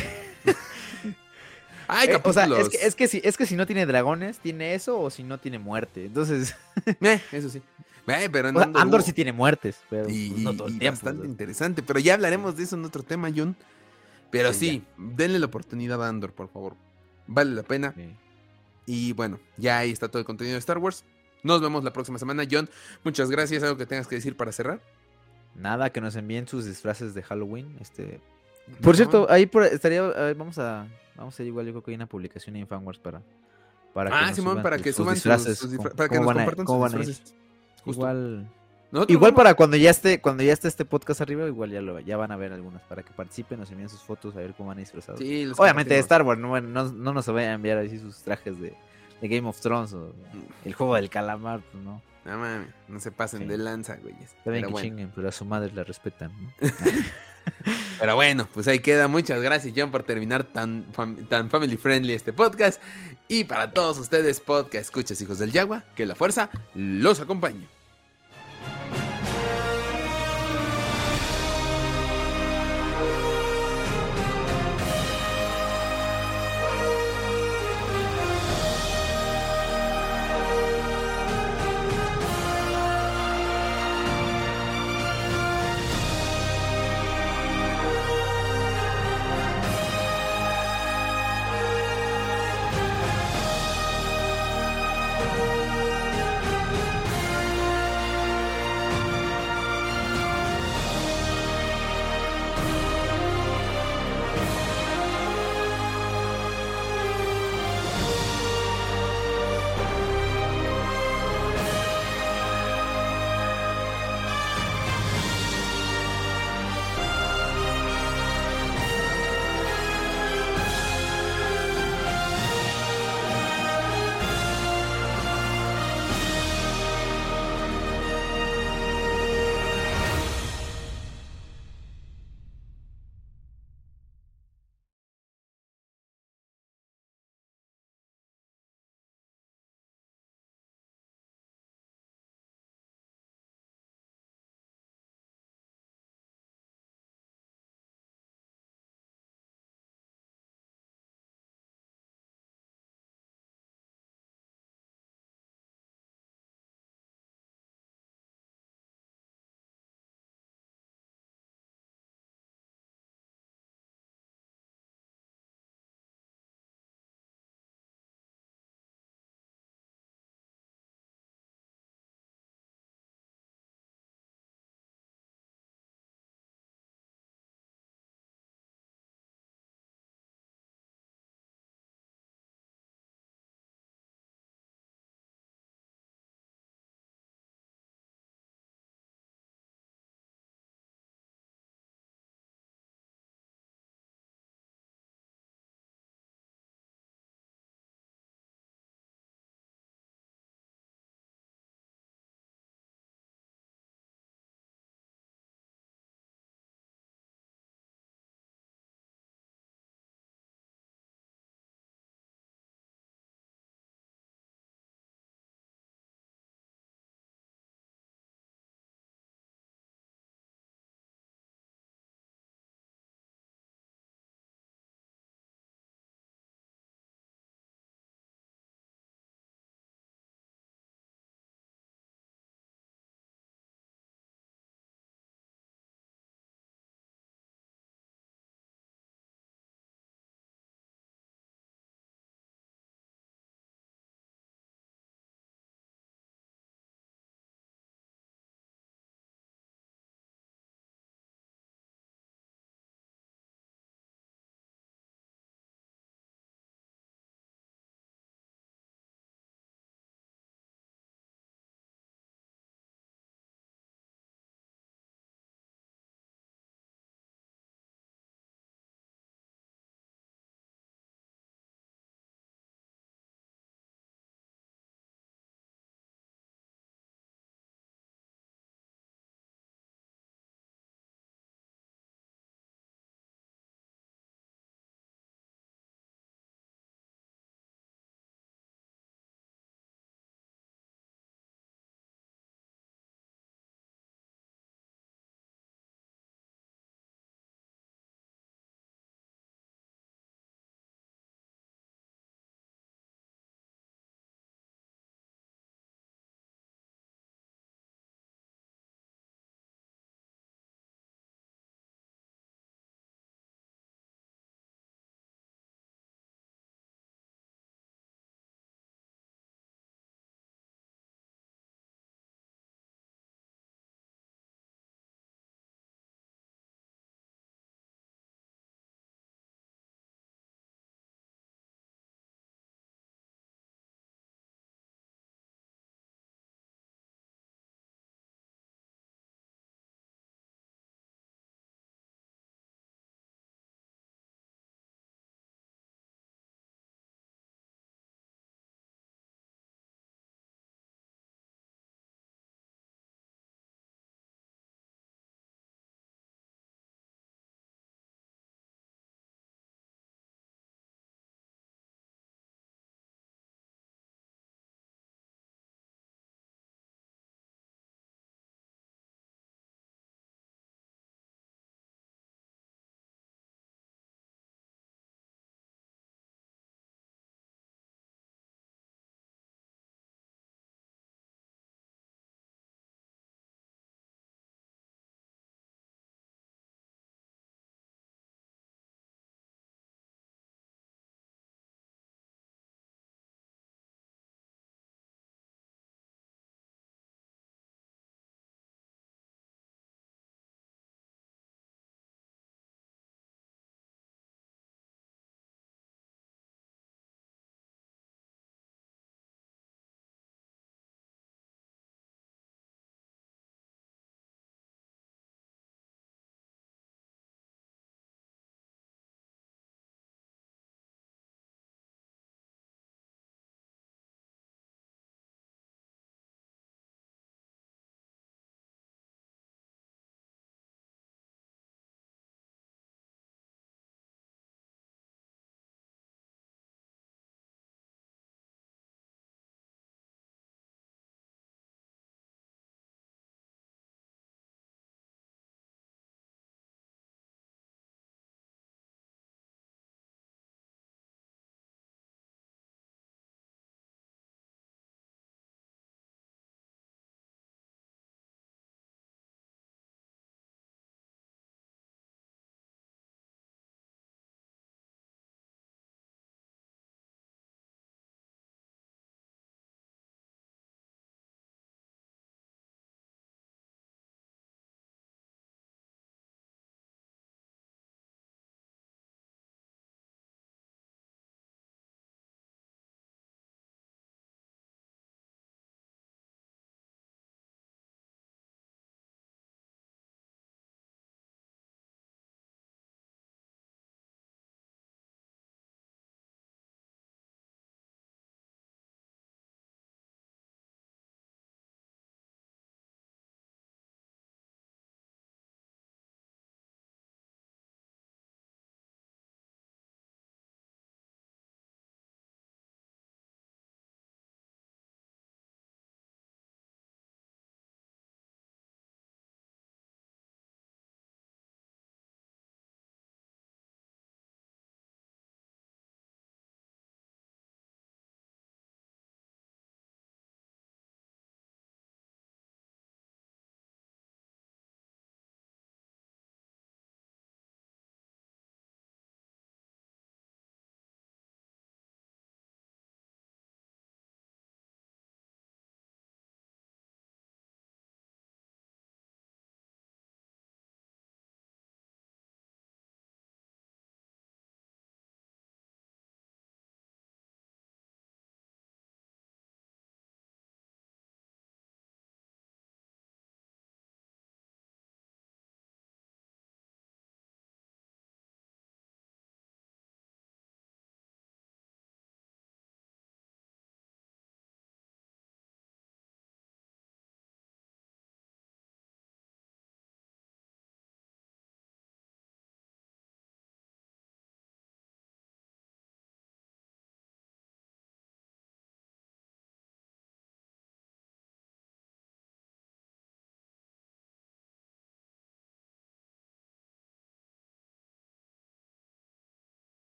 Speaker 1: Ay,
Speaker 2: o sea, es que si no tiene dragones, tiene eso, o si no tiene muerte. Entonces.
Speaker 1: Eso sí. Pero
Speaker 2: Andor sí tiene muertes, pero
Speaker 1: no todo el tiempo. Bastante interesante, pero ya hablaremos de eso en otro tema, John. Pero sí, denle la oportunidad a Andor, por favor. Vale la pena. Sí. Y bueno, ya ahí está todo el contenido de Star Wars. Nos vemos la próxima semana, John. Muchas gracias. ¿Algo que tengas que decir para cerrar?
Speaker 2: Nada, que nos envíen sus disfraces de Halloween. Por cierto, ahí estaría. Vamos a hacer igual, yo creo que hay una publicación en Fanwars para que
Speaker 1: Simón, para que suban sus disfraces. Para que nos compartan sus disfraces.
Speaker 2: Igual para cuando ya esté este podcast arriba, igual ya van a ver algunas para que participen, nos envíen sus fotos a ver cómo van disfrazados. Sí, obviamente de Star Wars, no nos vayan a enviar así sus trajes de Game of Thrones o el juego del calamar, pues no.
Speaker 1: No mames, no se pasen de lanza, güeyes.
Speaker 2: Está bien que chinguen, pero a su madre la respetan, ¿no?
Speaker 1: Pero bueno, pues ahí queda. Muchas gracias, John, por terminar tan family friendly este podcast. Y para todos ustedes, podcast escuchas, hijos del Yagua, que la fuerza los acompañe.